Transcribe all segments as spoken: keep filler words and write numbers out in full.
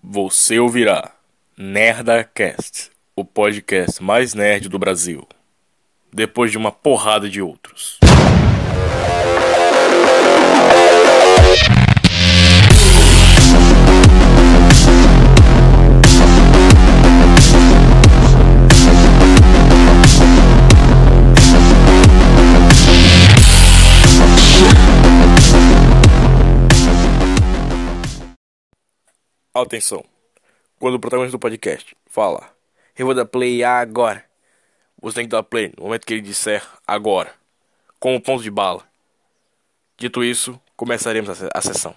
Você ouvirá NerdaCast, o podcast mais nerd do Brasil, depois de uma porrada de outros. Atenção, quando o protagonista do podcast fala, eu vou dar play agora, você tem que dar play no momento que ele disser agora, com o ponto de bala. Dito isso, começaremos a, se- a sessão.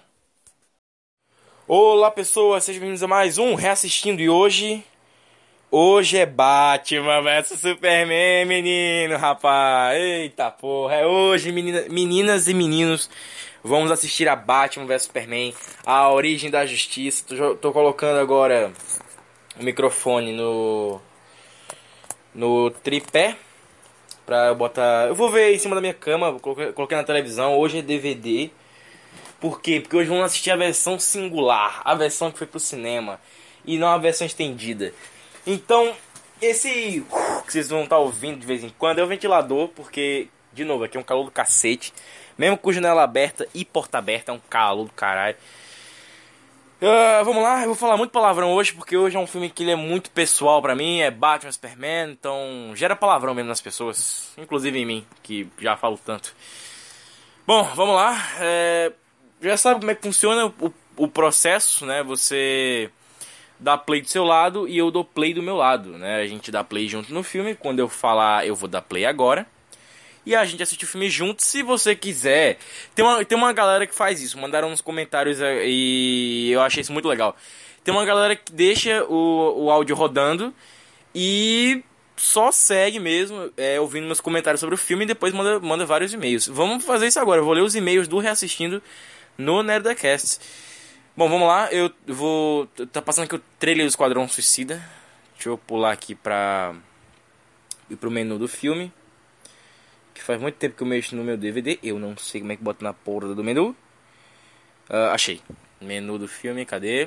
Olá pessoas, sejam bem-vindos a mais um Reassistindo e hoje... Hoje é Batman versus Superman, menino, rapaz. Eita porra, é hoje, menina, meninas e meninos. Vamos assistir a Batman versus Superman, a origem da justiça. Tô, jo- tô colocando agora o microfone no no tripé pra eu botar. Eu vou ver em cima da minha cama, coloquei, coloquei na televisão. Hoje é D V D. Por quê? Porque hoje vamos assistir a versão singular, a versão que foi pro cinema e não a versão estendida. Então, esse que vocês vão estar ouvindo de vez em quando é o ventilador, porque, de novo, aqui é um calor do cacete. Mesmo com janela aberta e porta aberta, é um calor do caralho. Ah, vamos lá, eu vou falar muito palavrão hoje, porque hoje é um filme que ele é muito pessoal pra mim, é Batman, Superman, então gera palavrão mesmo nas pessoas, inclusive em mim, que já falo tanto. Bom, vamos lá, é, já sabe como é que funciona o, o processo, né, você dá play do seu lado e eu dou play do meu lado, né, a gente dá play junto no filme, quando eu falar eu vou dar play agora. E a gente assiste o filme junto, se você quiser. Tem uma, tem uma galera que faz isso, mandaram nos comentários eh, e eu achei isso muito legal. Tem uma galera que deixa o, o áudio rodando e só segue mesmo, é, ouvindo meus comentários sobre o filme e depois manda, manda vários e-mails. Vamos fazer isso agora, eu vou ler os e-mails do Reassistindo no NerdaCast. Bom, vamos lá, eu vou... Tá passando aqui o trailer do Esquadrão Suicida. Deixa eu pular aqui pra... ir pro menu do filme. Que faz muito tempo que eu mexo no meu D V D. Eu não sei como é que bota na porra do menu. Ah, achei. Menu do filme, cadê?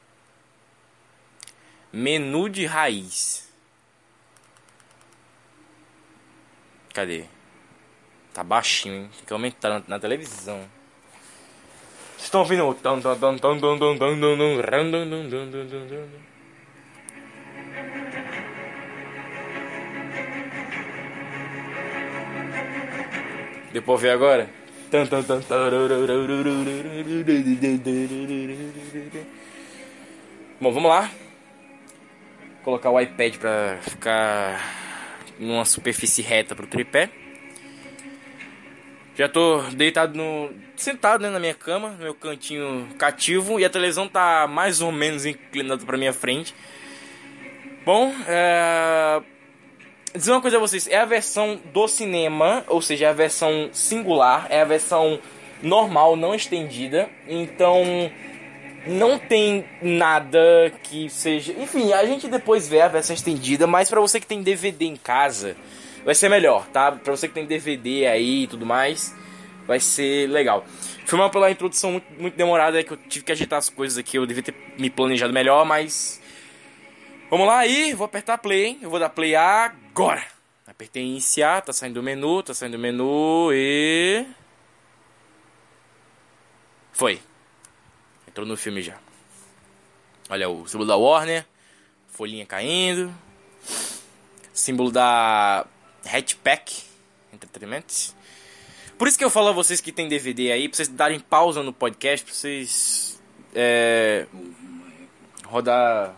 Menu de raiz. Cadê? Tá baixinho, hein? Tem que aumentar na, na televisão. Vocês estão ouvindo? Deu pra ouvir agora? Bom, vamos lá. Colocar o iPad pra ficar numa superfície reta pro tripé. Já tô deitado no... sentado, né, na minha cama, no meu cantinho cativo. E a televisão tá mais ou menos inclinada pra minha frente. Bom, é... dizer uma coisa a vocês, é a versão do cinema, ou seja, é a versão singular, é a versão normal, não estendida, então não tem nada que seja... Enfim, a gente depois vê a versão estendida, mas pra você que tem D V D em casa, vai ser melhor, tá? Pra você que tem D V D aí e tudo mais, vai ser legal. Foi uma pela introdução muito, muito demorada, é que eu tive que ajeitar as coisas aqui, eu devia ter me planejado melhor, mas... Vamos lá aí, vou apertar play, hein? Eu vou dar play agora. Apertei em iniciar, tá saindo do menu, tá saindo do menu e... Foi. Entrou no filme já. Olha o símbolo da Warner, folhinha caindo. Símbolo da Hatchback Entertainment. Por isso que eu falo a vocês que tem D V D aí, pra vocês darem pausa no podcast, pra vocês... É... rodar...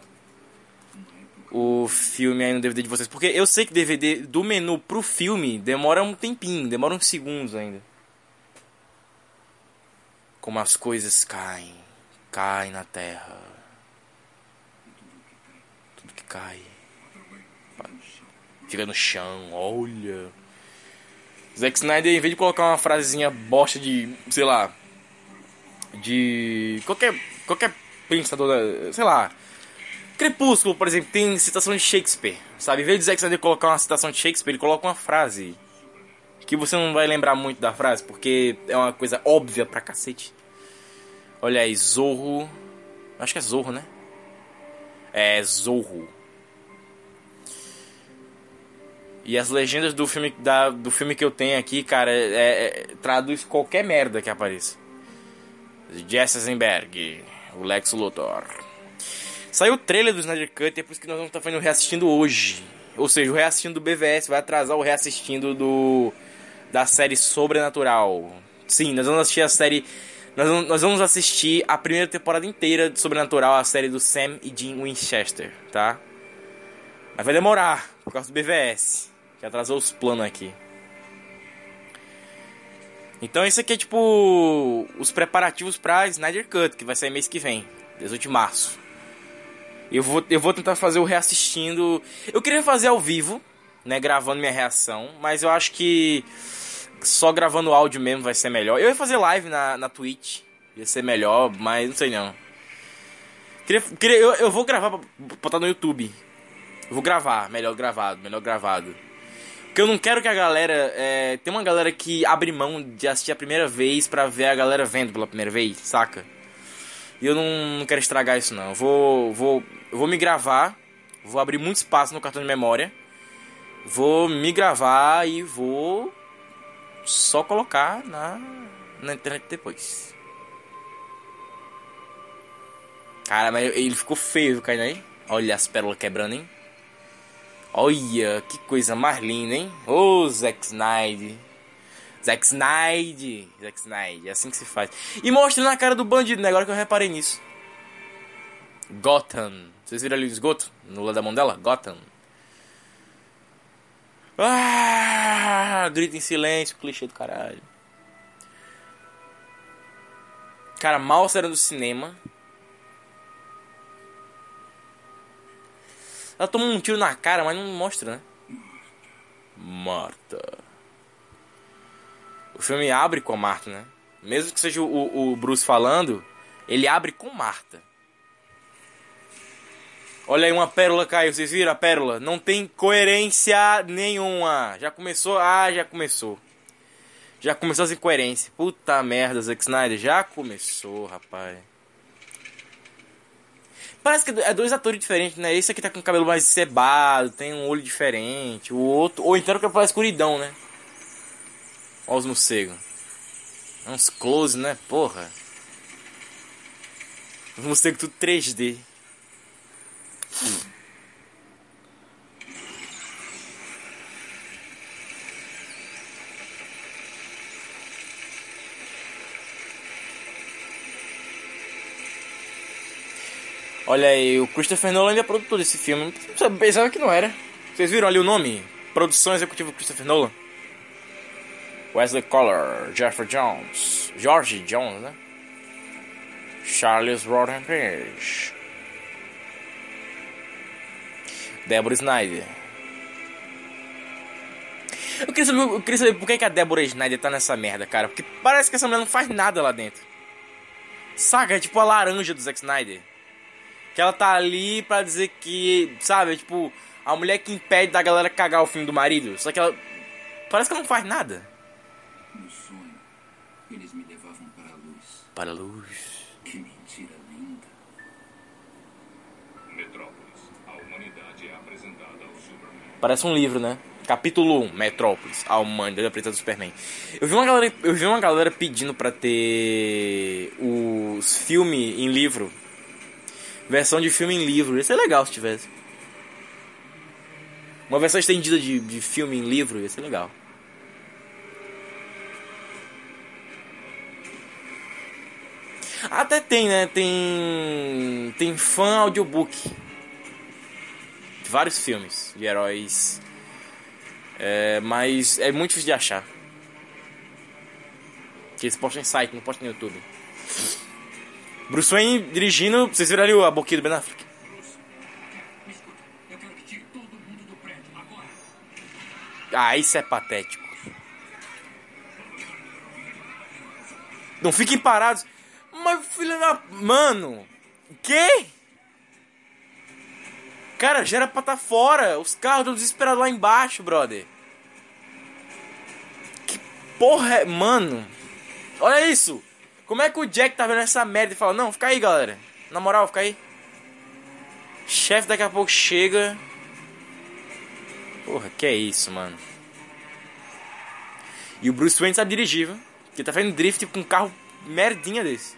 o filme aí no D V D de vocês. Porque eu sei que D V D do menu pro filme demora um tempinho, demora uns segundos ainda. Como as coisas caem, caem na terra. Tudo que cai fica no chão, olha. Zack Snyder, em vez de colocar uma frasezinha bosta de, sei lá, de qualquer, qualquer pensador, sei lá, Crepúsculo, por exemplo, tem citação de Shakespeare, sabe? Em vez de Zack Snyder colocar uma citação de Shakespeare, ele coloca uma frase que você não vai lembrar muito da frase, porque é uma coisa óbvia pra cacete. Olha aí, Zorro... Acho que é Zorro, né? É Zorro. E as legendas do filme, da, do filme que eu tenho aqui, cara, é, é, traduz qualquer merda que apareça. Jesse Eisenberg, o Lex Luthor. Saiu o trailer do Snyder Cut, é por isso que nós vamos estar fazendo reassistindo hoje. Ou seja, o reassistindo do B V S vai atrasar o reassistindo do da série Sobrenatural. Sim, nós vamos assistir a série... Nós vamos, nós vamos assistir a primeira temporada inteira de Sobrenatural, a série do Sam e Dean Winchester, tá? Mas vai demorar, por causa do B V S. Que atrasou os planos aqui. Então isso aqui é tipo os preparativos pra Snyder Cut, que vai sair mês que vem, dezoito de março. Eu vou, eu vou tentar fazer o reassistindo. Eu queria fazer ao vivo, né, gravando minha reação, mas eu acho que só gravando o áudio mesmo vai ser melhor. Eu ia fazer live na, na Twitch, ia ser melhor, mas não sei não. Queria, queria, eu, eu vou gravar pra botar no YouTube. Eu vou gravar, melhor gravado, melhor gravado. Porque eu não quero que a galera... É, tem uma galera que abre mão de assistir a primeira vez pra ver a galera vendo pela primeira vez, saca? E eu não, não quero estragar isso não. Eu vou, vou, eu vou me gravar, vou abrir muito espaço no cartão de memória. Vou me gravar e vou só colocar na, na internet depois. Cara, mas ele ficou feio, caindo aí. Olha as pérolas quebrando, hein? Olha, que coisa mais linda, hein? Ô, oh, Zack Snyder. Zack Snyder. Zack Snyder, é assim que se faz. E mostrando a cara do bandido, né? Agora que eu reparei nisso. Gotham. Vocês viram ali o esgoto? No lado da mão dela? Gotham. Ah, grita em silêncio, clichê do caralho. Cara, mal saíram do cinema. Ela toma um tiro na cara, mas não mostra, né? Marta. O filme abre com a Marta, né? Mesmo que seja o, o Bruce falando, ele abre com Marta. Olha aí, uma pérola caiu. Vocês viram a pérola? Não tem coerência nenhuma. Já começou? Ah, já começou. Já começou as incoerências. Puta merda, Zack Snyder. Já começou, rapaz. Parece que é dois atores diferentes, né? Esse aqui tá com o cabelo mais cebado, tem um olho diferente. O outro... Ou então que parece escuridão, né? Olha os morcegos. É uns close, né? Porra. Os morcegos tudo três D. Hum. Olha aí, o Christopher Nolan é produtor desse filme. Eu pensava que não era. Vocês viram ali o nome? Produção executiva Christopher Nolan. Wesley Collar, Jeffrey Jones, George Jones, né? Charles Roddenberry, Deborah Snyder. Eu queria saber, eu queria saber por que, que a Deborah Snyder tá nessa merda, cara. Porque parece que essa mulher não faz nada lá dentro. Saca? É tipo a laranja do Zack Snyder. Que ela tá ali pra dizer que, sabe, é tipo a mulher que impede da galera cagar o filme do marido. Só que ela... Parece que ela não faz nada. No sonho, eles me levavam para a luz. Para a luz. Que mentira linda. Metrópolis. A humanidade é apresentada ao Superman. Parece um livro, né? Capítulo um, Metrópolis. A humanidade é apresentada ao Superman. Eu vi uma galera, eu vi uma galera pedindo pra ter os filmes em livro. Versão de filme em livro. Isso é legal se tivesse. Uma versão estendida de, de filme em livro. Ia ser legal. Até tem, né? Tem... Tem fan audiobook. De vários filmes de heróis. É, mas é muito difícil de achar. Que eles postam em site, não postam no YouTube. Bruce Wayne dirigindo. Vocês viram ali a boquinha do Ben Affleck? Me escuta, eu quero que tire todo mundo do prédio agora. Ah, isso é patético. Não fiquem parados. Mas filho da... Mano. Que? Cara, já era pra estar fora. Os carros estão desesperados lá embaixo, brother. Que porra é... Mano. Olha isso. Como é que o Jack tá vendo essa merda e fala... Não, fica aí, galera. Na moral, fica aí. Chefe daqui a pouco chega. Porra, que é isso, mano. E o Bruce Wayne sabe dirigir, viu? Porque tá fazendo drift com um carro merdinha desse.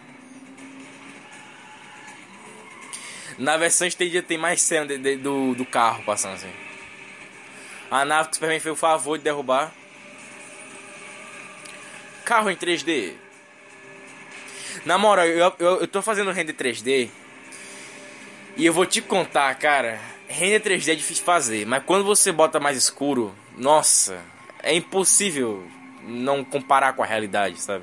Na versão estendida tem mais cena de, de, do, do carro passando assim. A nave que o Superman fez o favor de derrubar. Carro em três D. Na moral, eu, eu, eu tô fazendo render três D. E eu vou te contar, cara. Render três D é difícil de fazer. Mas quando você bota mais escuro, nossa, é impossível não comparar com a realidade, sabe?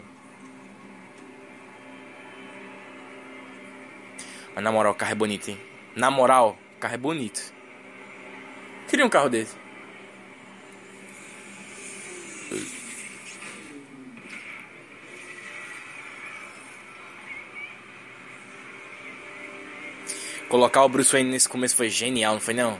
Mas na moral, o carro é bonito, hein? Na moral, o carro é bonito. Queria um carro desse. Colocar o Bruce Wayne nesse começo foi genial, não foi não?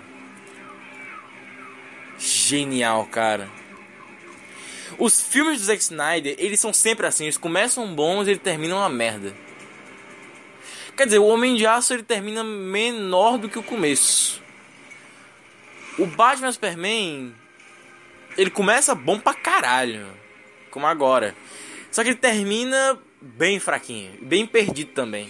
Genial, cara. Os filmes do Zack Snyder, eles são sempre assim. Eles começam bons e eles terminam uma merda. Quer dizer, o Homem de Aço ele termina menor do que o começo. O Batman e Superman, ele começa bom pra caralho, como agora. Só que ele termina bem fraquinho, bem perdido também.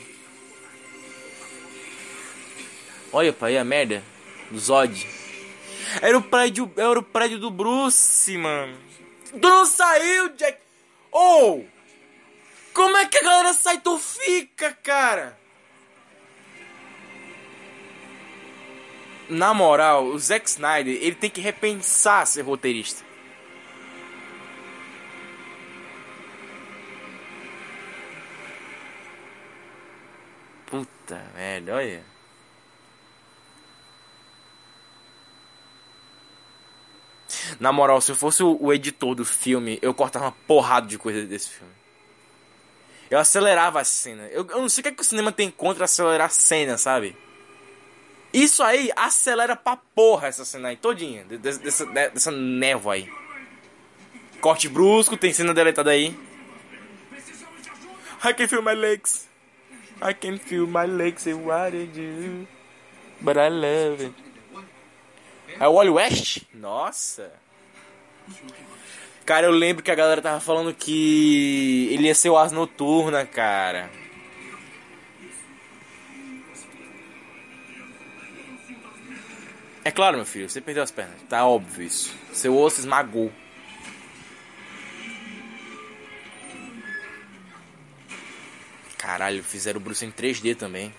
Olha pra aí a merda do Zod. Era o prédio, era o prédio do Bruce, mano. Tu não saiu, Jack? Oh! Como é que a galera sai e tu fica, cara? Na moral, o Zack Snyder, ele tem que repensar ser roteirista. Puta merda, olha. Na moral, se eu fosse o, o editor do filme, eu cortava uma porrada de coisa desse filme. Eu acelerava a cena. Eu, eu não sei o que, é que o cinema tem contra acelerar a cena, sabe? Isso aí acelera pra porra essa cena aí, todinha. Dessa, dessa, dessa névoa aí. Corte brusco, tem cena deletada aí. I can feel my legs. I can feel my legs and what I do. But I love it. É o Wally West? Nossa. Cara, eu lembro que a galera tava falando que ele ia ser o Asa Noturna, cara. É claro, meu filho, você perdeu as pernas. Tá óbvio isso. Seu osso esmagou. Caralho, fizeram o Bruce em três D também.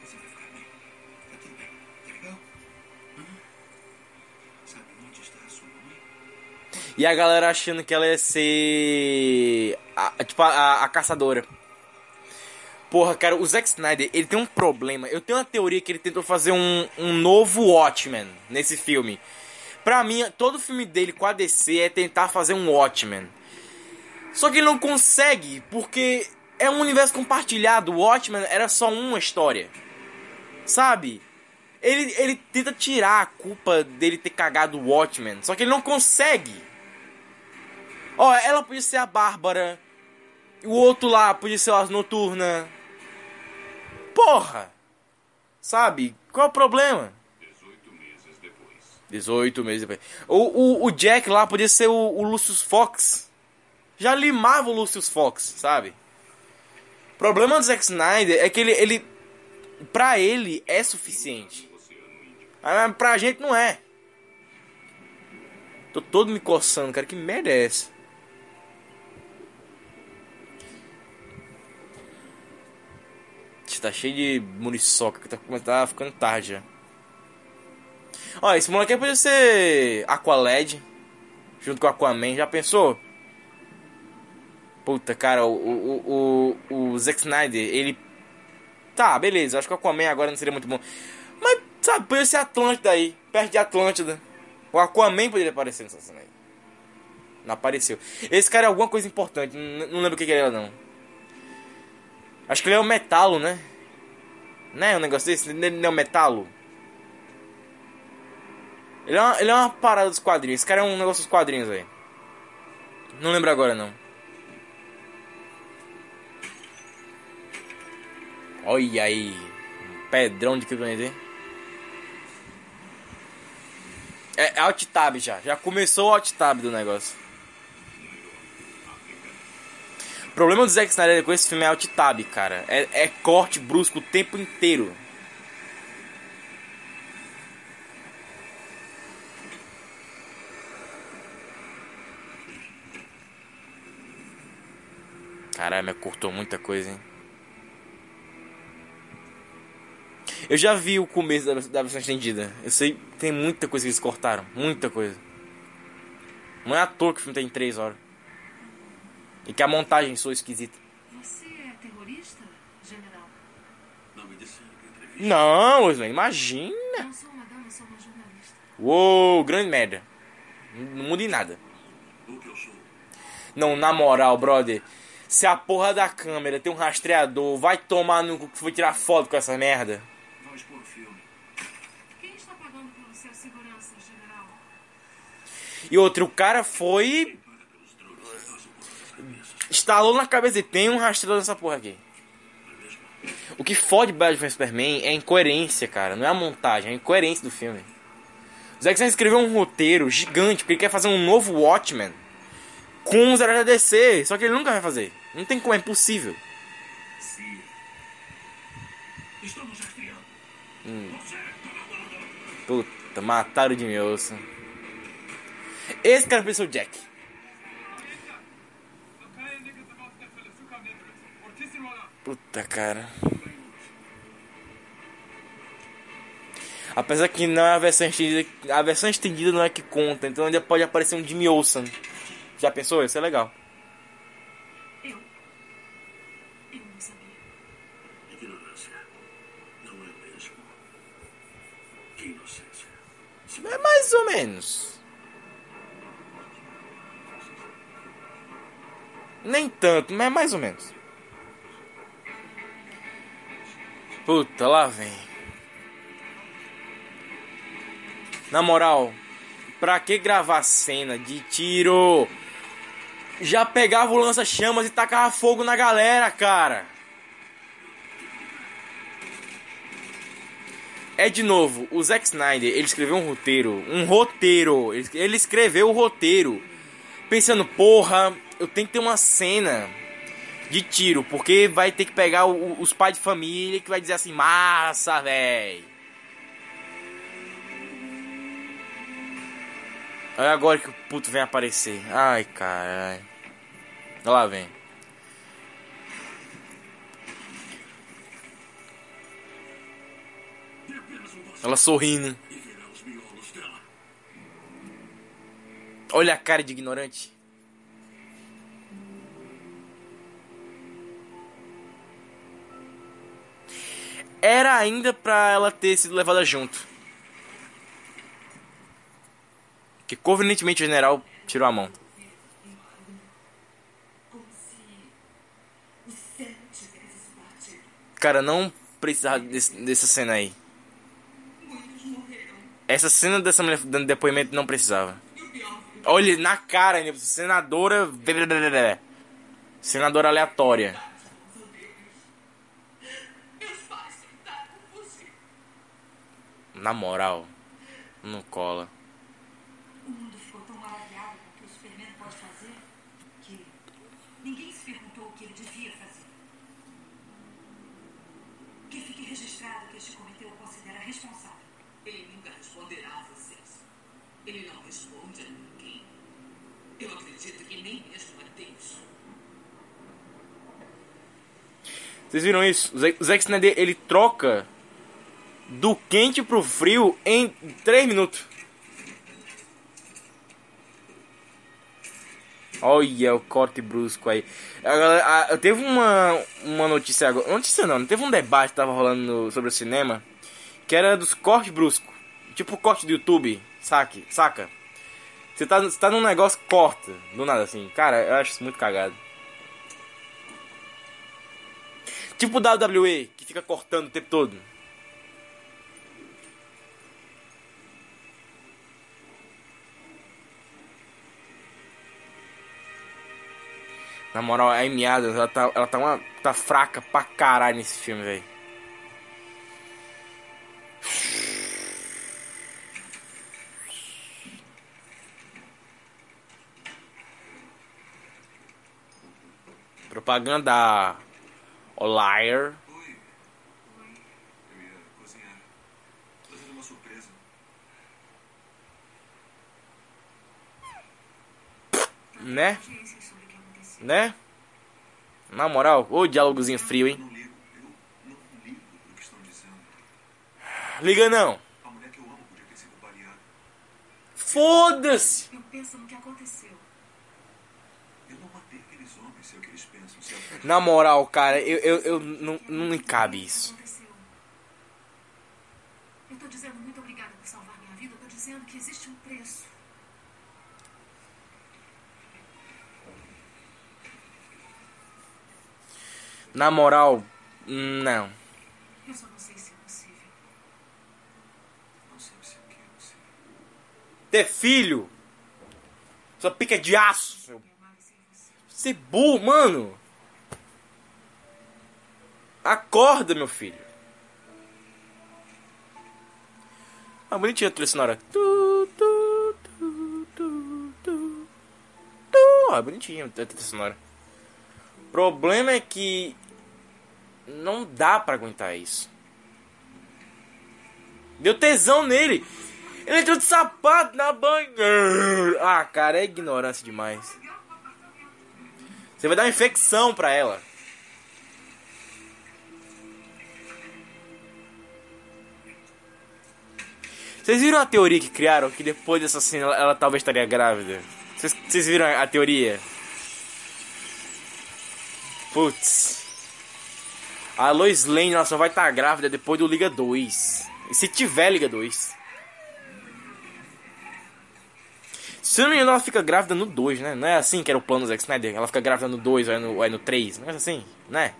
E a galera achando que ela ia ser a, tipo a, a, a caçadora. Porra, cara, o Zack Snyder, ele tem um problema. Eu tenho uma teoria que ele tentou fazer um, um novo Watchmen nesse filme. Pra mim, todo filme dele com a D C é tentar fazer um Watchmen. Só que ele não consegue, porque é um universo compartilhado. O Watchmen era só uma história, sabe? Ele, ele tenta tirar a culpa dele ter cagado o Watchmen, só que ele não consegue. Ó, ela podia ser a Bárbara. O outro lá podia ser a Noturna. Porra! Sabe? Qual é o problema? dezoito meses depois. dezoito meses depois. O, o, o Jack lá podia ser o, o Lucius Fox. Já limava o Lucius Fox, sabe? O problema do Zack Snyder é que ele... ele pra ele é suficiente. Mas pra gente não é. Tô todo me coçando, cara. Que merda é essa? Tá cheio de muriçoca, que tá, tá ficando tarde já. Ó, esse moleque aí podia ser Aqualad, junto com Aquaman, já pensou? Puta, cara, o, o, o, o Zack Snyder, ele... Tá, beleza, acho que o Aquaman agora não seria muito bom. Mas, sabe, podia ser Atlântida aí, perto de Atlântida. O Aquaman poderia aparecer nessa cena aí. Não apareceu. Esse cara é alguma coisa importante, não, não lembro o que, que ele era, não. Acho que ele é o Metalo, né? Não é um negócio desse? Ele não é o Metalo? Ele é, uma, ele é uma parada dos quadrinhos. Esse cara é um negócio dos quadrinhos aí. Não lembro agora, não. Olha aí. Um pedrão de kryptonita, hein? É Alt Tab já. Já começou o Alt Tab do negócio. O problema do Zack Snyder com esse filme é Alt Tab, cara. É, é corte brusco o tempo inteiro. Caralho, mas cortou muita coisa, hein? Eu já vi o começo da, da versão estendida. Eu sei, tem muita coisa que eles cortaram. Muita coisa. Não é à toa que o filme tem três horas. E que a montagem soa esquisita. Você é terrorista, general? Não me disseram em entrevista. Não, Wesley, imagina. Não sou uma dama, sou uma jornalista. Uou, grande merda. Não muda em nada. O que eu sou? Não, na moral, brother. Se a porra da câmera tem um rastreador, vai tomar no cu que foi tirar foto com essa merda. Vão expor o filme. Quem está pagando pelo seu segurança, general? E outro, o cara foi... Paga pelos drones que passam por nossas cabeças. Instalou na cabeça e tem um rastreador nessa porra aqui. Não é mesmo? O que fode Batman vs Superman é a incoerência, cara. Não é a montagem, é a incoerência do filme. O Zack Snyder escreveu um roteiro gigante porque ele quer fazer um novo Watchmen com os heróis da D C. Só que ele nunca vai fazer. Não tem como, é impossível. Sim. Estamos rastreando. Hum. Você tá na banda. Puta, mataram de Wilson. Esse cara pensou o Jack. Puta, cara. Apesar que não é a versão estendida. A versão estendida não é que conta. Então ainda pode aparecer um Jimmy Olsen. Já pensou? Isso é legal. Eu. Eu não sabia. Ignorância. Não é mesmo? Que inocência. É mais ou menos. Nem tanto, mas é mais ou menos. Puta, lá vem. Na moral, pra que gravar cena de tiro? Já pegava o lança-chamas e tacava fogo na galera, cara. É de novo, o Zack Snyder, ele escreveu um roteiro, um roteiro, ele, ele escreveu o roteiro, pensando, porra, eu tenho que ter uma cena de tiro, porque vai ter que pegar o, os pais de família que vai dizer assim, massa, véi. Olha agora que o puto vem aparecer. Ai, caralho. Olha lá, vem. Dê apenas um doce Ela sorrindo. e verá os miolos dela. Olha a cara de ignorante. Era ainda pra ela ter sido levada junto. Que convenientemente o general tirou a mão. Como se o céu tivesse batido. Cara, não precisava desse, dessa cena aí. Muitos morreram. Essa cena dessa mulher dando depoimento não precisava. Olha, na cara ainda. Senadora... Senadora aleatória. Meus pais tentaram fugir. Na moral. Não cola. O mundo ficou tão maravilhado com o que o Superman pode fazer que ninguém se perguntou o que ele devia fazer. Que fique registrado que este comitê o considera responsável. Ele nunca responderá a vocês. Ele não responde a ninguém. Eu acredito que nem mesmo a Deus. Vocês viram isso? O Zack o Zack Snyder, ele troca do quente pro frio em três minutos. Olha o corte brusco aí. A, a, teve uma, uma notícia agora. Notícia não, teve um debate que tava rolando no, sobre o cinema. Que era dos cortes bruscos. Tipo o corte do YouTube. Saque, saca? Você tá, você tá num negócio, corta. Do nada assim. Cara, eu acho isso muito cagado. Tipo o W W E, que fica cortando o tempo todo. Na moral, a Amy Adams, ela tá, ela tá, uma, tá fraca pra caralho nesse filme, velho. Propaganda. O liar. Oi. Eu ia cozinhar. Fazendo uma surpresa. Né? Notícias sobre o que aconteceu. Né? Na moral, ô diálogozinho frio, Eu hein? não ligo. Eu não ligo pro que estão dizendo. Liga não. A mulher que eu amo podia ter sido baleada. Foda-se! Eu penso no que aconteceu. Eu não matei aqueles homens, sei o que eles pensam. Se é- Na moral, cara, eu, eu, eu não, não me cabe isso. Aconteceu. Eu tô dizendo muito obrigada por salvar minha vida. Eu tô dizendo que existe um preço. Na moral, não. Eu só não sei se é possível. Não sabe se é o que é possível. Ter filho! Sua pica é de aço! Seu... Me amar sem você. Você burro, mano! Acorda, meu filho! Ah, bonitinha a trilha sonora. Tu, tu, tu, tu, tu, tu. Ah, bonitinha a trilha sonora. O problema é que não dá pra aguentar isso. Deu tesão nele. Ele entrou de sapato na banheira. Ah, cara, é ignorância demais. Você vai dar uma infecção pra ela. Vocês viram a teoria que criaram? Que depois dessa cena ela, ela talvez estaria grávida? Vocês, vocês viram a, a teoria? Putz. A Lois Lane ela só vai estar grávida depois do Liga dois. E se tiver Liga dois. Se eu não me engano, ela fica grávida no dois, né? Não é assim que era o plano do Zack Snyder? Ela fica grávida no dois ou é no, ou é no três? Não é assim, né?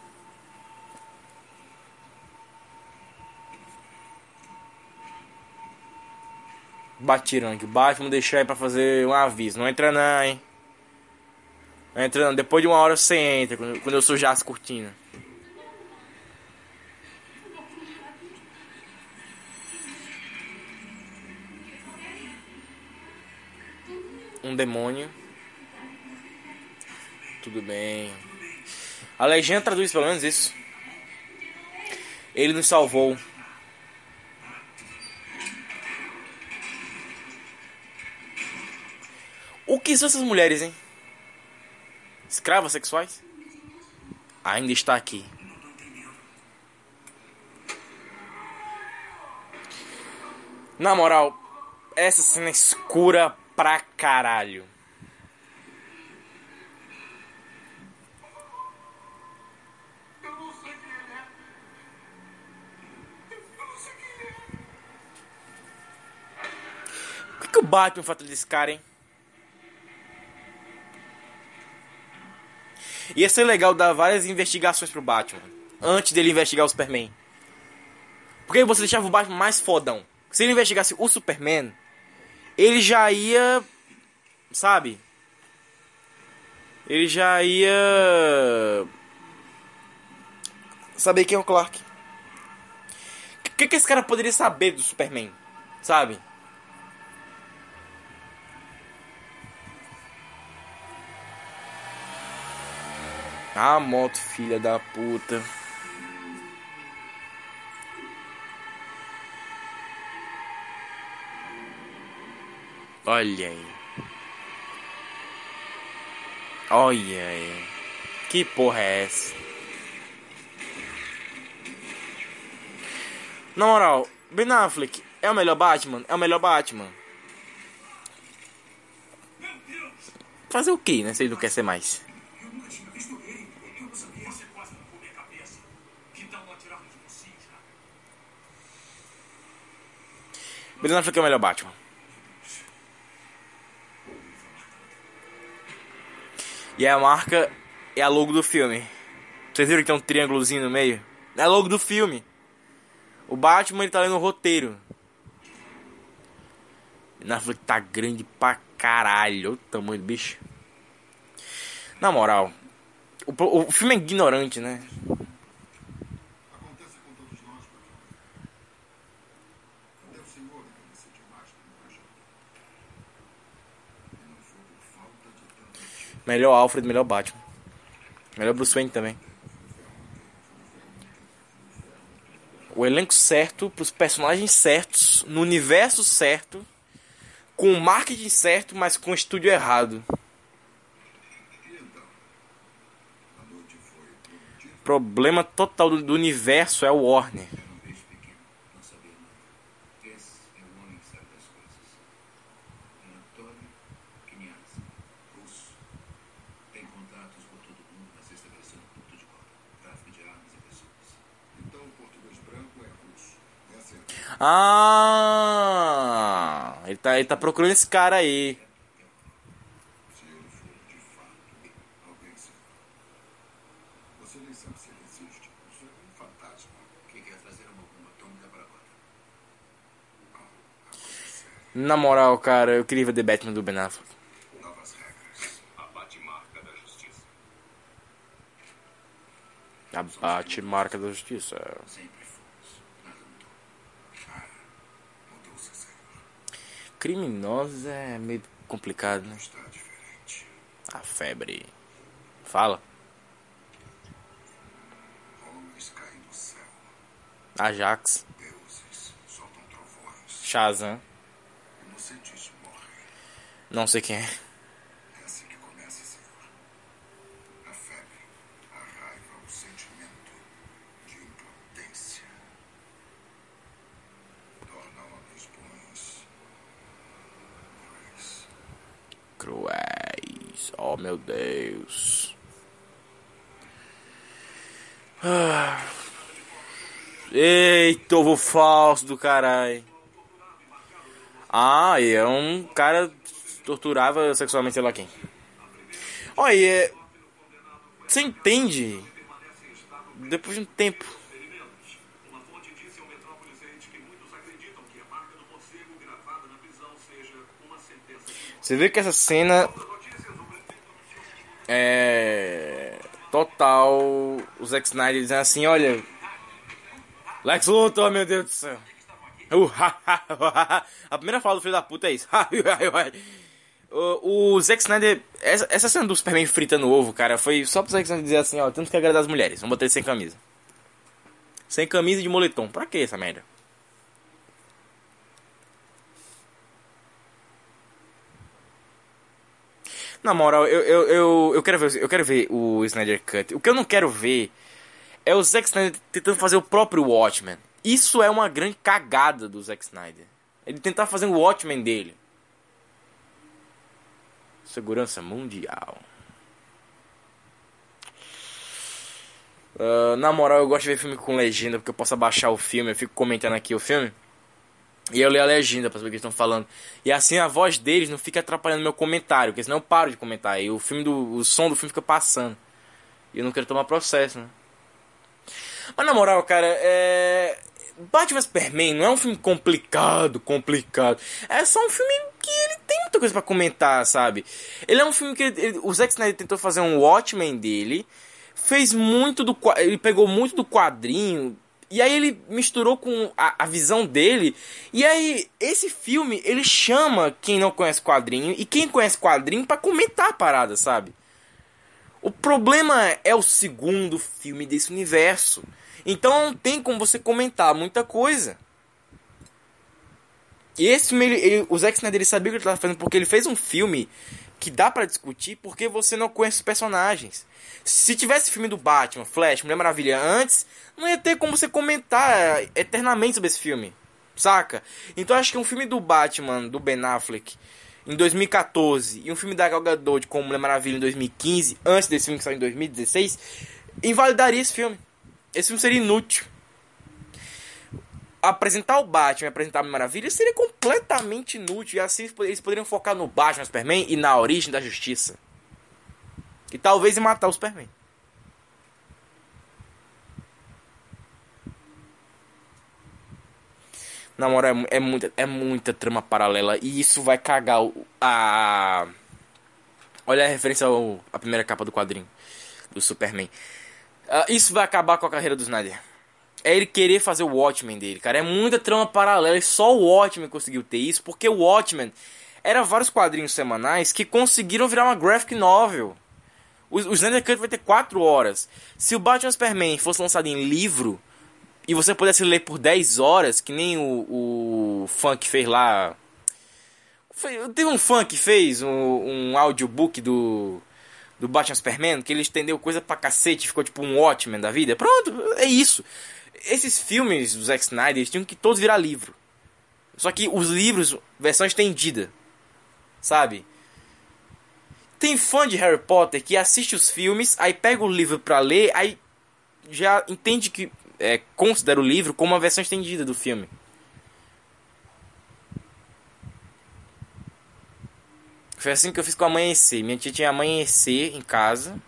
Batiram aqui. O Batman deixou aí pra fazer um aviso. Não entra não, hein? Não entra não. Depois de uma hora você entra. Quando, quando eu sujar as cortinas. Um demônio. Tudo bem. A legenda traduz pelo menos isso. Ele nos salvou. O que são essas mulheres, hein? Escravas sexuais? Ainda está aqui. Na moral, essa cena é escura pra caralho. O que, que o Batman faz desse cara, hein? Ia ser legal dar várias investigações pro Batman antes dele investigar o Superman. Porque aí você deixava o Batman mais fodão. Se ele investigasse o Superman, ele já ia... Sabe? Ele já ia... Saber quem é o Clark. O que, que esse cara poderia saber do Superman? Sabe? Ah, moto, filha da puta. Olha aí. Olha aí. Que porra é essa? Na moral, Ben Affleck é o melhor Batman? É o melhor Batman. Fazer o que, né? Se ele não quer ser mais. Eu nunca tinha visto ele. Eu não sabia. Você quase arrancou minha cabeça. Que tal não atirar de você já? Ben Affleck é o melhor Batman. E a marca é a logo do filme. Vocês viram que tem um triângulozinho no meio? É a logo do filme. O Batman, ele tá lendo o roteiro. Ben Affleck tá grande pra caralho. Olha o tamanho do bicho. Na moral, o, o filme é ignorante, né? Acontece com todos nós, patrão. Cadê o senhor que decidiu mais do que a gente? E não foi por falta de tentativa. Melhor Alfred, melhor Batman. Melhor Bruce Wayne também. O elenco certo, pros personagens certos, no universo certo, com o marketing certo, mas com o estúdio errado. Problema total do, do universo é o Warner. Ah, ele tá, ele tá procurando esse cara aí. Se ele for de fato alguém seu. Você nem sabe se ele existe. Isso é um fantasma. Que quer trazer uma bomba atômica para Gotham. Na moral, cara, eu queria ver The Batman do Ben Affleck. Novas regras. A bate-marca da justiça. A bate-marca da justiça. Sempre fomos. Nada mudou. Ah, mudou-se, senhor. Criminosos é meio complicado, né? Está diferente. A febre. Fala. Homens caem do céu. Ajax. Deuses soltam trovões. Shazam. Inocentes morrem. Não sei quem é. É assim que começa, senhor. A febre, a raiva, o sentimento de impotência. Torna homens bons. Cruéis. Oh, meu Deus. Ah. Eita, ovo falso do caralho. Ah, e é um cara que torturava sexualmente sei lá quem. Olha, é... você entende? Depois de um tempo. Uma fonte disse ao Metrópolis Eight que muitos acreditam que a marca do morcego gravada na prisão seja uma sentença. Você vê que essa cena é total. O Zack Snyder dizendo assim: olha, Lex Luthor, meu Deus do céu. Uh, a primeira fala do filho da puta é isso. o, o Zack Snyder, essa, essa cena do Superman fritando ovo, cara, foi só pro Zack Snyder dizer assim: ó, temos que agradar as mulheres, vamos botar ele sem camisa. Sem camisa e de moletom. Pra que essa merda? Na moral, eu, eu, eu, eu, quero ver, eu quero ver o Snyder Cut. O que eu não quero ver é o Zack Snyder tentando fazer o próprio Watchmen. Isso é uma grande cagada do Zack Snyder. Ele tentar fazer o Watchmen dele. Segurança mundial. Uh, na moral, eu gosto de ver filme com legenda, porque eu posso abaixar o filme, eu fico comentando aqui o filme. E eu leio a legenda pra saber o que eles estão falando. E assim a voz deles não fica atrapalhando meu comentário, porque senão eu paro de comentar. E o filme do, o som do filme fica passando. E eu não quero tomar processo, né? Mas na moral, cara, é... Batman Superman não é um filme complicado, complicado. É só um filme que ele tem muita coisa pra comentar, sabe? Ele é um filme que ele, ele, o Zack Snyder tentou fazer um Watchmen dele. Fez muito do... Ele pegou muito do quadrinho... E aí ele misturou com a, a visão dele. E aí, esse filme, ele chama quem não conhece quadrinho e quem conhece quadrinho pra comentar a parada, sabe? O problema é o segundo filme desse universo. Então não tem como você comentar muita coisa. E esse filme, ele, ele, o Zack Snyder, ele sabia o que ele estava fazendo, porque ele fez um filme que dá pra discutir porque você não conhece os personagens. Se tivesse filme do Batman, Flash, Mulher Maravilha antes, não ia ter como você comentar eternamente sobre esse filme, saca? Então acho que um filme do Batman, do Ben Affleck, em dois mil e catorze, e um filme da Gal Gadot com Mulher Maravilha em dois mil e quinze, antes desse filme que saiu em dois mil e dezesseis, invalidaria esse filme. Esse filme seria inútil. Apresentar o Batman e apresentar a Mulher Maravilha seria completamente inútil. E assim eles poderiam focar no Batman, Superman e na origem da justiça. E talvez em matar o Superman. Na moral, é, é, muita, é muita trama paralela. E isso vai cagar o, a... Olha a referência ao, à primeira capa do quadrinho do Superman. Uh, isso vai acabar com a carreira do Snyder. É ele querer fazer o Watchmen dele, cara. É muita trama paralela. E só o Watchmen conseguiu ter isso. Porque o Watchmen era vários quadrinhos semanais que conseguiram virar uma graphic novel. O, o Snyder Cut vai ter quatro horas. Se o Batman Superman fosse lançado em livro e você pudesse ler por dez horas, que nem o, o fã que fez lá... Foi, teve um fã que fez um, um audiobook do, do Batman Superman, que ele estendeu coisa pra cacete, ficou tipo um Watchmen da vida. Pronto, é isso. Esses filmes do Zack Snyder, eles tinham que todos virar livro. Só que os livros, versão estendida, sabe? Tem fã de Harry Potter que assiste os filmes, aí pega o livro pra ler, aí já entende que é, considera o livro como uma versão estendida do filme. Foi assim que eu fiz com Amanhecer. Minha tia tinha Amanhecer em casa.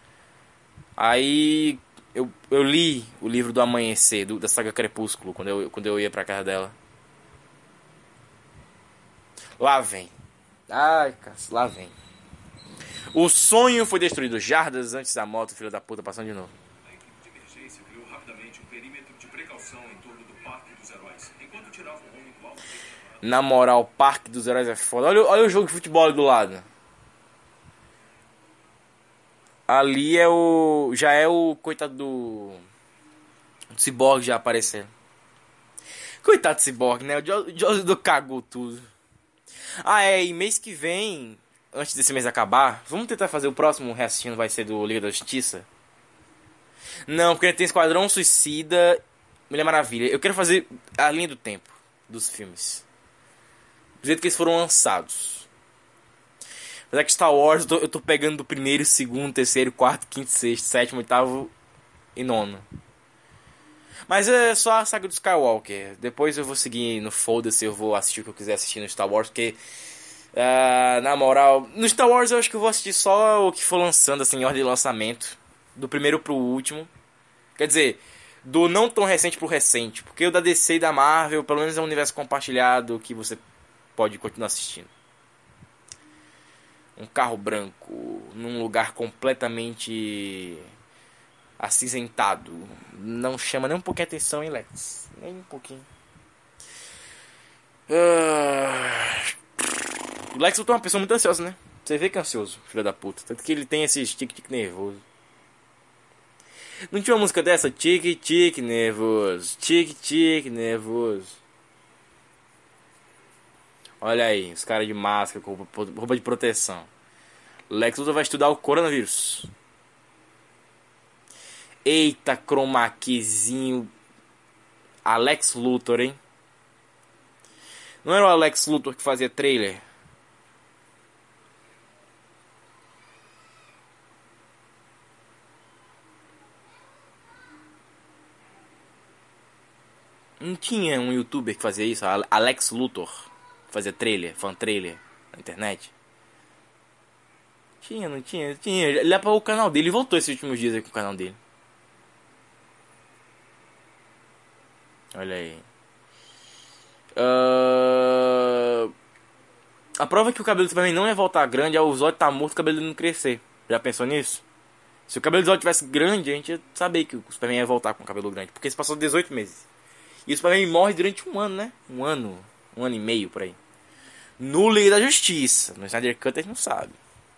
Aí eu, eu li o livro do Amanhecer, do, da saga Crepúsculo, quando eu, quando eu ia pra casa dela. Lá vem. Ai, cara, lá vem. O sonho foi destruído. Jardas antes da moto, filho da puta, passando de novo. A equipe de emergência criou rapidamente um perímetro de precaução em torno do Parque dos Heróis, enquanto tiravam o homem do alto. Na moral, o Parque dos Heróis é foda. Olha, olha o jogo de futebol ali do lado. Ali é o... Já é o coitado do... do Cyborg já aparecendo. Coitado do Cyborg, né? O Joss do cagou tudo. Ah, é. E mês que vem, antes desse mês acabar, vamos tentar fazer o próximo reassistindo. Vai ser do Liga da Justiça? Não, porque tem Esquadrão Suicida, Mulher Maravilha. Eu quero fazer a linha do tempo dos filmes, do jeito que eles foram lançados. Apesar que Star Wars eu tô, eu tô pegando do primeiro, segundo, terceiro, quarto, quinto, sexto, sétimo, oitavo e nono. Mas é só a saga do Skywalker. Depois eu vou seguir no foda-se, eu vou assistir o que eu quiser assistir no Star Wars, porque uh, na moral, no Star Wars eu acho que eu vou assistir só o que for lançando, assim, em ordem de lançamento, do primeiro pro último. Quer dizer, do não tão recente pro recente, porque o da D C e da Marvel, pelo menos é um universo compartilhado que você pode continuar assistindo. Um carro branco num lugar completamente acinzentado não chama nem um pouquinho a atenção, hein, Lex? Nem um pouquinho. Uh... O Lex é uma pessoa muito ansiosa, né? Você vê que é ansioso, filho da puta. Tanto que ele tem esse tique-tique nervoso. Não tinha uma música dessa? Tique-tique nervoso, tique-tique nervoso. Olha aí, os caras de máscara com roupa, roupa de proteção. Lex Luthor vai estudar o coronavírus. Eita, chroma keyzinho. Alex Luthor, hein? Não era o Alex Luthor que fazia trailer? Não tinha um youtuber que fazia isso? Alex Luthor fazia trailer, fan trailer na internet? Tinha, não tinha? Tinha. Ele apagou o canal dele e voltou esses últimos dias aí com o canal dele. Olha aí. Uh... A prova que o cabelo do Superman não ia voltar grande é o Zod tá morto e o cabelo dele não crescer. Já pensou nisso? Se o cabelo do Zod tivesse grande, a gente ia saber que o Superman ia voltar com o cabelo grande. Porque isso passou dezoito meses. E o Superman morre durante um ano, né? Um ano, um ano e meio por aí. No Liga da Justiça. No Snyder Cut a gente não sabe.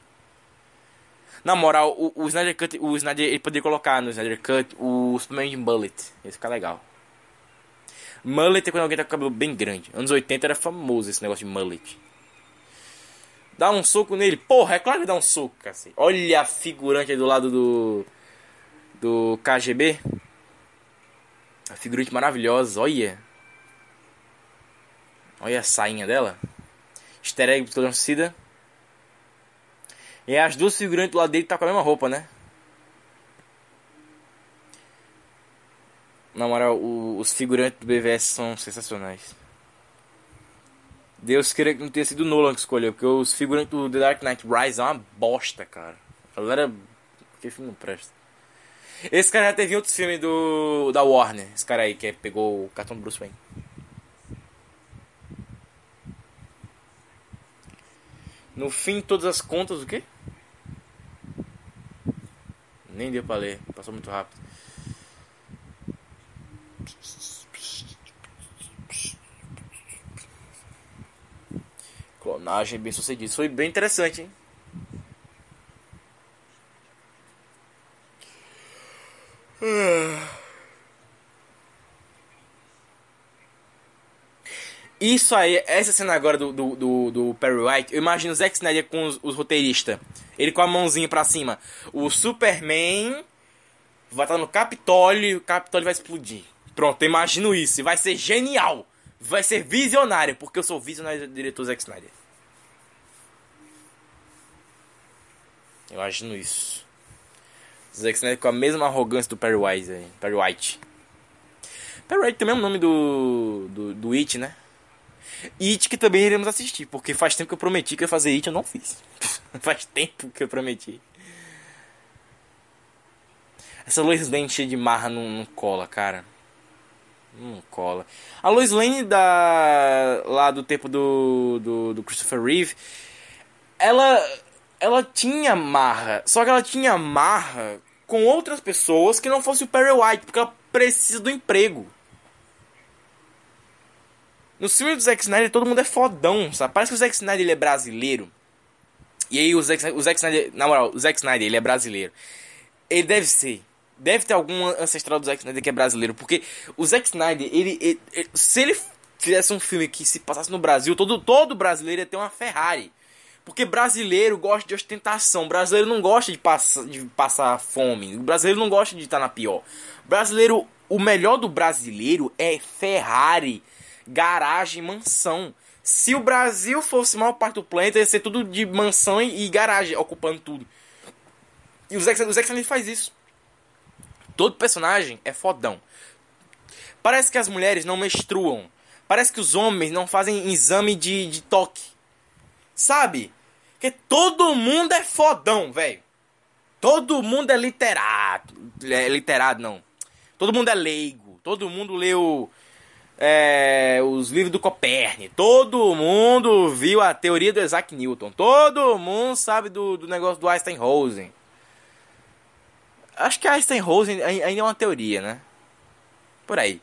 Na moral, o, o Snyder Cut, o Snyder, ele poderia colocar no Snyder Cut o Superman de mullet. Ia ficar legal. Mullet é quando alguém tá com o cabelo bem grande. Anos oitenta era famoso esse negócio de mullet. Dá um soco nele. Porra, é claro que dá um soco, cacete. Olha a figurante aí do lado do... Do K G B. A figurante maravilhosa, olha. Olha a sainha dela. Easter egg do Esquadrão Suicida. E as duas figurantes do lado dele tá com a mesma roupa, né? Na moral, o, os figurantes do B V S são sensacionais. Deus queria que não tenha sido o Nolan que escolheu, porque os figurantes do The Dark Knight Rise é uma bosta, cara. A galera... Que filme não presta. Esse cara já teve outros filmes do da Warner. Esse cara aí que pegou o cartão do Bruce Wayne. No fim, todas as contas, o quê? Nem deu pra ler, passou muito rápido. Clonagem bem sucedida. Foi bem interessante, hein? Isso aí, essa cena agora do, do, do, do Perry White, eu imagino o Zack Snyder com os, os roteiristas. Ele com a mãozinha pra cima. O Superman vai estar no Capitólio e o Capitólio vai explodir. Pronto, eu imagino isso. E vai ser genial. Vai ser visionário, porque eu sou visionário do diretor Zack Snyder. Eu imagino isso. Zack Snyder com a mesma arrogância do Perry White aí. Perry White. Perry White tem o mesmo nome do, do, do It, né? It que também iremos assistir, porque faz tempo que eu prometi que eu ia fazer It e eu não fiz. Faz tempo que eu prometi. Essa Lois Lane cheia de marra não, não cola, cara. Não cola. A Lois Lane da, lá do tempo do, do, do Christopher Reeve, ela, ela tinha marra, só que ela tinha marra com outras pessoas que não fosse o Perry White, porque ela precisa do emprego. No filme do Zack Snyder todo mundo é fodão, sabe? Parece que o Zack Snyder ele é brasileiro. E aí o Zack, o Zack Snyder, na moral, o Zack Snyder ele é brasileiro. Ele deve ser. Deve ter algum ancestral do Zack Snyder que é brasileiro. Porque o Zack Snyder, ele, ele, ele se ele fizesse um filme que se passasse no Brasil, todo, todo brasileiro ia ter uma Ferrari. Porque brasileiro gosta de ostentação. Brasileiro não gosta de, pass de passar fome. O brasileiro não gosta de estar na pior. Brasileiro, o melhor do brasileiro é Ferrari, garagem, mansão. Se o Brasil fosse a maior parte do planeta, ia ser tudo de mansão e, e garagem, ocupando tudo. E o Zack, o Zack Snyder faz isso. Todo personagem é fodão. Parece que as mulheres não menstruam. Parece que os homens não fazem exame de, de toque. Sabe? Porque todo mundo é fodão, velho. Todo mundo é literado. É literado, não. Todo mundo é leigo. Todo mundo leu é, os livros do Copérnico. Todo mundo viu a teoria do Isaac Newton. Todo mundo sabe do, do negócio do Einstein-Rosen. Acho que Einstein-Rosen ainda é uma teoria, né? Por aí.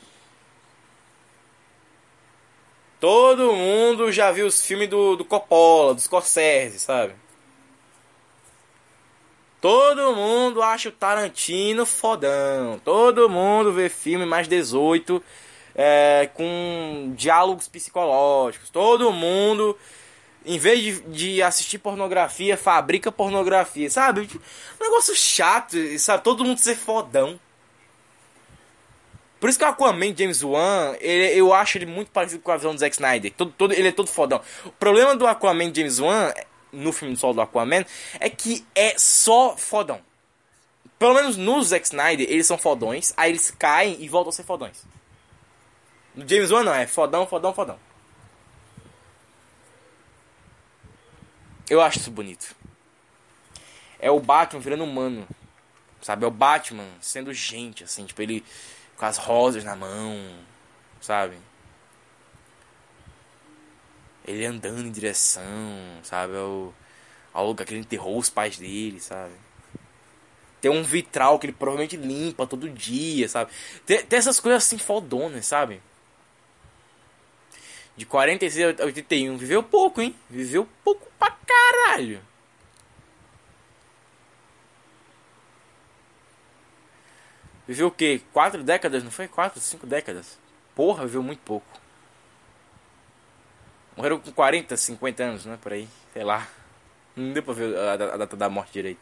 Todo mundo já viu os filmes do, do Coppola, do Scorsese, sabe? Todo mundo acha o Tarantino fodão. Todo mundo vê filme mais dezoito é, com diálogos psicológicos. Todo mundo, em vez de, de assistir pornografia, fabrica pornografia, sabe? Um negócio chato, sabe? Todo mundo ser fodão. Por isso que o Aquaman de James Wan, ele, eu acho ele muito parecido com a visão do Zack Snyder. Todo, todo, ele é todo fodão. O problema do Aquaman de James Wan, no filme do solo do Aquaman, é que é só fodão. Pelo menos no Zack Snyder, eles são fodões, aí eles caem e voltam a ser fodões. No James Wan não, é fodão, fodão, fodão. Eu acho isso bonito. É o Batman virando humano, sabe? É o Batman sendo gente, assim, tipo, ele com as rosas na mão, sabe? Ele andando em direção, sabe? Ao, ao lugar que ele enterrou os pais dele, sabe? Tem um vitral que ele provavelmente limpa todo dia, sabe? Tem, tem essas coisas assim fodonas, sabe? De quarenta e seis a oitenta e um, viveu pouco, hein? Viveu pouco pra caralho. Viveu o quê? Quatro décadas, não foi? Quatro, cinco décadas. Porra, viveu muito pouco. Morreram com quarenta, cinquenta anos, né? Por aí, sei lá. Não deu pra ver a, a, a data da morte direito.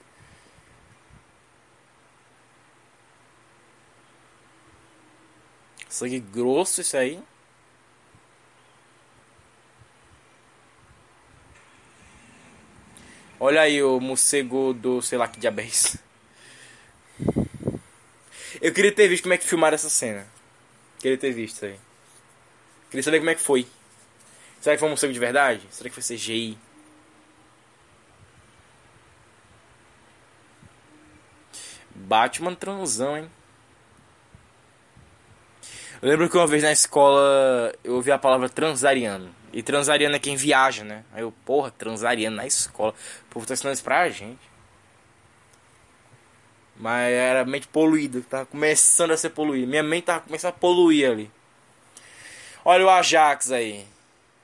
Sangue grosso isso aí. Olha aí o morcego do sei lá que diabo é isso. Eu queria ter visto como é que filmaram essa cena. Queria ter visto isso aí. Queria saber como é que foi. Será que foi um morcego de verdade? Será que foi C G I? Batman transão, hein? Eu lembro que uma vez na escola eu ouvi a palavra transariano. E transariano é quem viaja, né? Aí eu, porra, transariano na escola. O povo tá ensinando isso pra gente. Mas era mente poluída, tava começando a ser poluída. Minha mente tava começando a poluir ali. Olha o Ajax aí.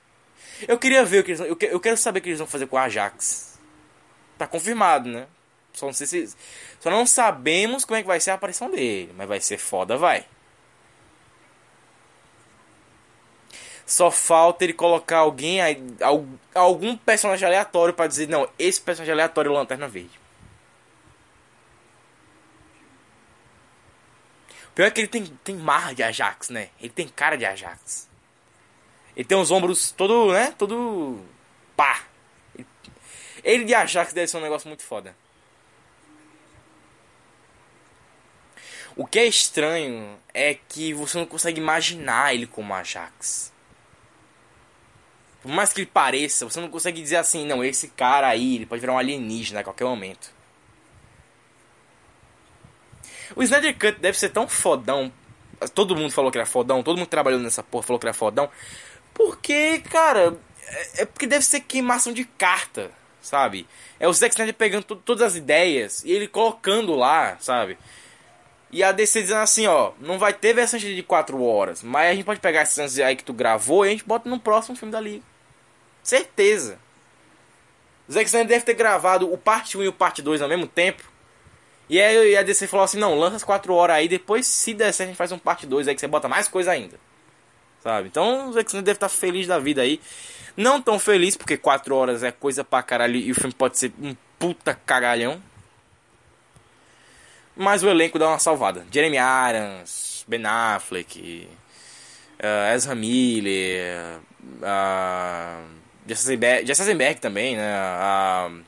Eu queria ver o que eles vão... Eu quero saber o que eles vão fazer com o Ajax. Tá confirmado, né? Só não sei se... Só não sabemos como é que vai ser a aparição dele. Mas vai ser foda, vai. Só falta ele colocar alguém aí, algum personagem aleatório pra dizer, não, esse personagem aleatório é o Lanterna Verde. O pior é que ele tem, tem mar de Ajax, né? Ele tem cara de Ajax. Ele tem os ombros todo, né? Todo... pá. Ele de Ajax deve ser um negócio muito foda. O que é estranho é que você não consegue imaginar ele como Ajax. Por mais que ele pareça, você não consegue dizer assim, não, esse cara aí, ele pode virar um alienígena a qualquer momento. O Snyder Cut deve ser tão fodão. Todo mundo falou que era fodão, todo mundo que trabalhou nessa porra falou que era fodão. Porque, cara, é, é porque deve ser queimação de carta, sabe? É o Zack Snyder pegando to- todas as ideias e ele colocando lá, sabe? E a D C dizendo assim, ó, não vai ter versão de quatro horas, mas a gente pode pegar essas cenas aí que tu gravou e a gente bota no próximo filme da Liga. Certeza. O Zack Snyder deve ter gravado o parte um e o parte dois ao mesmo tempo. E aí a D C falou assim, não, lança as quatro horas aí, depois se der certo a gente faz um parte dois aí que você bota mais coisa ainda. Sabe? Então o Zack Snyder deve estar feliz da vida aí. Não tão feliz porque quatro horas é coisa pra caralho e o filme pode ser um puta cagalhão. Mas o elenco dá uma salvada. Jeremy Irons, Ben Affleck, uh, Ezra Miller, uh, Jesse Eisenberg, Jesse Eisenberg também, né? Uh,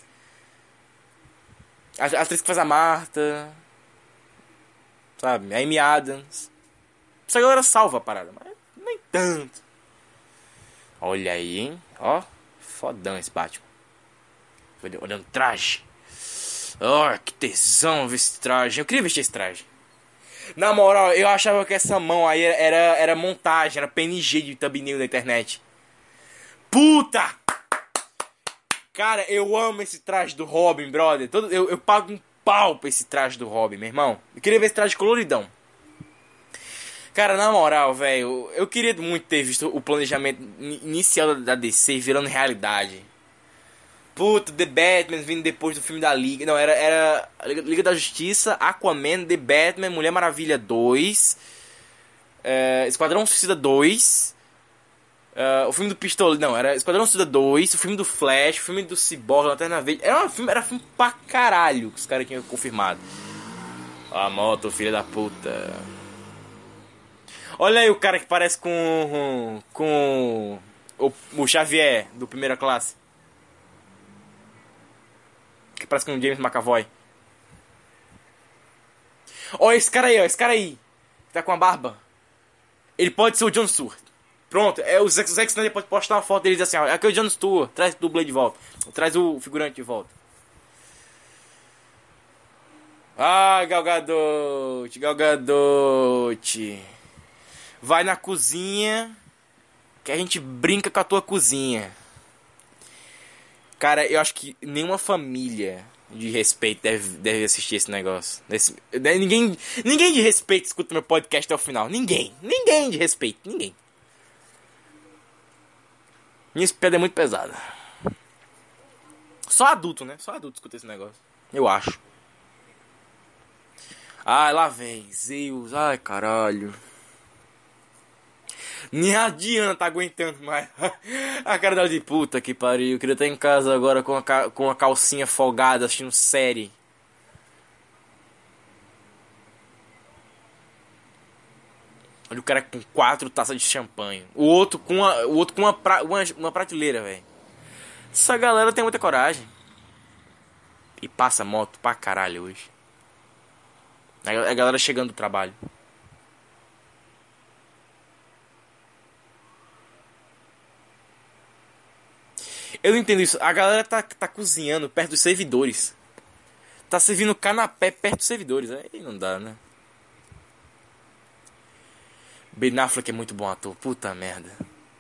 a, a atriz que faz a Marta, sabe? A Amy Adams. Essa galera salva a parada, mas nem tanto. Olha aí, hein? Ó, fodão esse Batman. Olhando o traje. Oh, que tesão ver esse traje. Eu queria vestir esse traje. Na moral, eu achava que essa mão aí era, era montagem, era P N G de thumbnail da internet. Puta! Cara, eu amo esse traje do Robin, brother. Todo, eu, eu pago um pau pra esse traje do Robin, meu irmão. Eu queria ver esse traje coloridão. Cara, na moral, velho, eu queria muito ter visto o planejamento inicial da D C virando realidade. Puta, The Batman vindo depois do filme da Liga. Não, era, era Liga da Justiça, Aquaman, The Batman, Mulher Maravilha dois, é, Esquadrão Suicida dois, é, o filme do Pistoleiro. Não, era Esquadrão Suicida dois, o filme do Flash, o filme do Cyborg, Lanterna Verde. Era, um filme, era filme pra caralho que os caras tinham confirmado. A moto, filha da puta. Olha aí o cara que parece com. Com. O, o Xavier do Primeira Classe. Que parece com o James McAvoy. Olha esse cara aí, ó. Esse cara aí. Que tá com a barba. Ele pode ser o Jon Stewart. Pronto. É, o Zack Snyder pode postar uma foto dele e dizer assim: ó, aqui é o Jon Stewart. Traz o dublê de volta. Traz o figurante de volta. Ah, Gal Gadot. Gal Gadot. Vai na cozinha. Que a gente brinca com a tua cozinha. Cara, eu acho que nenhuma família de respeito deve, deve assistir esse negócio. Esse, ninguém, ninguém de respeito escuta meu podcast até o final. Ninguém. Ninguém de respeito. Ninguém. Minha piada é muito pesada. Só adulto, né? Só adulto escuta esse negócio. Eu acho. Ai, lá vem. Zeus. Ai, caralho. Nem a Diana tá aguentando mais. A cara dela de puta que pariu. Eu queria estar em casa agora com a, ca... com a calcinha folgada assistindo série. Olha o cara com quatro taças de champanhe. O outro com uma, o outro com uma, pra... uma... uma prateleira, velho. Essa galera tem muita coragem. E passa moto pra caralho hoje. A galera chegando do trabalho. Eu não entendo isso. A galera tá, tá cozinhando perto dos servidores. Tá servindo canapé perto dos servidores. Aí não dá, né? Ben Affleck é muito bom ator. Puta merda.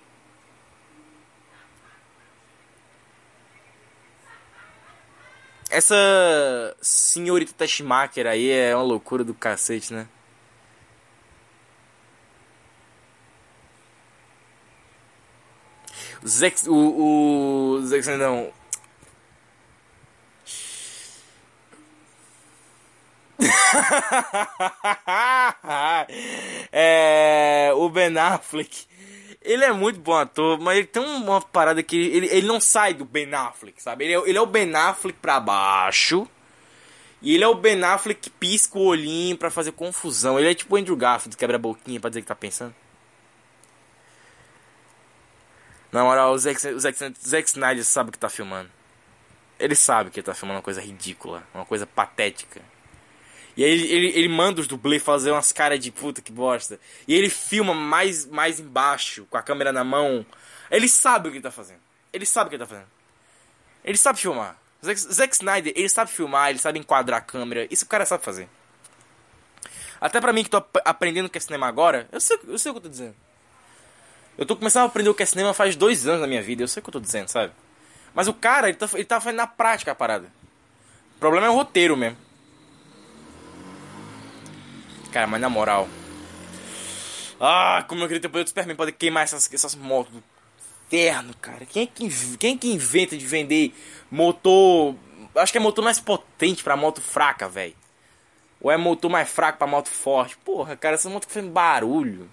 Essa senhorita Teshmacher aí é uma loucura do cacete, né? O Zack... O... o Zack Snyder não... É, o Ben Affleck, ele é muito bom ator, mas ele tem uma parada que ele, ele não sai do Ben Affleck, sabe? Ele é, ele é o Ben Affleck pra baixo, e ele é o Ben Affleck que pisca o olhinho pra fazer confusão. Ele é tipo o Andrew Garfield, quebra a boquinha pra dizer que tá pensando. Na moral, o Zack, o Zack, o Zack Snyder sabe que tá filmando. Ele sabe que ele tá filmando uma coisa ridícula, uma coisa patética. E aí ele, ele, ele manda os dublês fazer umas caras de puta que bosta. E ele filma mais, mais embaixo, com a câmera na mão. Ele sabe o que ele tá fazendo. Ele sabe o que ele tá fazendo. Ele sabe filmar. O Zack, o Zack Snyder, ele sabe filmar, ele sabe enquadrar a câmera. Isso o cara sabe fazer. Até pra mim que tô ap- aprendendo o que é cinema agora, eu sei, eu sei o que eu tô dizendo. Eu tô começando a aprender o que é cinema faz dois anos na minha vida. Eu sei o que eu tô dizendo, sabe? Mas o cara, ele tá, ele tá fazendo na prática a parada. O problema é o roteiro mesmo. Cara, mas na moral. Ah, como eu queria ter o poder do Superman. Poder queimar essas, essas motos do inferno, cara. Quem é, que, quem é que inventa de vender motor... Acho que é motor mais potente pra moto fraca, velho. Ou é motor mais fraco pra moto forte. Porra, cara, essa moto fazendo barulho.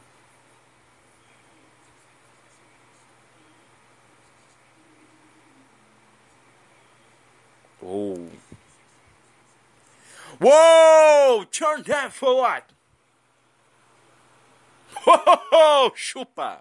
Oh. Uou! Turn that for what? Oh, chupa!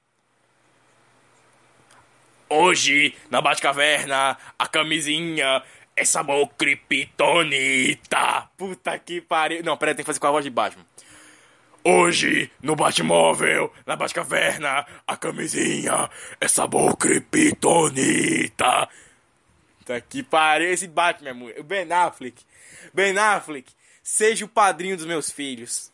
Hoje, na Batcaverna, a camisinha é sabor kryptonita. Puta que pariu. Não, peraí, tem que fazer com a voz de Batman. Hoje, no Batmóvel, na Batcaverna, a camisinha é sabor kryptonita. Puta que pariu, esse Batman, mulher. O Ben Affleck. Ben Affleck, seja o padrinho dos meus filhos.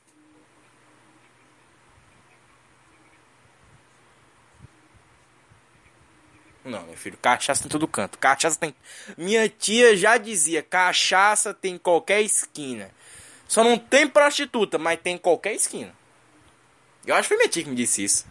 Não, meu filho, cachaça tem em todo canto. Cachaça tem... Minha tia já dizia, cachaça tem em qualquer esquina. Só não tem prostituta, mas tem em qualquer esquina. Eu acho que foi minha tia que me disse isso.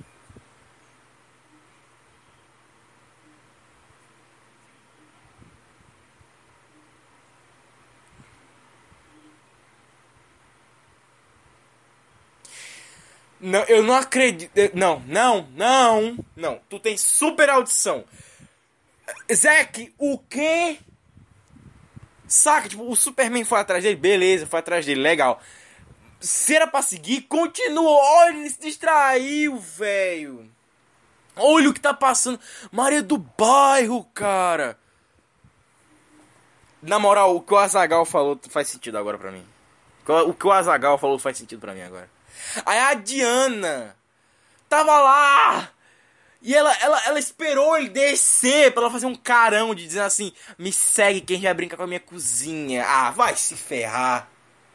Não, eu não acredito. Não, não, não, não. Tu tem super audição. Zack, o quê? Saca, tipo, o Superman foi atrás dele, beleza, foi atrás dele, legal. Se era pra seguir, continua. Olha, ele se distraiu, velho. Olha o que tá passando. Maria do Bairro, cara. Na moral, o que o Azaghal falou faz sentido agora pra mim. O que o Azaghal falou faz sentido pra mim agora. Aí a Diana tava lá e ela, ela, ela esperou ele descer pra ela fazer um carão de dizer assim: me segue quem já brinca com a minha cozinha. Ah, vai se ferrar.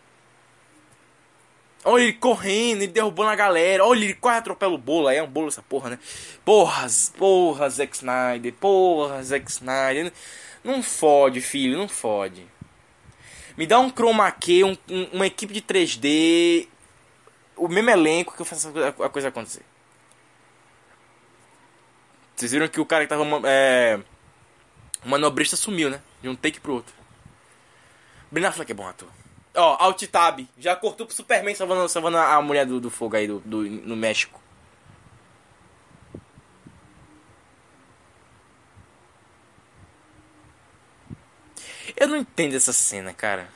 Olha ele correndo, ele derrubando a galera. Olha ele quase atropela o bolo. Aí é um bolo essa porra, né? Porra, porra, Zack Snyder. Porra, Zack Snyder. Não fode, filho, não fode. Me dá um chroma key, um, um, uma equipe de três D... O mesmo elenco que eu faço a coisa acontecer. Vocês viram que o cara que tava... É, o manobrista sumiu, né? De um take pro outro. Ben Affleck é bom ator. Ó, Alt Tab. Já cortou pro Superman salvando, salvando a mulher do, do fogo aí do, do, no México. Eu não entendo essa cena, cara.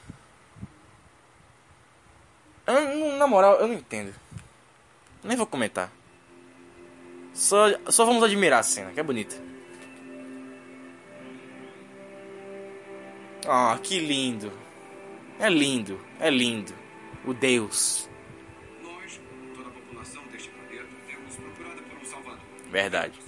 Eu, na moral, eu não entendo. Nem vou comentar. Só, só vamos admirar a cena, que é bonita. Ah, que lindo. É lindo, é lindo. O Deus. Nós, toda a população deste planeta, temos procurado por um salvador. Verdade.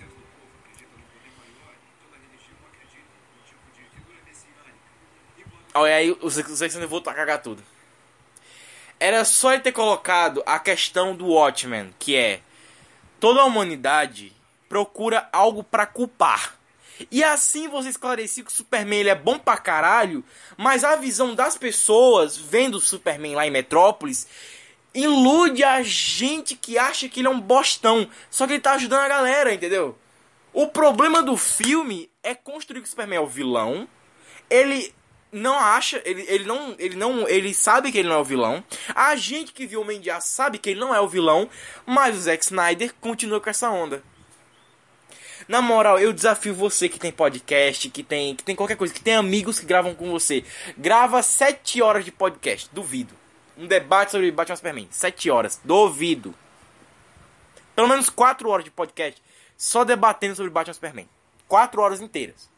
Olha aí, os Alexander voltou a cagar tudo. Era só ele ter colocado a questão do Watchmen, que é: toda a humanidade procura algo pra culpar. E assim você esclarecia que o Superman ele é bom pra caralho, mas a visão das pessoas, vendo o Superman lá em Metrópolis, ilude a gente que acha que ele é um bostão. Só que ele tá ajudando a galera, entendeu? O problema do filme é construir que o Superman é o vilão. Ele não acha, ele, ele não, ele não, ele sabe que ele não é o vilão. A gente que viu o Homem de Aço sabe que ele não é o vilão, mas o Zack Snyder continua com essa onda. Na moral, eu desafio você que tem podcast, que tem, que tem qualquer coisa, que tem amigos que gravam com você. Grava sete horas de podcast, duvido. Um debate sobre Batman Superman, sete horas, duvido. Pelo menos quatro horas de podcast só debatendo sobre Batman Superman. quatro horas inteiras.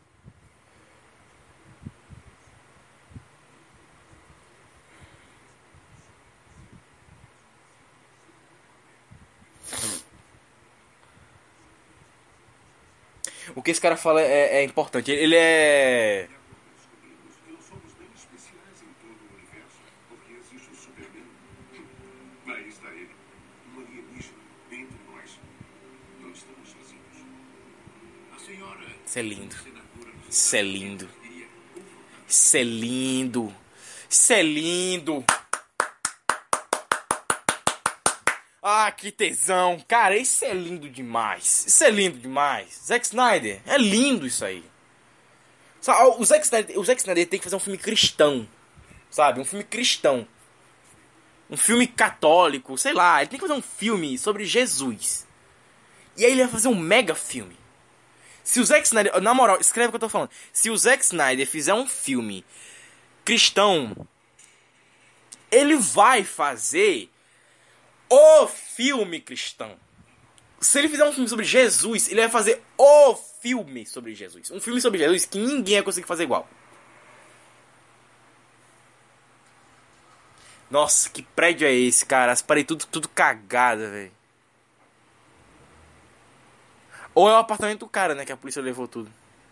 O que esse cara fala é, é importante. Ele é... Descobrimos que não somos bem especiais em todo o universo, porque existe o Superman. Aí está ele, um alienígena entre nós. Não estamos sozinhos. A senhora... Isso é lindo. Isso é lindo. Isso é lindo. Isso é lindo. Ah, que tesão. Cara, isso é lindo demais. Isso é lindo demais. Zack Snyder, é lindo isso aí. O Zack Snyder, o Zack Snyder tem que fazer um filme cristão. Sabe? Um filme cristão. Um filme católico, sei lá. Ele tem que fazer um filme sobre Jesus. E aí ele vai fazer um mega filme. Se o Zack Snyder... Na moral, escreve o que eu tô falando. Se o Zack Snyder fizer um filme cristão, ele vai fazer o filme cristão. Se ele fizer um filme sobre Jesus, ele vai fazer o filme sobre Jesus. Um filme sobre Jesus que ninguém vai conseguir fazer igual. Nossa, que prédio é esse, cara? As paredes tudo, tudo cagada, velho. Ou é o apartamento do cara, né? Que a polícia levou tudo.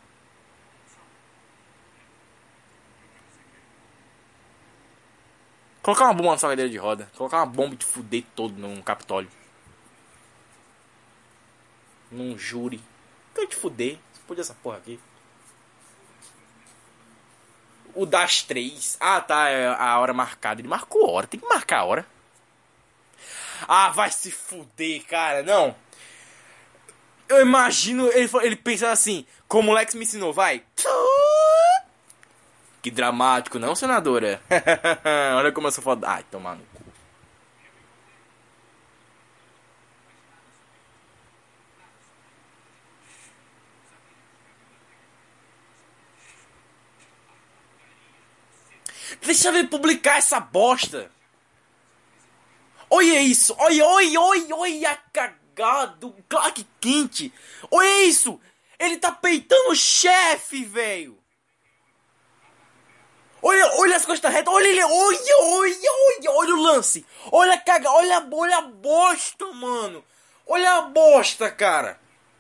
Colocar uma bomba na sua cadeira de roda. Colocar uma bomba de fuder todo num Capitólio. Num júri. Quero te fuder. Explode essa porra aqui. O das três. Ah, tá. É a hora marcada. Ele marcou a hora. Tem que marcar a hora. Ah, vai se fuder, cara. Não. Eu imagino ele, ele pensando assim. Como o Lex me ensinou. Vai. Que dramático, não, senadora? Olha como eu sou foda. Ai, tomar no cu. Deixa ele publicar essa bosta. Olha isso. Olha, olha, olha, olha a cagada. Clark Kent. Olha isso. Ele tá peitando o chefe, velho. Olha, olha as costas retas, olha ele, olha, olha, olha, olha o lance. Olha a caga, olha, olha a bosta, mano. Olha a bosta, cara.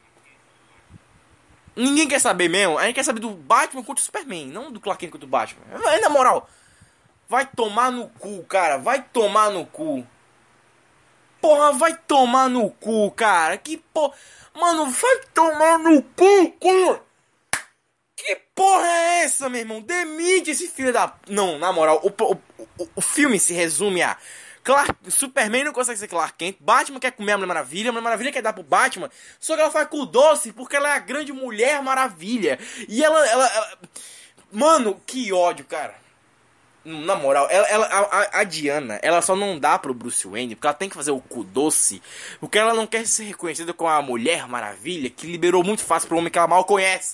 Ninguém quer saber mesmo. A gente quer saber do Batman contra o Superman, não do Clark Kent contra o Batman. Aí, na moral, vai tomar no cu, cara. Vai tomar no cu. Porra, vai tomar no cu, cara. Que porra. Mano, vai tomar no cu, cara. Que porra é essa, meu irmão? Demite esse filho da... Não, na moral, o, o, o, o filme se resume a... Clark, Superman não consegue ser Clark Kent, Batman quer comer a Mulher Maravilha, a Mulher Maravilha quer dar pro Batman, só que ela faz com o doce porque ela é a grande Mulher Maravilha. E ela... ela, ela... Mano, que ódio, cara. Na moral, ela, ela, a, a Diana, ela só não dá pro Bruce Wayne porque ela tem que fazer o cu doce, porque ela não quer ser reconhecida como a Mulher Maravilha que liberou muito fácil pro homem que ela mal conhece.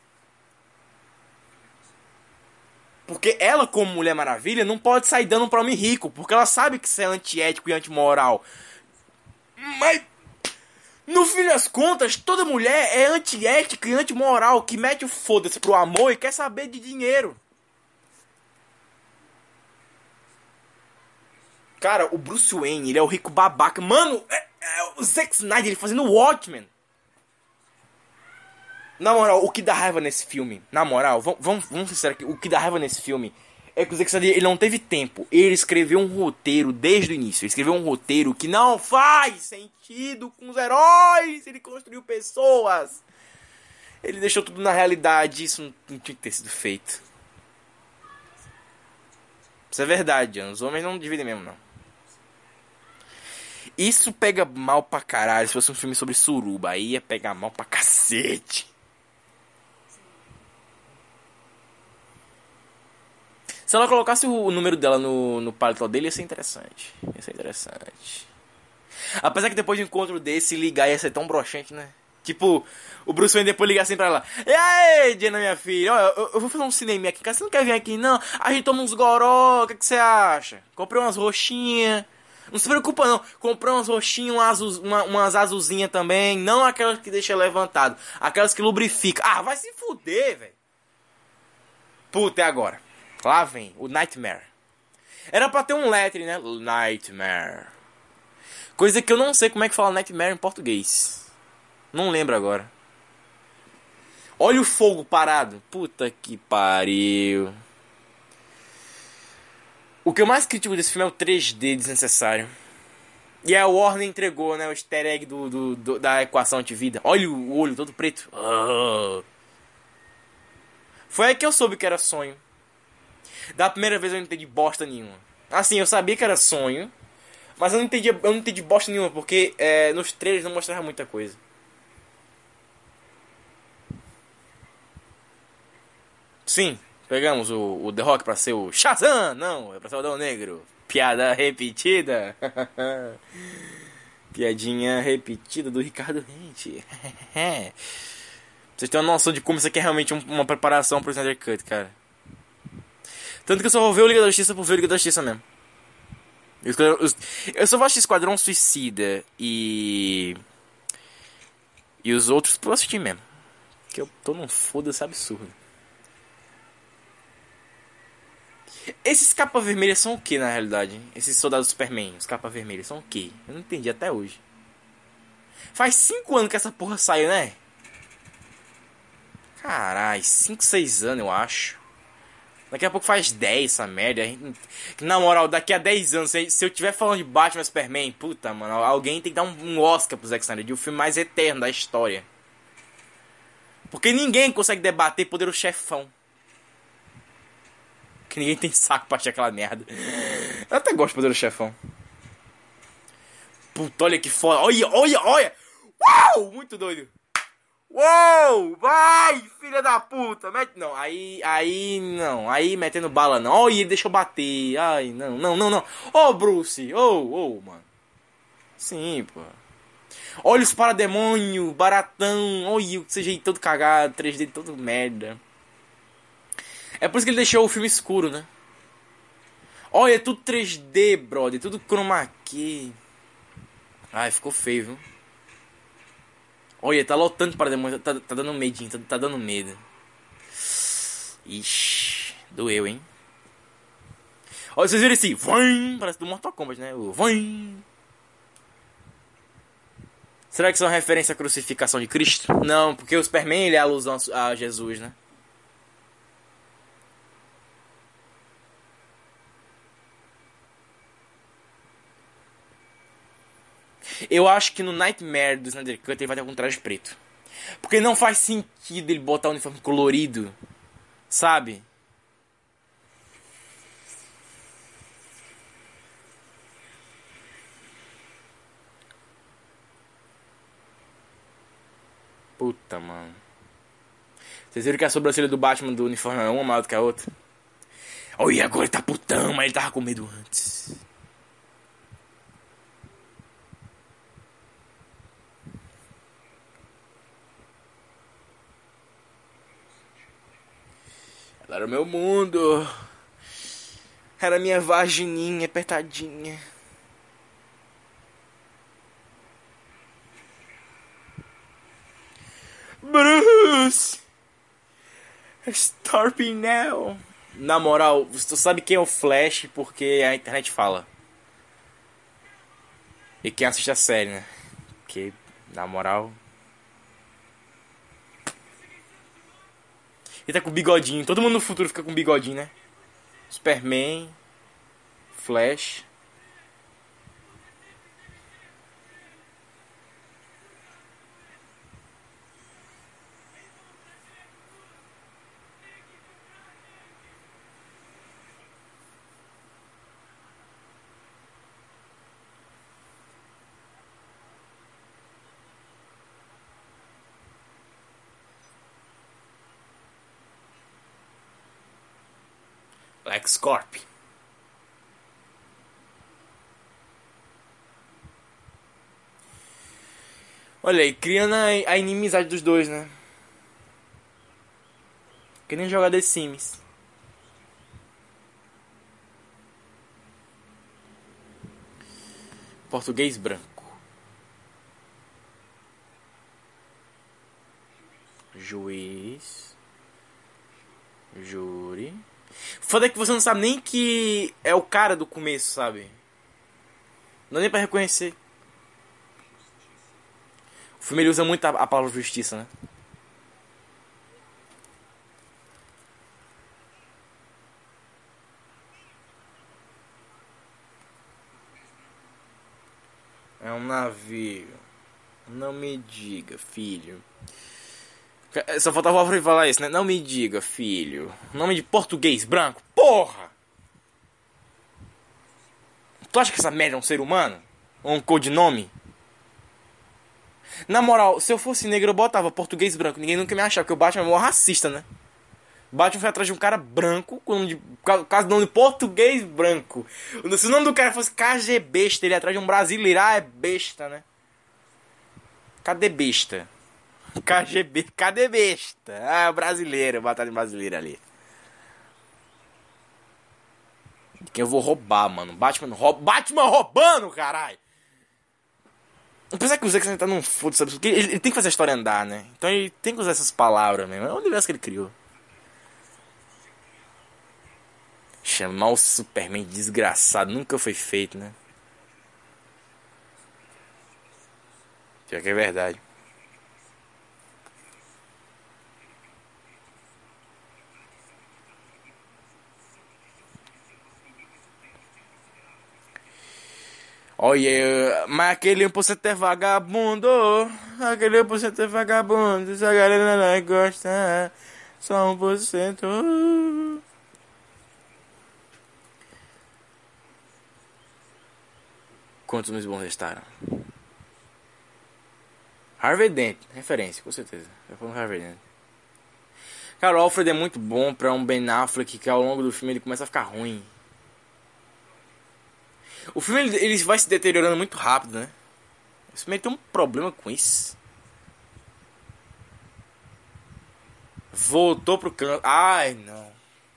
Porque ela, como Mulher Maravilha, não pode sair dando pra homem rico. Porque ela sabe que isso é antiético e antimoral. Mas, no fim das contas, toda mulher é antiética e antimoral. Que mete o foda-se pro amor e quer saber de dinheiro. Cara, o Bruce Wayne, ele é o rico babaca. Mano, é, é o Zack Snyder, ele fazendo Watchmen. Na moral, o que dá raiva nesse filme, na moral, vamos, vamos, vamos ser sinceros aqui, o que dá raiva nesse filme é que o Zack Snyder, ele não teve tempo. Ele escreveu um roteiro desde o início. Ele escreveu um roteiro que não faz sentido com os heróis. Ele construiu pessoas. Ele deixou tudo na realidade. Isso não, não tinha que ter sido feito. Isso é verdade, os homens não dividem mesmo, não. Isso pega mal pra caralho. Se fosse um filme sobre suruba, aí ia pegar mal pra cacete. Se ela colocasse o número dela no, no paletó dele, ia ser interessante. Ia ser interessante. Apesar que depois de um encontro desse, ligar ia ser tão broxante, né? Tipo, o Bruce Wayne depois ligar assim pra ela: E aí, Diana, minha filha, ó, eu, eu vou fazer um cinema aqui, cara. Você não quer vir aqui, não? A gente toma uns goró, o que, que você acha? Comprei umas roxinhas. Não se preocupa, não. Comprei umas roxinhas, umas, azul, uma, umas azulzinhas também. Não aquelas que deixam levantado. Aquelas que lubrificam. Ah, vai se fuder, velho. Puta, é agora. Lá vem o Nightmare. Era pra ter um letre, né? Nightmare. Coisa que eu não sei como é que fala Nightmare em português. Não lembro agora. Olha o fogo parado. Puta que pariu. O que eu mais critico desse filme é o três D desnecessário. E a Warner entregou, né, o easter egg do, do, do, da equação antivida. Olha o olho todo preto. Oh. Foi aí que eu soube que era sonho. Da primeira vez eu não entendi bosta nenhuma. Assim, eu sabia que era sonho, mas eu não entendi, eu não entendi bosta nenhuma, porque é, nos trailers não mostrava muita coisa. Sim, pegamos o, o The Rock pra ser o Shazam! Não, é pra ser o Adão Negro. Piada repetida. Piadinha repetida do Ricardo Rente. Vocês têm uma noção de como isso aqui é realmente um, uma preparação pro Snyder Cut, cara. Tanto que eu só vou ver o Liga da Justiça por ver o Liga da Justiça mesmo. Eu só vou assistir Esquadrão Suicida e... E os outros por assistir mesmo. Porque eu tô num foda-se absurdo. Esses capa vermelhas são o que na realidade? Esses soldados Superman, os capa vermelhas são o que? Eu não entendi até hoje. Faz cinco anos que essa porra saiu, né? Caralho, cinco, seis anos eu acho. Daqui a pouco faz dez essa merda. Na moral, daqui a dez anos, se eu estiver falando de Batman e Superman, puta, mano, alguém tem que dar um, um Oscar pro Zack Snyder, de o filme mais eterno da história. Porque ninguém consegue debater Poderoso Chefão. Que ninguém tem saco pra achar aquela merda. Eu até gosto de Poderoso Chefão. Puta, olha que foda. Olha, olha, olha. Uau, muito doido. Uou, vai, filha da puta. Mete... Não, aí, aí, não. Aí, metendo bala, não. Olha, ele deixou bater. Ai, não, não, não, não. Ô, oh, Bruce. Ô, oh, ô, oh, mano. Sim, pô. Olha os parademônio, baratão. Olha o C G I todo cagado, três D todo merda. É por isso que ele deixou o filme escuro, né? Olha, é tudo três D, brother. Tudo chroma key. Ai, ficou feio, viu? Olha, tá lotando para demônio, tá, tá dando medinho, tá, tá dando medo. Ixi, doeu, hein? Olha, vocês viram esse Vim, parece do Mortal Kombat, né? O Vim. Será que isso é uma referência à crucificação de Cristo? Não, porque o Superman ele é alusão a Jesus, né? Eu acho que no Nightmare do Snyder Cut ele vai ter algum traje preto. Porque não faz sentido ele botar o uniforme colorido. Sabe? Puta, mano. Vocês viram que a sobrancelha do Batman do uniforme é uma maior do que a outra? Olha, agora ele tá putão, mas ele tava com medo antes. Ela era o meu mundo. Era minha vagininha apertadinha. Bruce! Stop now! Na moral, você sabe quem é o Flash porque a internet fala. E quem assiste a série, né? Porque, na moral... Ele tá com bigodinho. Todo mundo no futuro fica com bigodinho, né? Superman. Flash. LexCorp. Olha aí, criando a, a inimizade dos dois, né? Que nem jogar The Sims. Português branco. Juiz. Júri. Foda é que você não sabe nem que é o cara do começo, sabe? Não dá nem pra reconhecer. O filme ele usa muito a, a palavra justiça, né? É um navio. Não me diga, filho. Só faltava o falar isso, né? Não me diga, filho. Nome de português branco. Porra! Tu acha que essa merda é um ser humano? Ou um codinome? Na moral, se eu fosse negro eu botava português branco. Ninguém nunca me achava, porque o Batman é mó racista, né? Batman foi atrás de um cara branco, com o nome de, caso do nome de português branco. Se o nome do cara fosse K G Besta, ele ia atrás de um brasileiro. Ah, é besta, né? Cadê besta? K G B, cadê besta? Ah, brasileiro, batalha brasileira ali. De quem eu vou roubar, mano? Batman rouba. Batman roubando, caralho! Apesar que o Zack Snyder tá num foda, sabe? Ele, ele tem que fazer a história andar, né? Então ele tem que usar essas palavras mesmo. É o universo que ele criou. Chamar o Superman de desgraçado nunca foi feito, né? Pior que é verdade. Olha, mas aquele um por cento é vagabundo. Aquele um por cento é vagabundo. Essa galera não gosta. Só um por cento. Quantos meus bons restaram? Harvey Dent, referência, com certeza. Eu falo Harvey Dent. Cara, o Alfred é muito bom pra um Ben Affleck que ao longo do filme ele começa a ficar ruim. O filme ele, ele vai se deteriorando muito rápido, né? Esse filme tem um problema com isso. Voltou pro canto. Ai, não.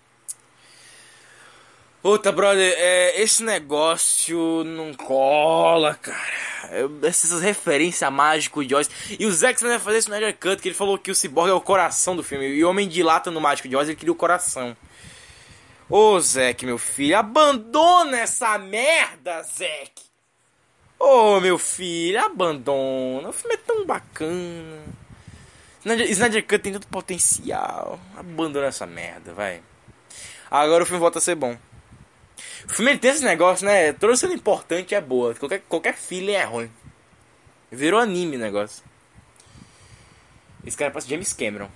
Puta, brother, é, esse negócio não cola, cara. Eu, essas referências mágicas de Oz. E o Zack Snyder vai fazer isso no Snyder Cut, que ele falou que o Cyborg é o coração do filme. E o Homem de Lata no Mágico de Oz, ele queria o coração. Ô, Zack, meu filho, abandona essa merda, Zack. Ô, meu filho, abandona. O filme é tão bacana. Snyder, Snyder Cut tem tanto potencial. Abandona essa merda, vai. Agora o filme volta a ser bom. O filme ele tem esse negócio, né? Toda cena importante é boa. Qualquer, qualquer feeling é ruim. Virou anime o negócio. Esse cara parece James Cameron.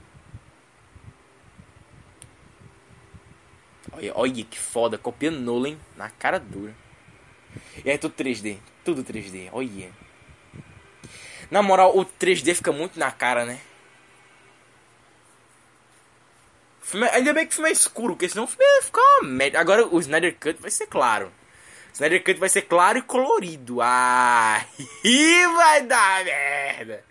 Olha, olha que foda. Copiando Nolan na cara dura. E aí tudo três D. Tudo três D. Olha. Na moral, o três D fica muito na cara, né? Filme, ainda bem que o filme é escuro, porque senão o filme ia ficar uma merda. Agora o Snyder Cut vai ser claro. O Snyder Cut vai ser claro e colorido. Ah, e vai dar merda.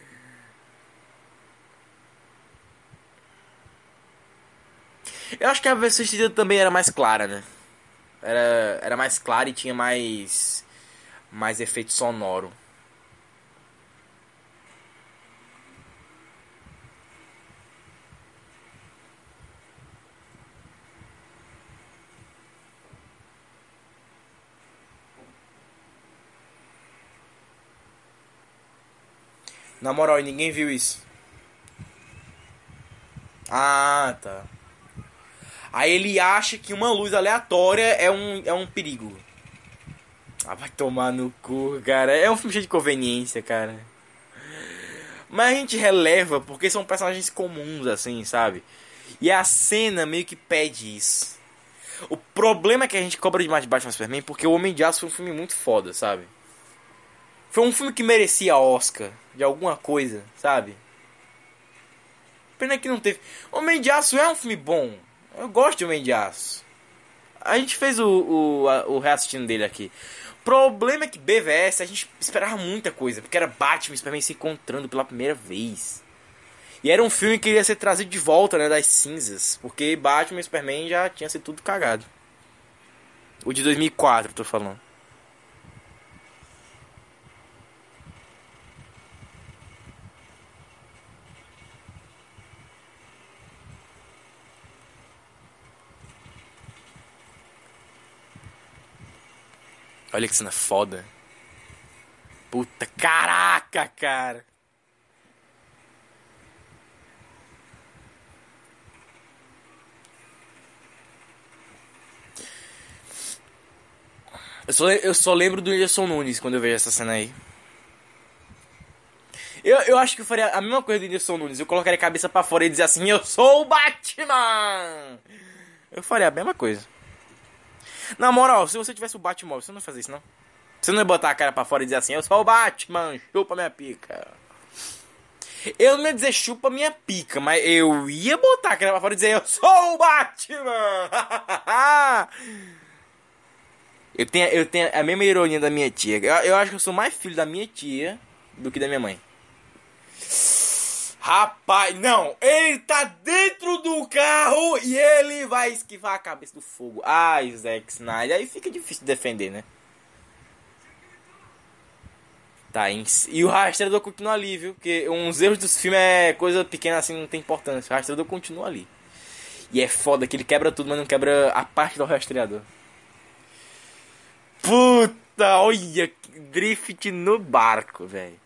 Eu acho que a versão estendida também era mais clara, né? Era, era mais clara e tinha mais, mais efeito sonoro. Na moral, ninguém viu isso. Ah, tá. Aí ele acha que uma luz aleatória é um, é um perigo. Ah, vai tomar no cu, cara. É um filme cheio de conveniência, cara. Mas a gente releva porque são personagens comuns, assim, sabe? E a cena meio que pede isso. O problema é que a gente cobra demais de Batman Superman porque o Homem de Aço foi um filme muito foda, sabe? Foi um filme que merecia Oscar de alguma coisa, sabe? Pena que não teve. Homem de Aço é um filme bom. Eu gosto de Homem de Aço. A gente fez o, o, a, o reassistindo dele aqui. O problema é que B V S a gente esperava muita coisa, porque era Batman e Superman se encontrando pela primeira vez. E era um filme que ia ser trazido de volta, né, das cinzas, porque Batman e Superman já tinha sido tudo cagado. O de dois mil e quatro, tô falando. Olha que cena foda. Puta, caraca, cara. Eu só, eu só lembro do Whindersson Nunes quando eu vejo essa cena aí. Eu, eu acho que eu faria a mesma coisa do Whindersson Nunes. Eu colocaria a cabeça pra fora e dizer assim: eu sou o Batman! Eu faria a mesma coisa. Na moral, se você tivesse o Batmóvel, você não ia fazer isso, não? Você não ia botar a cara pra fora e dizer assim: eu sou o Batman, chupa minha pica. Eu não ia dizer chupa minha pica, mas eu ia botar a cara pra fora e dizer: eu sou o Batman! Eu tenho, eu tenho a mesma ironia da minha tia. Eu, eu acho que eu sou mais filho da minha tia do que da minha mãe. Rapaz, não. Ele tá dentro do carro e ele vai esquivar a cabeça do fogo. Ai, Zack Snyder. Aí fica difícil de defender, né? Tá, e o rastreador continua ali, viu? Porque uns erros dos filmes é coisa pequena assim, não tem importância. O rastreador continua ali. E é foda que ele quebra tudo, mas não quebra a parte do rastreador. Puta, olha, drift no barco, velho.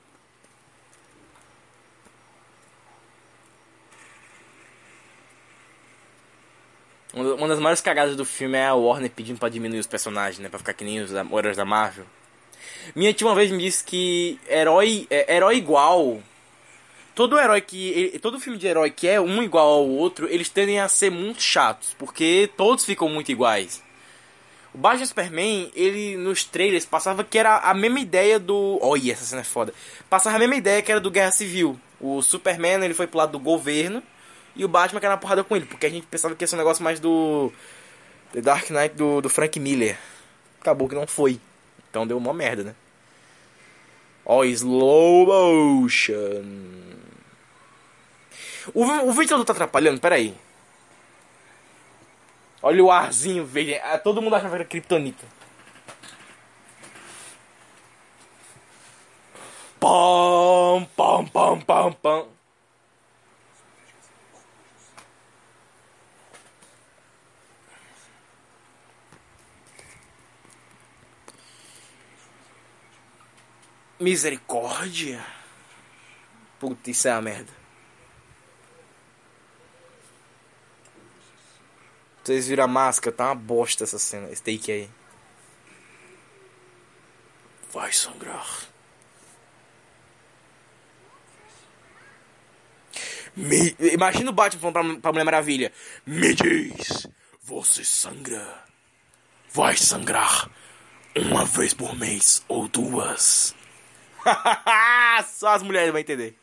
Uma das maiores cagadas do filme é a Warner pedindo pra diminuir os personagens, né? Pra ficar que nem os heróis da Marvel. Minha tia uma vez me disse que herói, é, herói igual... Todo herói que... Todo filme de herói que é um igual ao outro, eles tendem a ser muito chatos. Porque todos ficam muito iguais. O Batman Superman, ele nos trailers passava que era a mesma ideia do... Olha, essa cena é foda. Passava a mesma ideia que era do Guerra Civil. O Superman, ele foi pro lado do governo. E o Batman quer na porrada com ele. Porque a gente pensava que ia ser um negócio mais do... The Dark Knight do, do Frank Miller. Acabou que não foi. Então deu uma merda, né? Ó, slow motion. O, o ventilador tá atrapalhando? Pera aí. Olha o arzinho verde. Todo mundo achava que era kryptonita. Pam, pam, pam, pam, pam. Misericórdia. Puta, isso é uma merda. Vocês viram a máscara? Tá uma bosta essa cena. Esse take aí. Vai sangrar. Me... Imagina o Batman falando pra, pra Mulher Maravilha: me diz, você sangra? Vai sangrar uma vez por mês ou duas. Só as mulheres vão entender.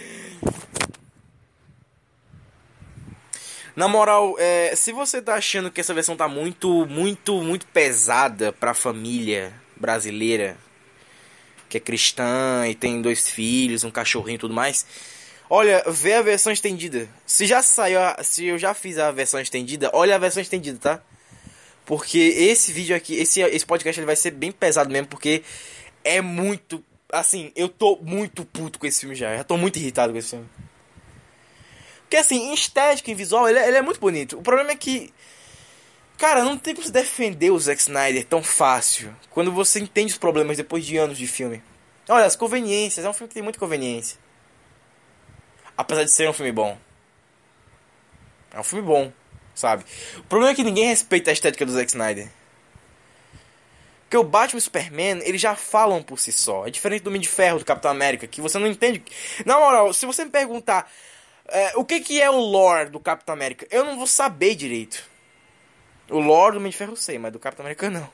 Na moral, é, se você tá achando que essa versão tá muito, muito, muito pesada pra família brasileira, que é cristã e tem dois filhos, um cachorrinho e tudo mais, olha, vê a versão estendida. Se já saiu, se eu já fiz a versão estendida, olha a versão estendida, tá? Porque esse vídeo aqui, esse, esse podcast ele vai ser bem pesado mesmo, porque é muito... Assim, eu tô muito puto com esse filme já. Eu já tô muito irritado com esse filme. Porque assim, em estética, em visual, ele é, ele é muito bonito. O problema é que... Cara, não tem como se defender o Zack Snyder tão fácil quando você entende os problemas depois de anos de filme. Olha, as conveniências. É um filme que tem muita conveniência. Apesar de ser um filme bom. É um filme bom, sabe? O problema é que ninguém respeita a estética do Zack Snyder. Porque o Batman e o Superman, eles já falam por si só. É diferente do Homem de Ferro, do Capitão América, que você não entende. Na moral, se você me perguntar é, o que, que é o lore do Capitão América, eu não vou saber direito. O lore do Homem de Ferro eu sei, mas do Capitão América não.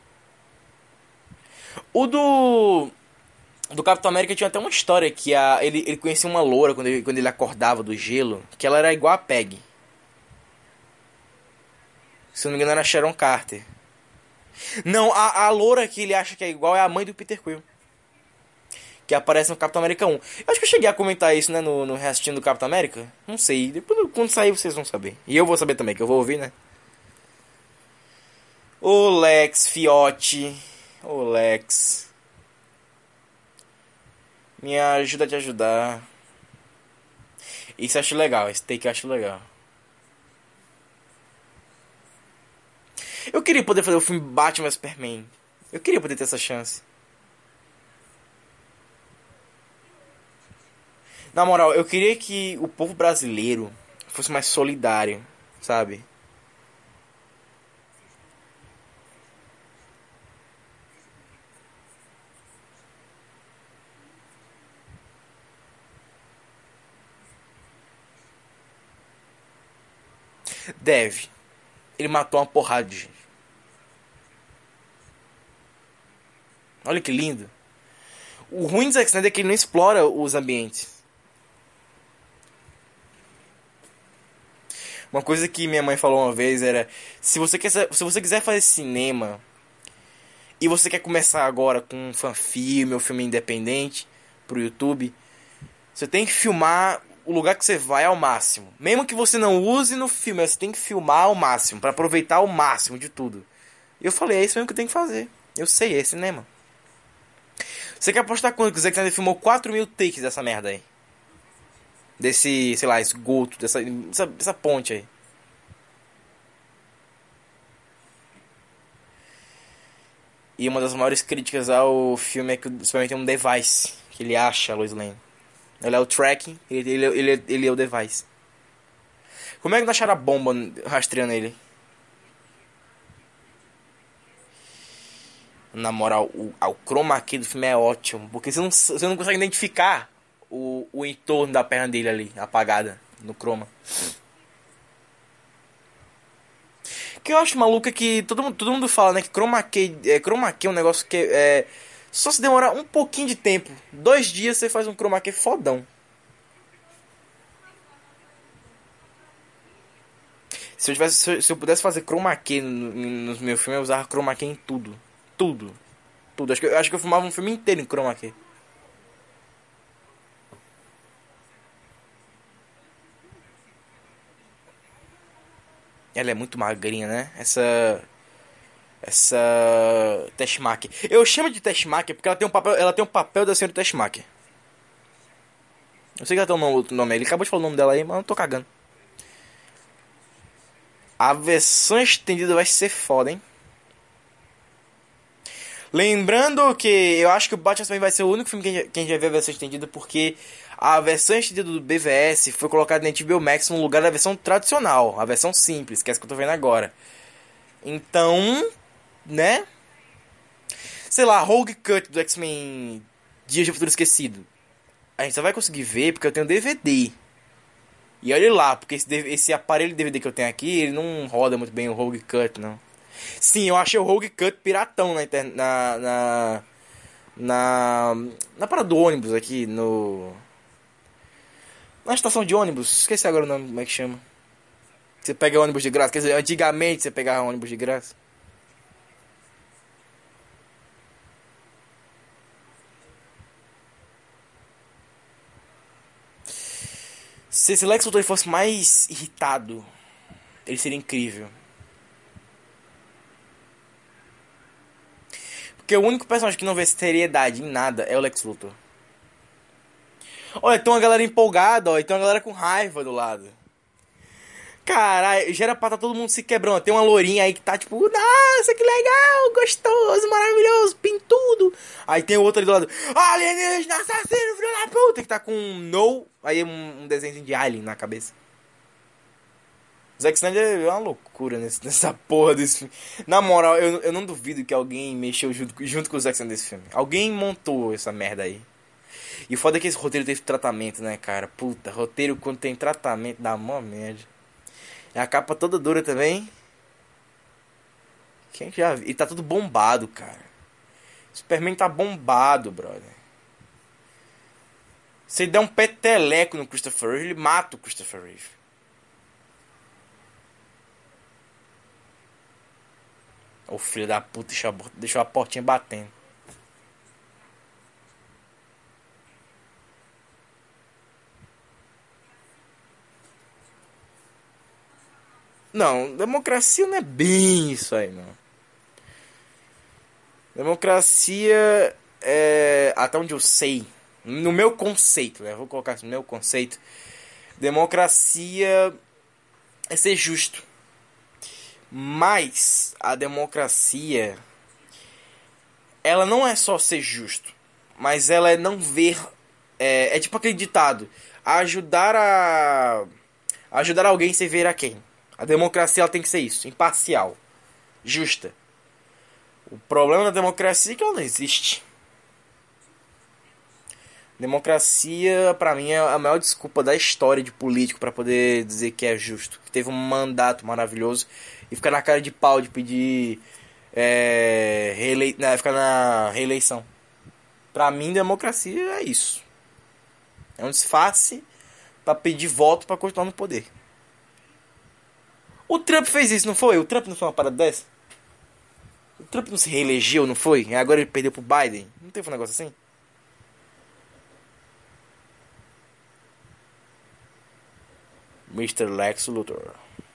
O do... Do Capitão América tinha até uma história que a, ele, ele conhecia uma loura quando ele, quando ele acordava do gelo, que ela era igual a Peggy. Se eu não me engano era Sharon Carter. Não, a, a loura que ele acha que é igual é a mãe do Peter Quill. Que aparece no Capitão América um. Eu acho que eu cheguei a comentar isso, né, no, no reassistindo do Capitão América. Não sei, depois quando sair vocês vão saber. E eu vou saber também, que eu vou ouvir, né. Ô Lex, Fiote. Ô Lex. Me ajuda a te ajudar. Isso eu acho legal, esse take eu acho legal. Eu queria poder fazer o filme Batman Superman. Eu queria poder ter essa chance. Na moral, eu queria que o povo brasileiro fosse mais solidário, sabe? Deve. Ele matou uma porrada de gente. Olha que lindo. O ruim do Zack Snyder é que ele não explora os ambientes. Uma coisa que minha mãe falou uma vez era: se você, quer, se você quiser fazer cinema e você quer começar agora com um fanfilme ou filme independente pro YouTube, você tem que filmar o lugar que você vai ao máximo. Mesmo que você não use no filme, você tem que filmar ao máximo, pra aproveitar o máximo de tudo. E eu falei, é isso mesmo que eu tenho que fazer. Eu sei, é cinema. Você quer apostar quanto que o Zack Snyder filmou quatro mil takes dessa merda aí? Desse, sei lá, esgoto, dessa, dessa, dessa ponte aí. E uma das maiores críticas ao filme é que o Superman tem um device que ele acha a Lois Lane. Ele é o tracking, ele, ele, ele, ele é o device. Como é que não acharam a bomba rastreando ele? Na moral, o, o chroma key do filme é ótimo. Porque você não, você não consegue identificar o, o entorno da perna dele ali, apagada, no chroma. O que eu acho maluco é que todo mundo, todo mundo fala, né, que chroma key, é, chroma key é um negócio que é... Só se demorar um pouquinho de tempo. Dois dias você faz um chroma key fodão. Se eu, tivesse, se eu, se eu pudesse fazer chroma key no, nos meus filmes, eu usava chroma key em tudo. Tudo. Tudo. Acho que, acho que eu filmava um filme inteiro em chroma key. Ela é muito magrinha, né? Essa... Essa... Teshmaker. Eu chamo de Teshmaker porque ela tem um papel, ela tem um papel da senhora Teshmaker. Eu sei que ela tem um nome, outro nome. Ele acabou de falar o nome dela aí, mas eu não tô cagando. A versão estendida vai ser foda, hein? Lembrando que eu acho que o Batman também vai ser o único filme que a gente vai ver a versão estendida, porque a versão estendida do B V S foi colocada na H B O Max no lugar da versão tradicional, a versão simples, que é essa que eu tô vendo agora. Então, né? Sei lá, Rogue Cut do X-Men Dias de Futuro Esquecido. A gente só vai conseguir ver porque eu tenho D V D. E olha lá, porque esse, esse aparelho D V D que eu tenho aqui, ele não roda muito bem o Rogue Cut, não. Sim, eu achei o Rogue Cut piratão na internet, na, na, na, na parada do ônibus aqui, no... Na estação de ônibus, esqueci agora o nome, como é que chama. Você pega ônibus de graça, quer dizer, antigamente você pegava ônibus de graça. Se esse Lex Luthor fosse mais irritado, ele seria incrível. Porque o único personagem que não vê seriedade em nada é o Lex Luthor. Olha, tem uma galera empolgada, ó, e tem uma galera com raiva do lado. Caralho, já era pra estar todo mundo se quebrando. Tem uma lourinha aí que tá tipo, nossa, que legal, gostoso, maravilhoso, pintudo. Aí tem o outro ali do lado, alienígena, assassino, filho da puta, que tá com um no, aí um, um desenho de alien na cabeça. Zack Snyder é uma loucura nesse, nessa porra desse filme. Na moral, eu, eu não duvido que alguém mexeu junto, junto com o Zack Snyder desse filme. Alguém montou essa merda aí. E o foda é que esse roteiro teve tratamento, né, cara? Puta, roteiro quando tem tratamento dá mó merda. É a capa toda dura também. Quem já viu? E tá tudo bombado, cara. Superman tá bombado, brother. Se der um peteleco no Christopher Reeve, ele mata o Christopher Reeve. O filho da puta deixou a, deixou a portinha batendo. Não, democracia não é bem isso aí, não. Democracia é, até onde eu sei, no meu conceito, né? Vou colocar assim, no meu conceito, democracia é ser justo. Mas a democracia, ela não é só ser justo, mas ela é não ver, é, é tipo aquele ditado, ajudar a ajudar alguém sem ver a quem. A democracia ela tem que ser isso, imparcial, justa. O problema da democracia é que ela não existe. Democracia, pra mim, é a maior desculpa da história de político pra poder dizer que é justo. Que teve um mandato maravilhoso e ficar na cara de pau de pedir é, reele... não, ficar na reeleição. Pra mim, democracia é isso. É um disfarce pra pedir voto pra continuar no poder. O Trump fez isso, não foi? O Trump não foi uma parada dessa? O Trump não se reelegeu, não foi? E agora ele perdeu pro Biden. Não teve um negócio assim? mister Lex Luthor.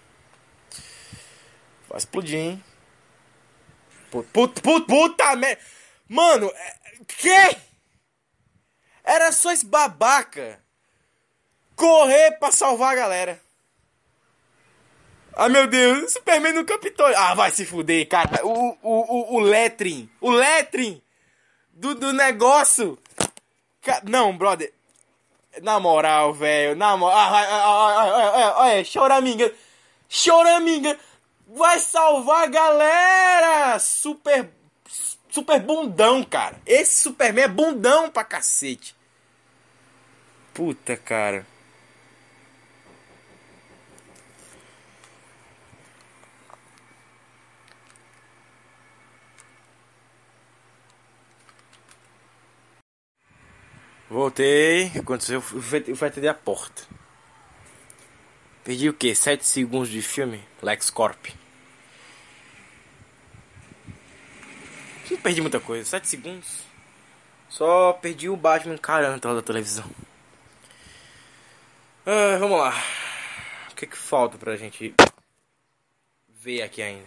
Vai explodir, hein? Puta, puta, puta, puta merda. Mano, é, que? Era só esse babaca correr pra salvar a galera. Ah, meu Deus, Superman no Capitólio. Ah, vai se fuder, cara. O, o, o, o lettering. O lettering do, do negócio. Não, brother. Na moral, velho. Na moral. Olha, choraminga. Choraminga. Vai salvar a galera. Super. Super bundão, cara. Esse Superman é bundão pra cacete. Puta, cara. Voltei. Aconteceu. Eu fui atender a porta. Perdi o quê? sete segundos de filme? LexCorp. Não perdi muita coisa. sete segundos. Só perdi o Batman encarando a tela da televisão. Ah, vamos lá. O que que falta pra gente ver aqui ainda?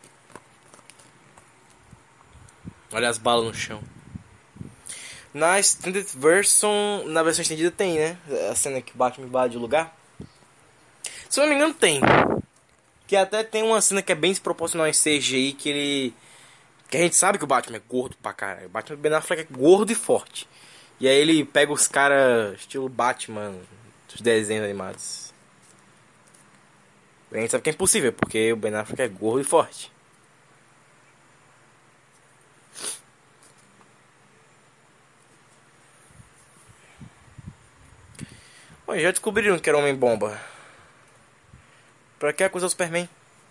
Olha as balas no chão. Na Extended Version, na versão estendida tem, né? A cena que o Batman invade o lugar. Se eu não me engano tem. Que até tem uma cena que é bem desproporcional em C G I, que ele... Que a gente sabe que o Batman é gordo pra caralho. O Batman Ben Affleck é gordo e forte. E aí ele pega os caras estilo Batman dos desenhos animados. A gente sabe que é impossível, porque o Ben Affleck é gordo e forte. Bom, já descobriram que era Homem-Bomba. Pra que acusar o Superman?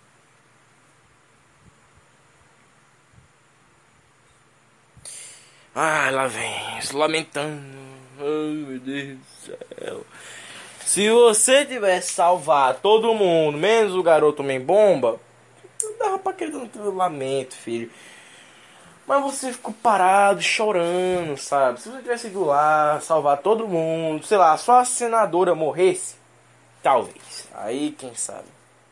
Ah, lá vem, se lamentando. Ai, meu Deus do céu. Se você tivesse salvar todo mundo, menos o garoto Homem-Bomba, não dava pra querer ter lamento, filho. Mas você ficou parado, chorando, sabe? Se você tivesse ido lá, salvar todo mundo, sei lá, só a senadora morresse, talvez. Aí, quem sabe.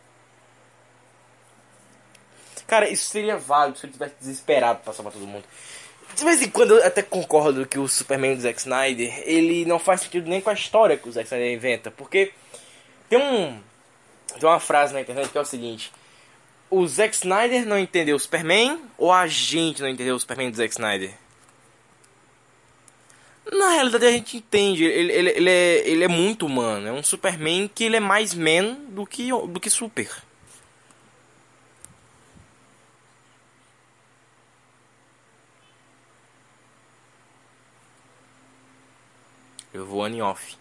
Cara, isso seria válido se ele tivesse desesperado pra salvar todo mundo. De vez em quando eu até concordo que o Superman do Zack Snyder, ele não faz sentido nem com a história que o Zack Snyder inventa. Porque tem um tem uma frase na internet que é o seguinte: o Zack Snyder não entendeu o Superman, ou a gente não entendeu o Superman do Zack Snyder? Na realidade a gente entende, ele, ele, ele, é, ele é muito humano. É um Superman que ele é mais man do que, do que super. Eu vou on e off.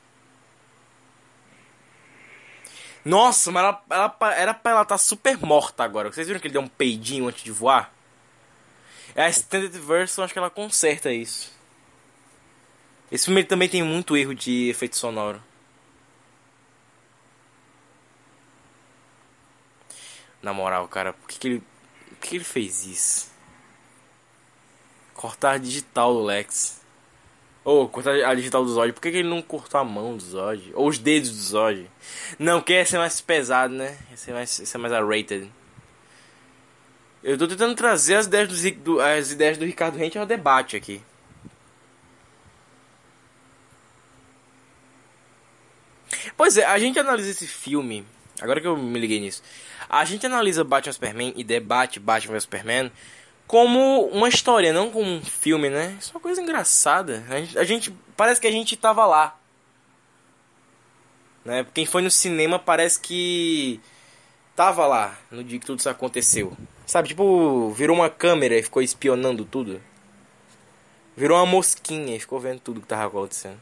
Nossa, mas ela, ela, era pra ela estar super morta agora. Vocês viram que ele deu um peidinho antes de voar? É a Extended Version, acho que ela conserta isso. Esse filme também tem muito erro de efeito sonoro. Na moral, cara, por que, que ele... Por que ele fez isso? Cortar a digital do Lex. Ou, oh, cortar a digital do Zod. Por que, que ele não cortou a mão do Zod? Ou os dedos do Zod? Não, quer ser mais pesado, né? Quer ser mais, ser mais rated. Eu tô tentando trazer as ideias do, do, as ideias do Ricardo Rente ao debate aqui. Pois é, a gente analisa esse filme. Agora que eu me liguei nisso. A gente analisa Batman vs Superman e debate Batman vs Superman como uma história, não como um filme, né? Isso é uma coisa engraçada. A gente, a gente parece que a gente tava lá, né? Quem foi no cinema parece que tava lá no dia que tudo isso aconteceu. Sabe, tipo, virou uma câmera e ficou espionando tudo. Virou uma mosquinha e ficou vendo tudo que tava acontecendo.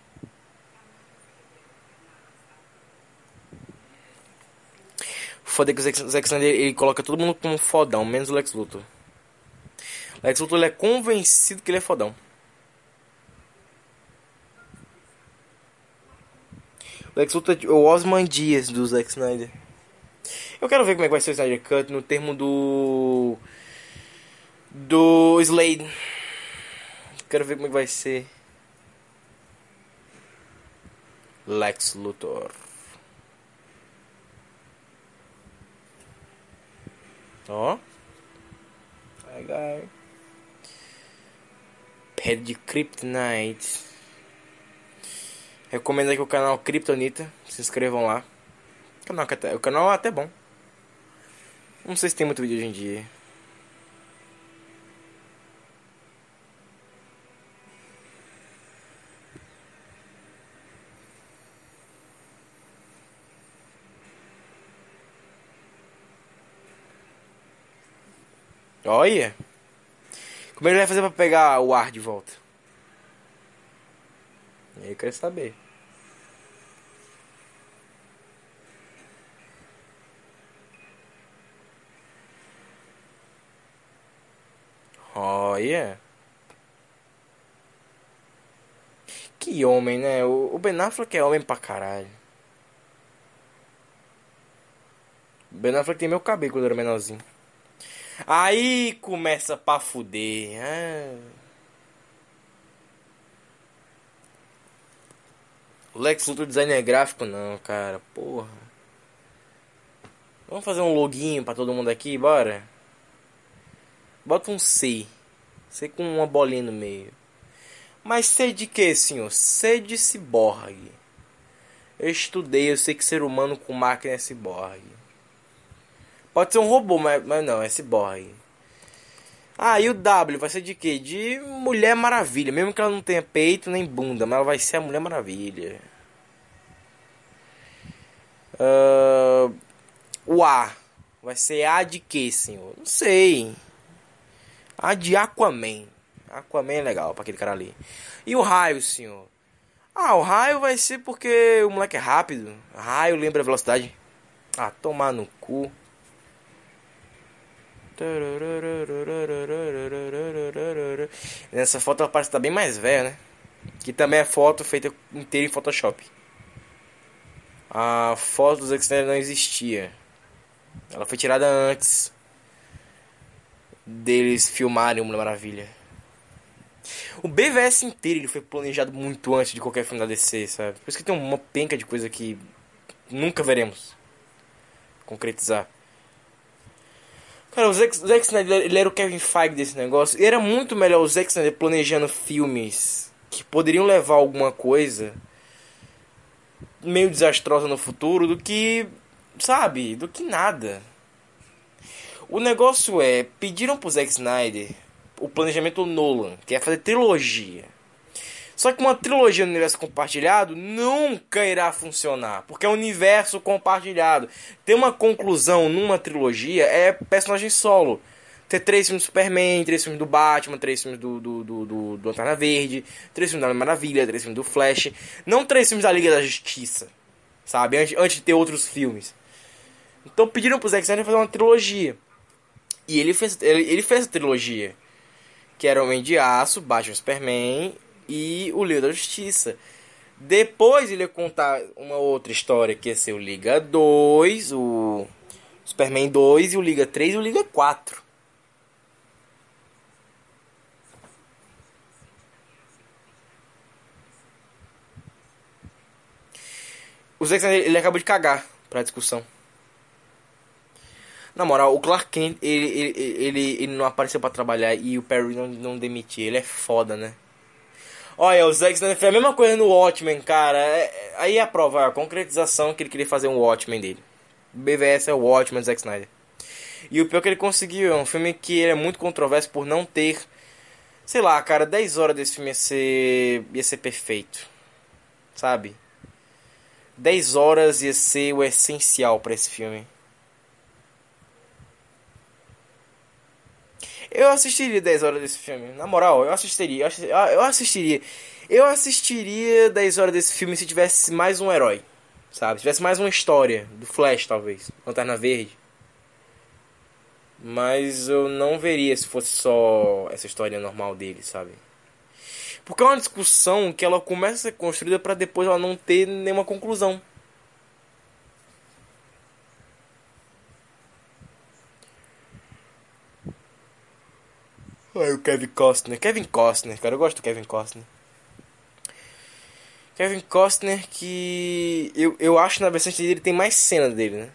Foda que o Zack Zack Snyder, ele coloca todo mundo como fodão, menos o Lex Luthor. O Lex Luthor, ele é convencido que ele é fodão. O Lex Luthor é o Osman Dias do Zack Snyder. Eu quero ver como é que vai ser o Snyder Cut no termo do... do Slade. Quero ver como é que vai ser Lex Luthor. Ó. Legal. Pé de Kryptonite. Recomendo aqui o canal Kryptonita. Se inscrevam lá. O canal, o canal é até bom. Não sei se tem muito vídeo hoje em dia. Olha. Como ele vai fazer pra pegar o ar de volta? Eu quero saber. Olha. Que homem, né? O Ben Affleck é homem pra caralho. O Ben Affleck tem meu cabelo quando eu era menorzinho. Aí começa pra fuder. Ah. O Lex Luthor designer gráfico não, cara. Porra. Vamos fazer um loginho pra todo mundo aqui, bora? Bota um C. C com uma bolinha no meio. Mas C de que, senhor? C de ciborgue. Eu estudei, eu sei que ser humano com máquina é ciborgue. Pode ser um robô, mas, mas não, é ciborgue. Ah, e o W vai ser de quê? De Mulher Maravilha. Mesmo que ela não tenha peito nem bunda, mas ela vai ser a Mulher Maravilha. Uh, o A vai ser A de quê, senhor? Não sei. A de Aquaman. Aquaman é legal pra aquele cara ali. E o raio, senhor? Ah, o raio vai ser porque o moleque é rápido. Raio lembra a velocidade. Ah, tomar no cu. Nessa foto ela parece estar bem mais velha, né? Que também é foto feita inteira em Photoshop. A foto do Zack Snyder não existia. Ela foi tirada antes deles filmarem o Mulher Maravilha. O B V S inteiro ele foi planejado muito antes de qualquer filme da D C, sabe? Por isso que tem uma penca de coisa que nunca veremos concretizar. Cara, o Zack, Zack Snyder, ele era o Kevin Feige desse negócio. E era muito melhor o Zack Snyder planejando filmes que poderiam levar alguma coisa meio desastrosa no futuro do que, sabe, do que nada. O negócio é, pediram pro Zack Snyder o planejamento Nolan, que é fazer trilogia. Só que uma trilogia no universo compartilhado nunca irá funcionar, porque é um universo compartilhado. Ter uma conclusão numa trilogia é personagem solo. Ter três filmes do Superman, três filmes do Batman, três filmes do, do, do, do, do Lanterna Verde, três filmes da Mulher Maravilha, três filmes do Flash. Não três filmes da Liga da Justiça, sabe? Antes, antes de ter outros filmes. Então pediram pro Zack Snyder fazer uma trilogia. E ele fez, ele, ele fez a trilogia. Que era Homem de Aço, Batman, Superman e o Liga da Justiça. Depois ele ia contar uma outra história que ia ser o Liga dois, o Superman dois e o Liga três e o Liga quatro. O Zack Snyder, ele acabou de cagar pra discussão. Na moral, o Clark Kent, ele, ele, ele, ele não apareceu pra trabalhar e o Perry não, não demitiu. Ele é foda, né? Olha, o Zack Snyder fez a mesma coisa no Watchmen, cara. É, aí é a prova, a concretização que ele queria fazer um Watchmen dele. O B V S é o Watchmen do Zack Snyder. E o pior que ele conseguiu, é um filme que ele é muito controverso por não ter... Sei lá, cara, dez horas desse filme ia ser, ia ser perfeito. Sabe? dez horas ia ser o essencial pra esse filme. Eu assistiria dez horas desse filme. Na moral, eu assistiria. Eu assistiria. Eu assistiria dez horas desse filme se tivesse mais um herói. Sabe? Se tivesse mais uma história. Do Flash, talvez. Lanterna Verde. Mas eu não veria se fosse só essa história normal dele, sabe? Porque é uma discussão que ela começa a ser construída pra depois ela não ter nenhuma conclusão. Ai, o Kevin Costner. Kevin Costner, cara. Eu gosto do Kevin Costner. Kevin Costner que... Eu, eu acho que na versão dele tem mais cena dele, né?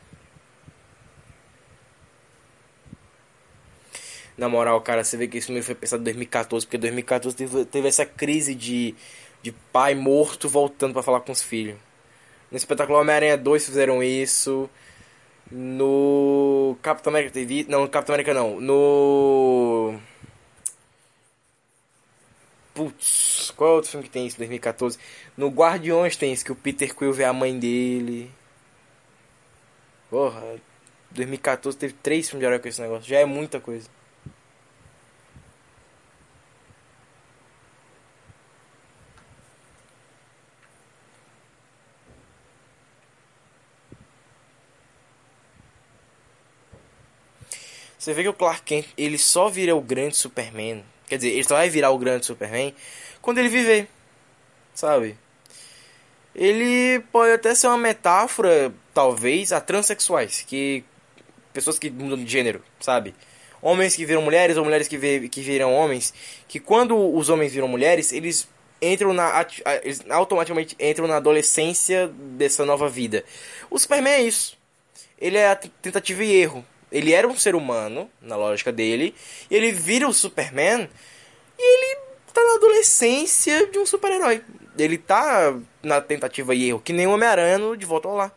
Na moral, cara, você vê que esse filme foi pensado em dois mil e catorze. Porque dois mil e catorze teve, teve essa crise de, de pai morto voltando pra falar com os filhos. No espetáculo Homem-Aranha dois fizeram isso. No Capitão América teve... Não, no Capitão América não. No... Putz, qual é outro filme que tem isso em dois mil e catorze? No Guardiões tem isso, que o Peter Quill vê a mãe dele. Porra, dois mil e catorze teve três filmes de herói com esse negócio. Já é muita coisa. Você vê que o Clark Kent, ele só vira o grande Superman. Quer dizer, ele só vai virar o grande Superman quando ele viver, sabe? Ele pode até ser uma metáfora, talvez, a transexuais, que pessoas que mudam de gênero, sabe? Homens que viram mulheres ou mulheres que, vê, que viram homens, que quando os homens viram mulheres, eles entram na eles automaticamente entram na adolescência dessa nova vida. O Superman é isso. Ele é a tentativa e erro. Ele era um ser humano, na lógica dele, e ele vira o Superman, e ele tá na adolescência de um super-herói. Ele tá na tentativa e erro, que nem o Homem-Aranha no De Volta ao Lar.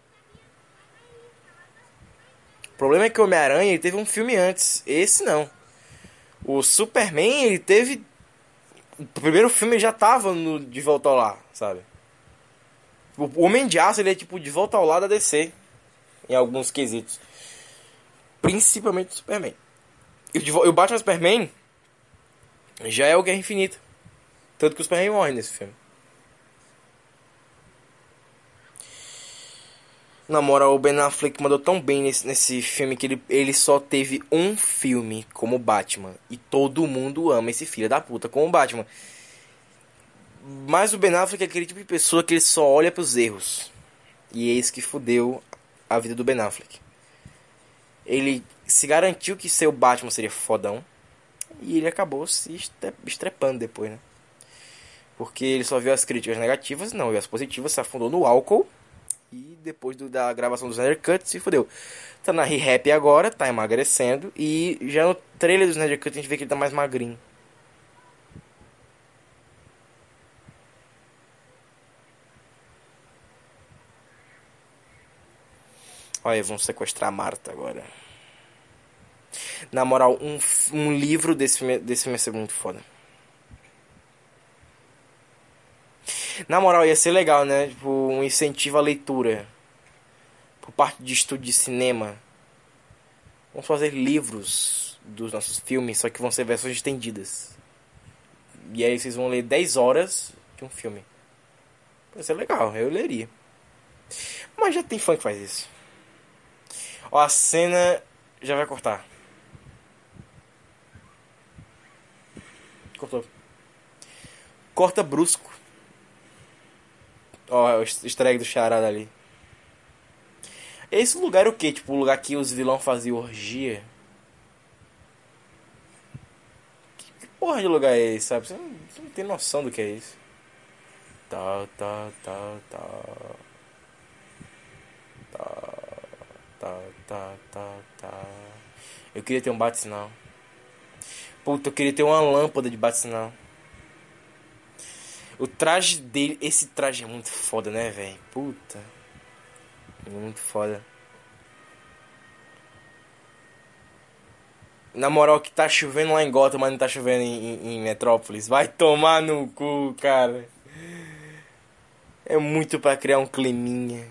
O problema é que o Homem-Aranha ele teve um filme antes, esse não. O Superman, ele teve... O primeiro filme já tava no De Volta ao Lar, sabe? O Homem de Aço, ele é tipo De Volta ao Lar da D C, em alguns quesitos. Principalmente o Superman. E o Batman Superman já é o Guerra Infinita. Tanto que o Superman morre nesse filme. Na moral, o Ben Affleck mandou tão bem nesse, nesse filme que ele, ele só teve um filme como Batman. E todo mundo ama esse filho da puta como Batman. Mas o Ben Affleck é aquele tipo de pessoa que ele só olha pros erros. E é isso que fudeu a vida do Ben Affleck. Ele se garantiu que ser o Batman seria fodão. E ele acabou se estrepando depois, né? Porque ele só viu as críticas negativas, não viu as positivas, se afundou no álcool. E depois do, da gravação do Snyder Cut se fodeu. Tá na Rehab agora, tá emagrecendo. E já no trailer do Snyder Cut a gente vê que ele tá mais magrinho. Olha, vão sequestrar a Marta agora. Na moral, um, um livro desse filme, desse filme ia ser muito foda. Na moral, ia ser legal, né? Tipo, um incentivo à leitura. Por parte de estúdio de cinema. Vamos fazer livros dos nossos filmes, só que vão ser versões estendidas. E aí vocês vão ler dez horas de um filme. Vai ser legal, eu leria. Mas já tem fã que faz isso. Ó, a cena já vai cortar. Cortou. Corta brusco. Ó, o easter egg do charada ali. Esse lugar é o que? Tipo, o lugar que os vilões faziam orgia? Que, que porra de lugar é esse, sabe? Você não, você não tem noção do que é isso. Tá, tá, tá, tá. tá, tá, tá, tá. Eu queria ter um bate-sinal. Puta, eu queria ter uma lâmpada de bate-sinal. O traje dele, esse traje é muito foda, né, velho? Puta. Muito foda. Na moral, que tá chovendo lá em Gotham, mas não tá chovendo em, em, em Metrópolis. Vai tomar no cu, cara. É muito pra criar um climinha.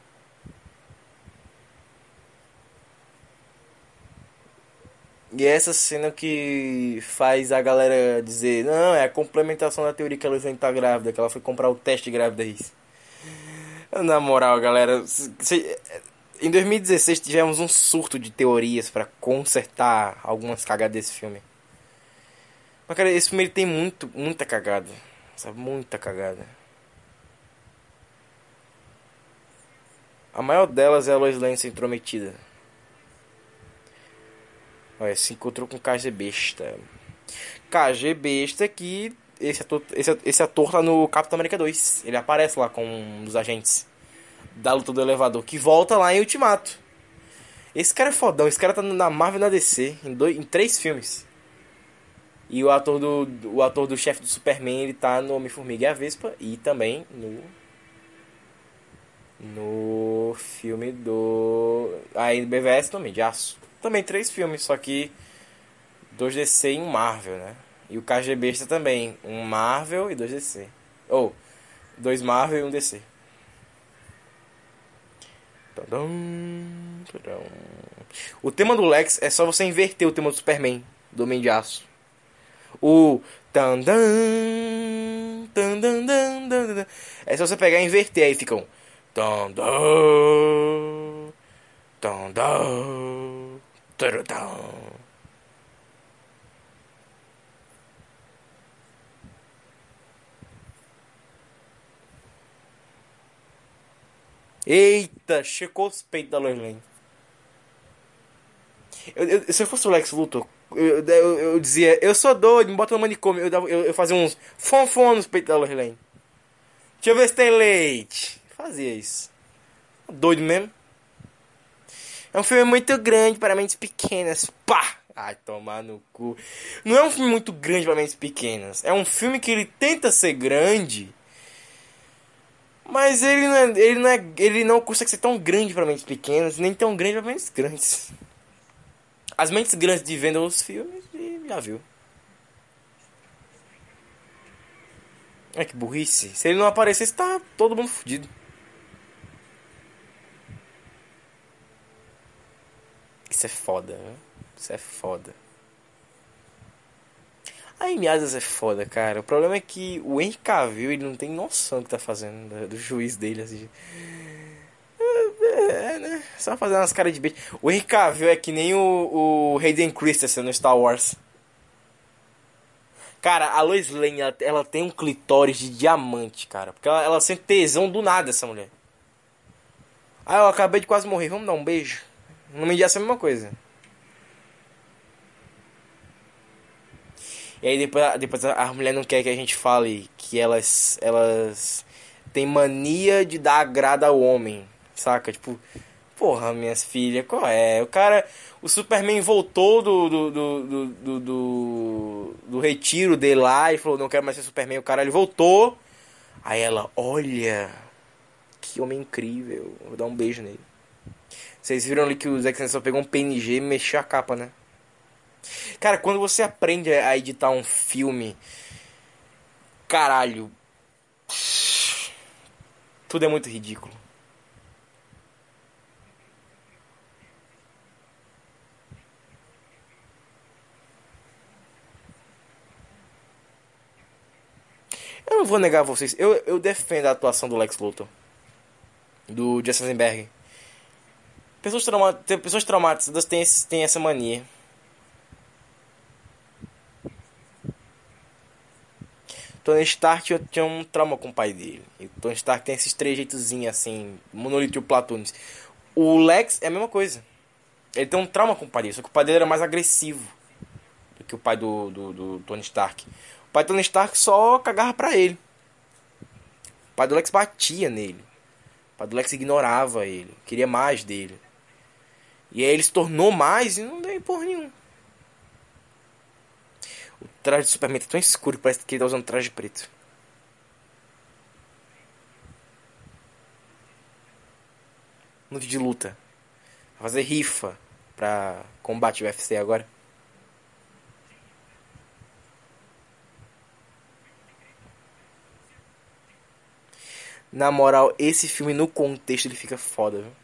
E é essa cena que faz a galera dizer: não, é a complementação da teoria que a Lois Lane tá grávida, que ela foi comprar o teste de gravidez. Na moral, galera, se, em dois mil e dezesseis tivemos um surto de teorias pra consertar algumas cagadas desse filme. Mas, cara, esse filme ele tem muito, muita cagada. Sabe? Muita cagada. A maior delas é a Lois Lane ser intrometida. Olha, se encontrou com K G Besta. K G Besta que esse ator, esse, esse ator tá no Capitão América dois. Ele aparece lá com um dos agentes da luta do elevador, que volta lá em Ultimato. Esse cara é fodão. Esse cara tá na Marvel e na D C em, dois, em três filmes. E o ator do, o ator do chefe do Superman, ele tá no Homem-Formiga e a Vespa. E também no no filme do aí B V S também, de Aço. Também três filmes, só que dois D C e um Marvel, né? E o K G Besta também, um Marvel e dois D C. Ou, dois Marvel e um D C. Tadam, tadam. O tema do Lex é só você inverter o tema do Superman, do Homem de Aço. O tandam, tandam, tandam, tandam. É só você pegar e inverter, aí ficam tandam, tandam, tadam. Eita, checou os peitos da Lois Lane. Eu, eu, se eu fosse o Lex Luthor, eu, eu, eu dizia: eu sou doido, me bota no manicômio. Eu, dava, eu, eu fazia uns fonfon nos peitos da Lois Lane. Deixa eu ver se tem leite. Fazia isso. Doido mesmo. É um filme muito grande para mentes pequenas. Pá! Ai, tomar no cu. Não é um filme muito grande para mentes pequenas. É um filme que ele tenta ser grande, mas ele não, é, ele não, é, ele não consegue ser tão grande para mentes pequenas, nem tão grande para mentes grandes. As mentes grandes de vendo os filmes, e já viu. É que burrice. Se ele não aparecesse, tá todo mundo fudido. Isso é foda, né? Isso é foda. A Amy Adams é foda, cara. O problema é que o Henry Cavill, ele não tem noção do que tá fazendo, do, do juiz dele, assim. É, né? Só fazer umas caras de beijo. O Henry Cavill é que nem o, o Hayden Christensen no Star Wars. Cara, a Lois Lane, ela, ela tem um clitóris de diamante, cara. Porque ela, ela sente tesão do nada, essa mulher. Ah, eu acabei de quase morrer. Vamos dar um beijo? No Homem de Aço é a mesma coisa. E aí depois, depois a mulher não quer que a gente fale que elas, elas têm mania de dar agrado ao homem, saca? Tipo, porra, minhas filhas, qual é? O cara, o Superman voltou do do, do, do, do, do, do retiro dele lá e falou: não quero mais ser Superman. O cara, ele voltou. Aí ela: olha, que homem incrível, vou dar um beijo nele. Vocês viram ali que o Zack Snyder só pegou um P N G e mexeu a capa, né? Cara, quando você aprende a editar um filme, caralho, tudo é muito ridículo. Eu não vou negar a vocês, eu, eu defendo a atuação do Lex Luthor, do Jesse Eisenberg. Pessoas, trauma, pessoas traumatizadas têm, têm essa mania. Tony Stark tinha, tinha um trauma com o pai dele. E Tony Stark tem esses trejeitozinhos assim, Monolith e o Platoons. O Lex é a mesma coisa. Ele tem um trauma com o pai dele, só que o pai dele era mais agressivo do que o pai do, do, do Tony Stark. O pai do Tony Stark só cagava pra ele. O pai do Lex batia nele. O pai do Lex ignorava ele, queria mais dele. E aí ele se tornou mais e não deu porra nenhuma. O traje do Superman tá tão escuro que parece que ele tá usando traje preto. Muito de luta. Vai fazer rifa pra combate U F C agora. Na moral, esse filme no contexto ele fica foda, viu?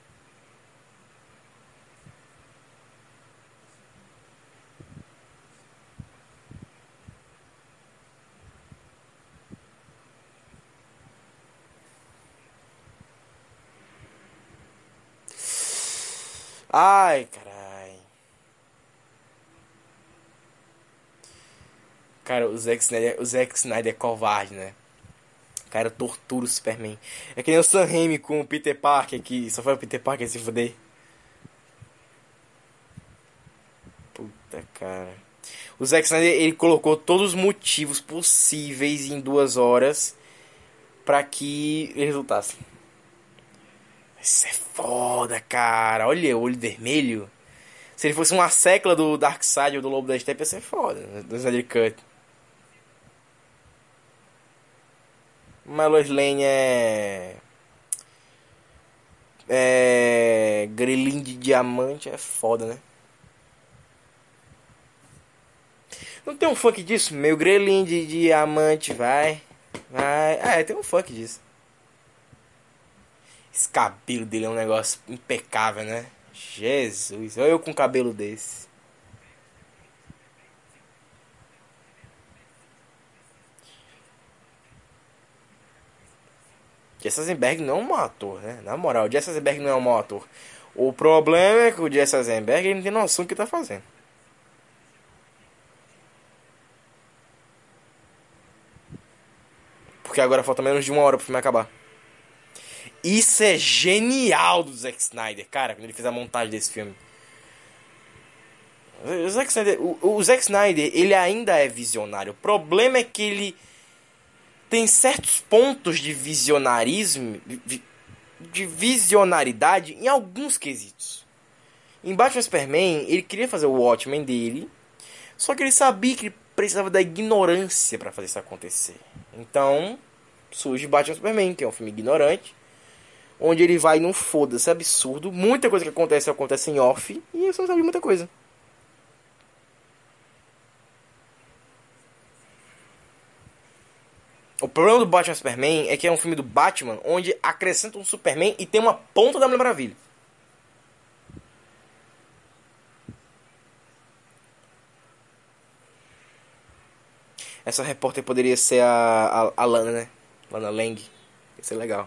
Ai, carai. Cara, o Zack Snyder, o Zack Snyder é covarde, né? O cara tortura o Superman. É que nem o Sam Raimi com o Peter Parker, que só foi o Peter Parker se fuder. Puta, cara. O Zack Snyder, ele colocou todos os motivos possíveis em duas horas pra que ele resultasse. Isso é foda, cara. Olha o olho vermelho. Se ele fosse uma secla do Darkseid ou do Lobo da Steppe, ia ser foda, né? Do Snyder Cut. Mas Lois Lane é... É... Grelin de diamante é foda, né? Não tem um funk disso? Meu grelin de diamante, vai. Vai. Ah, é, tem um funk disso. Esse cabelo dele é um negócio impecável, né? Jesus, olha eu com um cabelo desse. Jesse Eisenberg não é um mau ator, né? Na moral, o Jesse Eisenberg não é um mau ator. O problema é que o Jesse Eisenberg ele não tem noção do que tá fazendo. Porque agora falta menos de uma hora pro filme acabar. Isso é genial do Zack Snyder, cara, quando ele fez a montagem desse filme. O Zack Snyder, o, o Zack Snyder, ele ainda é visionário. O problema é que ele tem certos pontos de visionarismo, de visionaridade em alguns quesitos. Em Batman Superman, ele queria fazer o Watchmen dele, só que ele sabia que ele precisava da ignorância para fazer isso acontecer. Então, surge Batman Superman, que é um filme ignorante, onde ele vai num foda-se absurdo. Muita coisa que acontece, acontece em off. E você não sabe de muita coisa. O problema do Batman Superman é que é um filme do Batman onde acrescenta um Superman e tem uma ponta da Mulher Maravilha. Essa repórter poderia ser a, a, a Lana, né? Lana Lang. Ia ser legal.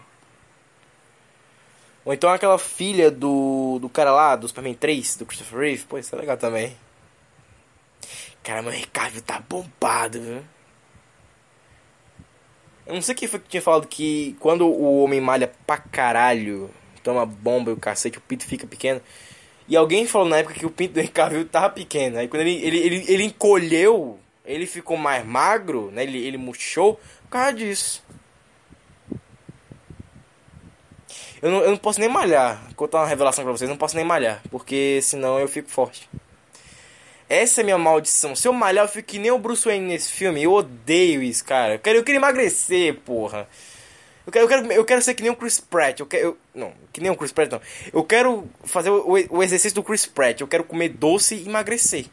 Ou então aquela filha do, do cara lá, do Superman três, do Christopher Reeve. Pô, isso é legal também. Caramba, o Ricardo tá bombado, viu? Eu não sei quem foi que tinha falado que quando o homem malha pra caralho, toma bomba e o cacete, o pinto fica pequeno. E alguém falou na época que o pinto do Ricardo tava pequeno. Aí quando ele, ele, ele, ele encolheu, ele ficou mais magro, né? Ele, ele murchou por causa disso. Eu não, eu não posso nem malhar. Vou contar uma revelação pra vocês. Eu não posso nem malhar. Porque senão eu fico forte. Essa é a minha maldição. Se eu malhar, eu fico que nem o Bruce Wayne nesse filme. Eu odeio isso, cara. Eu quero, eu quero emagrecer, porra. Eu quero, eu, quero, eu quero ser que nem o Chris Pratt. Eu quero, eu, não, que nem o Chris Pratt, não. Eu quero fazer o, o exercício do Chris Pratt. Eu quero comer doce e emagrecer.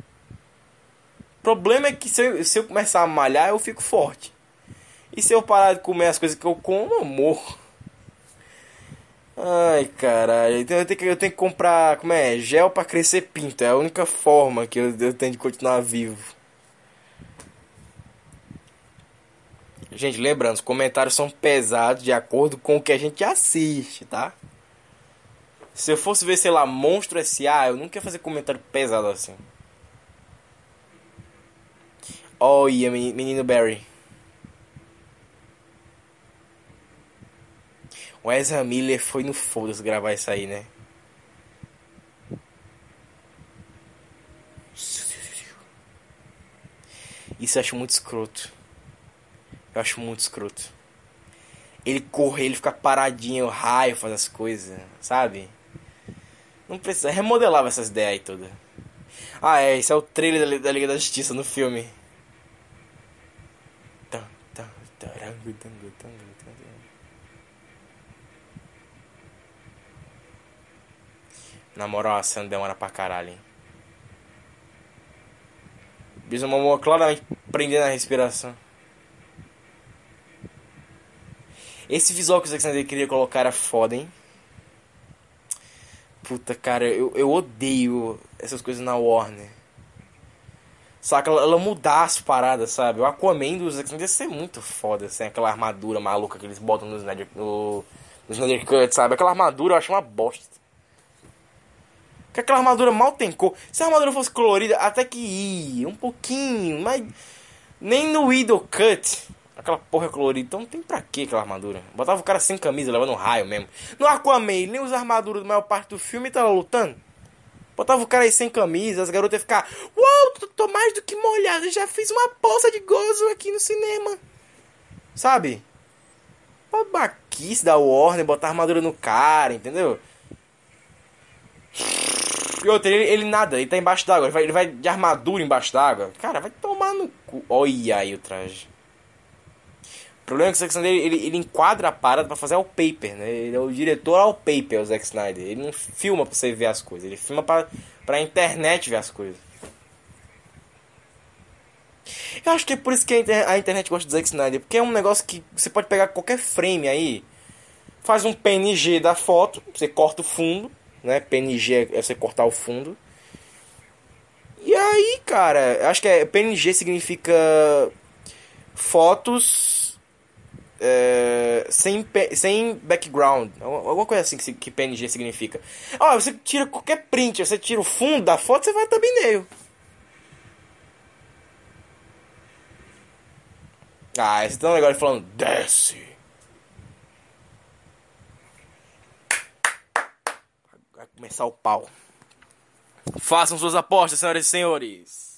O problema é que se eu, se eu começar a malhar, eu fico forte. E se eu parar de comer as coisas que eu como, eu morro. Ai, caralho. Então eu tenho que, eu tenho que comprar, como é? Gel pra crescer pinto. É a única forma que eu, eu tenho de continuar vivo. Gente, lembrando, os comentários são pesados de acordo com o que a gente assiste, tá? Se eu fosse ver, sei lá, Monstro S A, eu nunca ia fazer comentário pesado assim. Olha, menino Barry. O Ezra Miller foi no foda-se gravar isso aí, né? Isso eu acho muito escroto. Eu acho muito escroto. Ele corre, ele fica paradinho, o raio faz as coisas, sabe? Não precisa, remodelava essas ideias aí todas. Ah, é, esse é o trailer da, da Liga da Justiça no filme. Na moral, a cena demora pra caralho, hein? Jason Momoa claramente prendendo a respiração. Esse visual que o Zack Snyder queria colocar era foda, hein? Puta, cara, eu, eu odeio essas coisas na Warner. Saca, ela, ela mudar as paradas, sabe? O Aquaman do Zack Snyder ia ser muito foda, assim, aquela armadura maluca que eles botam no Snyder, no, no Snyder Cut, sabe? Aquela armadura eu acho uma bosta. Porque aquela armadura mal tem cor. Se a armadura fosse colorida, até que ia, um pouquinho, mas nem no Widow Cut aquela porra é colorida. Então não tem pra que aquela armadura. Botava o cara sem camisa, levando um raio mesmo. No Aquaman, ele nem usa armadura da maior parte do filme e tava lutando. Botava o cara aí sem camisa, as garotas iam ficar: uau, tô, tô mais do que molhada, já fiz uma poça de gozo aqui no cinema. Sabe? Babaquice da Warner, botar armadura no cara, entendeu? E outro, ele, ele nada, ele tá embaixo d'água, ele vai, ele vai de armadura embaixo d'água. Cara, vai tomar no cu. Olha aí o traje. O problema é que o Zack Snyder, ele, ele enquadra a parada pra fazer wallpaper, né? Ele é o diretor wallpaper, o Zack Snyder. Ele não filma pra você ver as coisas, ele filma pra, pra internet ver as coisas. Eu acho que é por isso que a, inter, a internet gosta do Zack Snyder, porque é um negócio que você pode pegar qualquer frame aí, faz um P N G da foto, você corta o fundo, né? P N G é você cortar o fundo. E aí, cara, acho que é, P N G significa fotos é, sem, sem background, alguma coisa assim que, que P N G significa. Ó, você tira qualquer print, você tira o fundo da foto, você vai thumbnail. Ah, esse tão legal falando: desce. Vai começar o pau. Façam suas apostas, senhoras e senhores.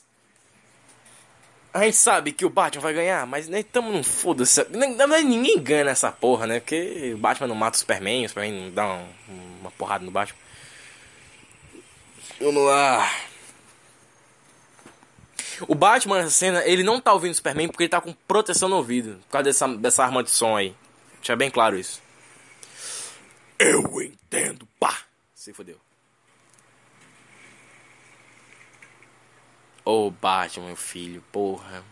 A gente sabe que o Batman vai ganhar, mas nem tamo num foda-se. Ninguém ganha nessa porra, né? Porque o Batman não mata o Superman, o Superman não dá um, uma porrada no Batman. Vamos lá. O Batman nessa cena, ele não tá ouvindo o Superman porque ele tá com proteção no ouvido. Por causa dessa, dessa arma de som aí. Deixa bem claro isso. Eu entendo, pá. Se fodeu. Ô, oh, Batman, meu filho, porra.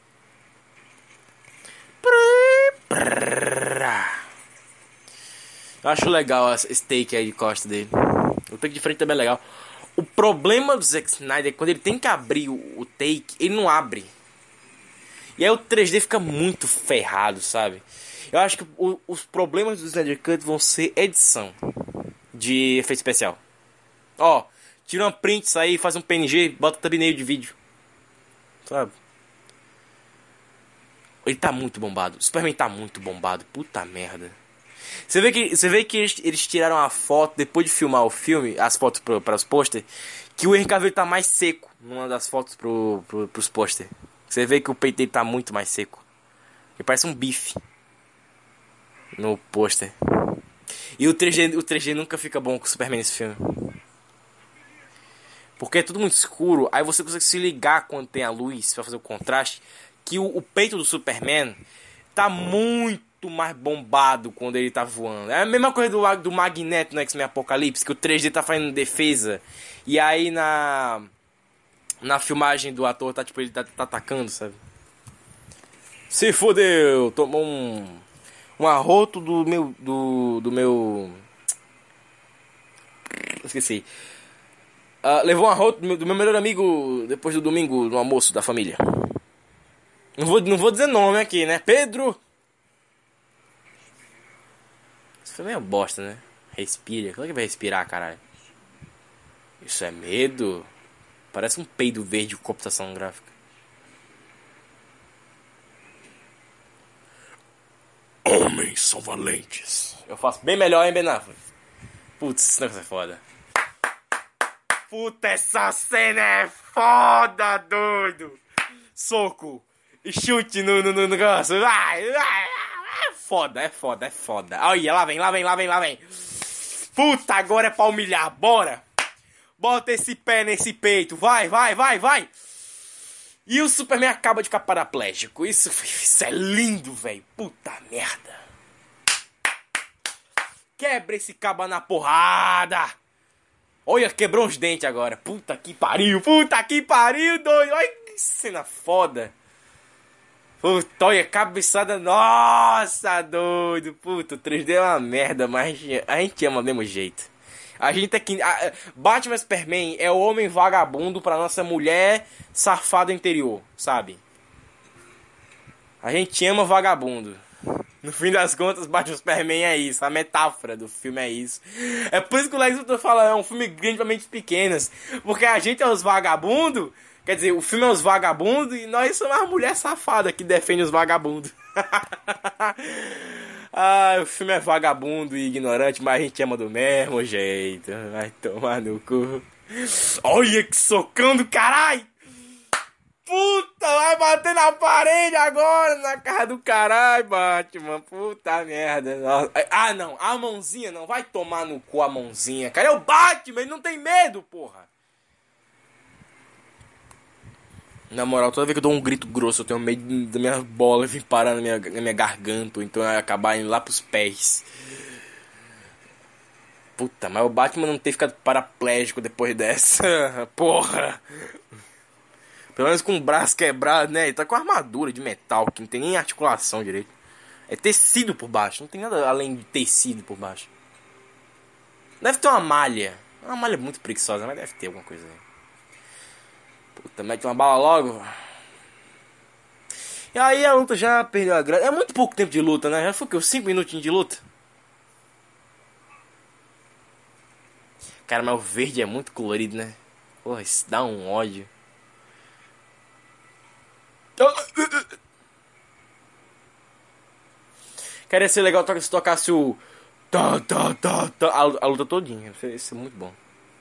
Eu acho legal esse take aí de costa dele. O take de frente também é legal. O problema do Zack Snyder é que quando ele tem que abrir o, o take, ele não abre. E aí o três D fica muito ferrado, sabe? Eu acho que o, os problemas do Snyder Cut vão ser edição de efeito especial. Ó, tira uma print, isso aí, faz um P N G, bota thumbnail de vídeo. Sabe? Ele tá muito bombado. O Superman tá muito bombado. Puta merda. Você vê que, você vê que eles, eles tiraram a foto, depois de filmar o filme, as fotos pro, para os pôster, que o Henry Cavill tá mais seco numa das fotos pro, pro, pros pôster. Você vê que o peito dele tá muito mais seco. Ele parece um bife no pôster. E o três D, o três D nunca fica bom com o Superman nesse filme. Porque é tudo muito escuro. Aí você consegue se ligar quando tem a luz pra fazer o contraste. Que o, o peito do Superman tá muito mais bombado quando ele tá voando. É a mesma coisa do, do Magneto no X-Men Apocalipse, que o três D tá fazendo defesa. E aí na na filmagem do ator tá tipo, ele tá, tá atacando, sabe? Se fodeu, tomou um um arroto do meu do do meu esqueci. Uh, levou um arroto do meu, do meu melhor amigo depois do domingo no almoço da família. Não vou, não vou dizer nome aqui, né? Pedro. Isso foi meio bosta, né? Respira. Como é que vai respirar, caralho? Isso é medo? Parece um peido verde com computação gráfica. Homens são valentes. Eu faço bem melhor, hein, Ben Affleck? Putz, esse negócio é foda. Puta, essa cena é foda, doido. Soco e chute no, no, no negócio. Vai, vai. É foda, é foda, é foda. Olha, lá vem, lá vem, lá vem, lá vem. Puta, agora é pra humilhar, bora. Bota esse pé nesse peito. Vai, vai, vai, vai. E o Superman acaba de ficar paraplégico. Isso, isso é lindo, velho. Puta merda. Quebra esse caba na porrada. Olha, quebrou os dentes agora. Puta que pariu. Puta que pariu, doido. Olha que cena foda. Puta, olha, cabeçada. Nossa, doido. Puta, o três D é uma merda, mas a gente ama do mesmo jeito. A gente é que... A, Batman Superman é o homem vagabundo pra nossa mulher safada interior, sabe? A gente ama vagabundo. No fim das contas, Batman Superman é isso. A metáfora do filme é isso. É por isso que o Lex Luthor fala, é um filme grande pra mentes pequenas. Porque a gente é os vagabundos. Quer dizer, o filme é os vagabundos e nós somos as mulheres safadas que defendem os vagabundos. Ah, o filme é vagabundo e ignorante, mas a gente ama do mesmo jeito. Vai tomar no cu. Olha que socão do caralho! Puta, vai bater na parede agora, na cara do caralho, Batman. Puta merda. Nossa. Ah, não, a mãozinha não. Vai tomar no cu a mãozinha. Cara, é o Batman, ele não tem medo, porra. Na moral, toda vez que eu dou um grito grosso, eu tenho medo da minha bola vir parar na minha, na minha garganta, ou então acabar indo lá pros pés. Puta, mas o Batman não ter ficado paraplégico depois dessa. Porra. Pelo menos com o braço quebrado, né? Ele tá com armadura de metal, que não tem nem articulação direito. É tecido por baixo, não tem nada além de tecido por baixo. Deve ter uma malha. Uma malha muito preguiçosa, mas deve ter alguma coisa aí. Puta, mete uma bala logo. E aí a luta já perdeu a graça. É muito pouco tempo de luta, né? Já foi o que? cinco minutinhos de luta? Cara, mas o verde é muito colorido, né? Porra, isso dá um ódio. Cara, ia ser legal se tocasse o... Tá, tá, tá, tá. A luta todinha. Isso é muito bom.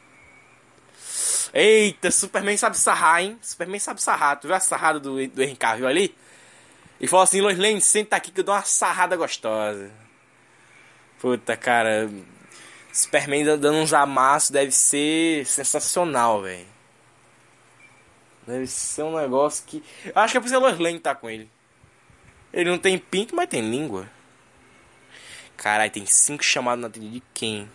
Eita, Superman sabe sarrar, hein? Superman sabe sarrar. Tu viu a sarrada do, do Henry Cavill ali? E falou assim, Lois Lane, senta aqui que eu dou uma sarrada gostosa. Puta, cara. Superman dando uns amassos deve ser sensacional, velho. Deve ser um negócio que... Eu acho que é por isso que a Lois Lane tá com ele. Ele não tem pinto, mas tem língua. Caralho, tem cinco chamadas na trilha de quem?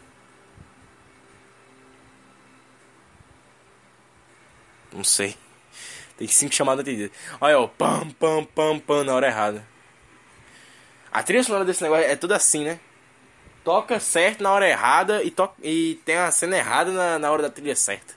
Não sei. Tem cinco chamadas na trilha. Olha, ó. Pam, pam, pam, pam, na hora errada. A trilha sonora desse negócio é tudo assim, né? Toca certo na hora errada e, to... e tem a cena errada na, na hora da trilha certa.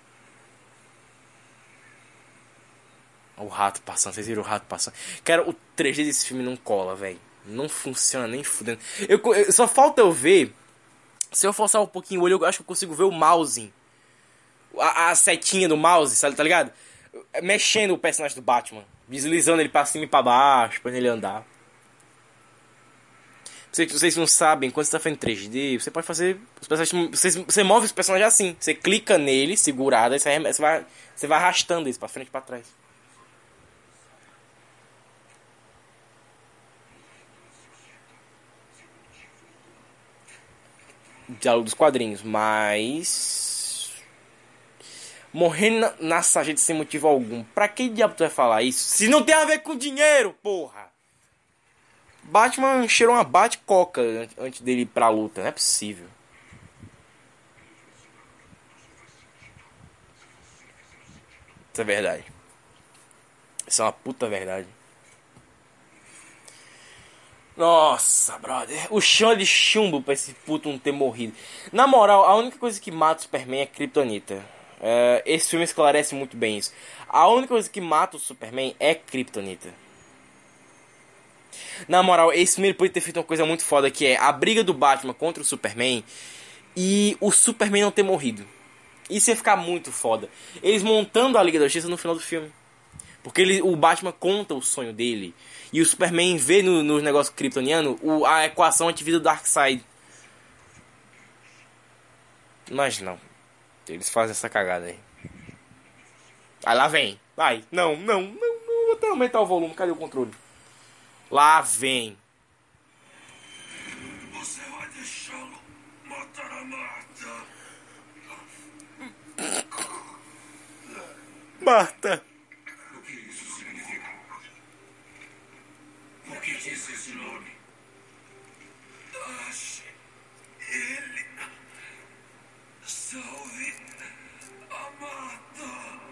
O rato passando, vocês viram o rato passando? Cara, o três D desse filme não cola, velho. Não funciona nem fudendo. Eu, eu, só falta eu ver. Se eu forçar um pouquinho o olho, eu acho que eu consigo ver o mouse. A, a setinha do mouse, sabe, tá ligado? Mexendo o personagem do Batman. Deslizando ele pra cima e pra baixo, pra ele andar. Vocês, vocês não sabem, quando você tá fazendo três D, você pode fazer os personagens. Você, você move os personagens assim. Você clica nele, segurado, aí você, você, vai, você vai arrastando eles pra frente e pra trás. Diálogo dos quadrinhos, mas... Morrer na, na sarjeta sem motivo algum. Pra que diabo tu vai falar isso? Se não tem a ver com dinheiro, porra! Batman cheirou uma bate-coca antes dele ir pra luta. Não é possível. Isso é verdade. Isso é uma puta verdade. Nossa, brother. O chão é de chumbo pra esse puto não ter morrido. Na moral, a única coisa que mata o Superman é a Kryptonita. Uh, esse filme esclarece muito bem isso. A única coisa que mata o Superman é Kryptonita. Na moral, esse filme ele pode ter feito uma coisa muito foda, que é a briga do Batman contra o Superman e o Superman não ter morrido. Isso ia ficar muito foda. Eles montando a Liga da Justiça no final do filme. Porque ele, o Batman conta o sonho dele. E o Superman vê no, no negócio kryptoniano o, a equação antivida do Darkseid. Mas não. Eles fazem essa cagada aí. Aí lá vem. Vai. Não, não, não, não. Vou até aumentar o volume. Cadê o controle? Lá vem. Você vai deixá-lo matar a Marta. Marta. O que isso significa? Por que disse esse nome? Ache ele. Salve a Marta.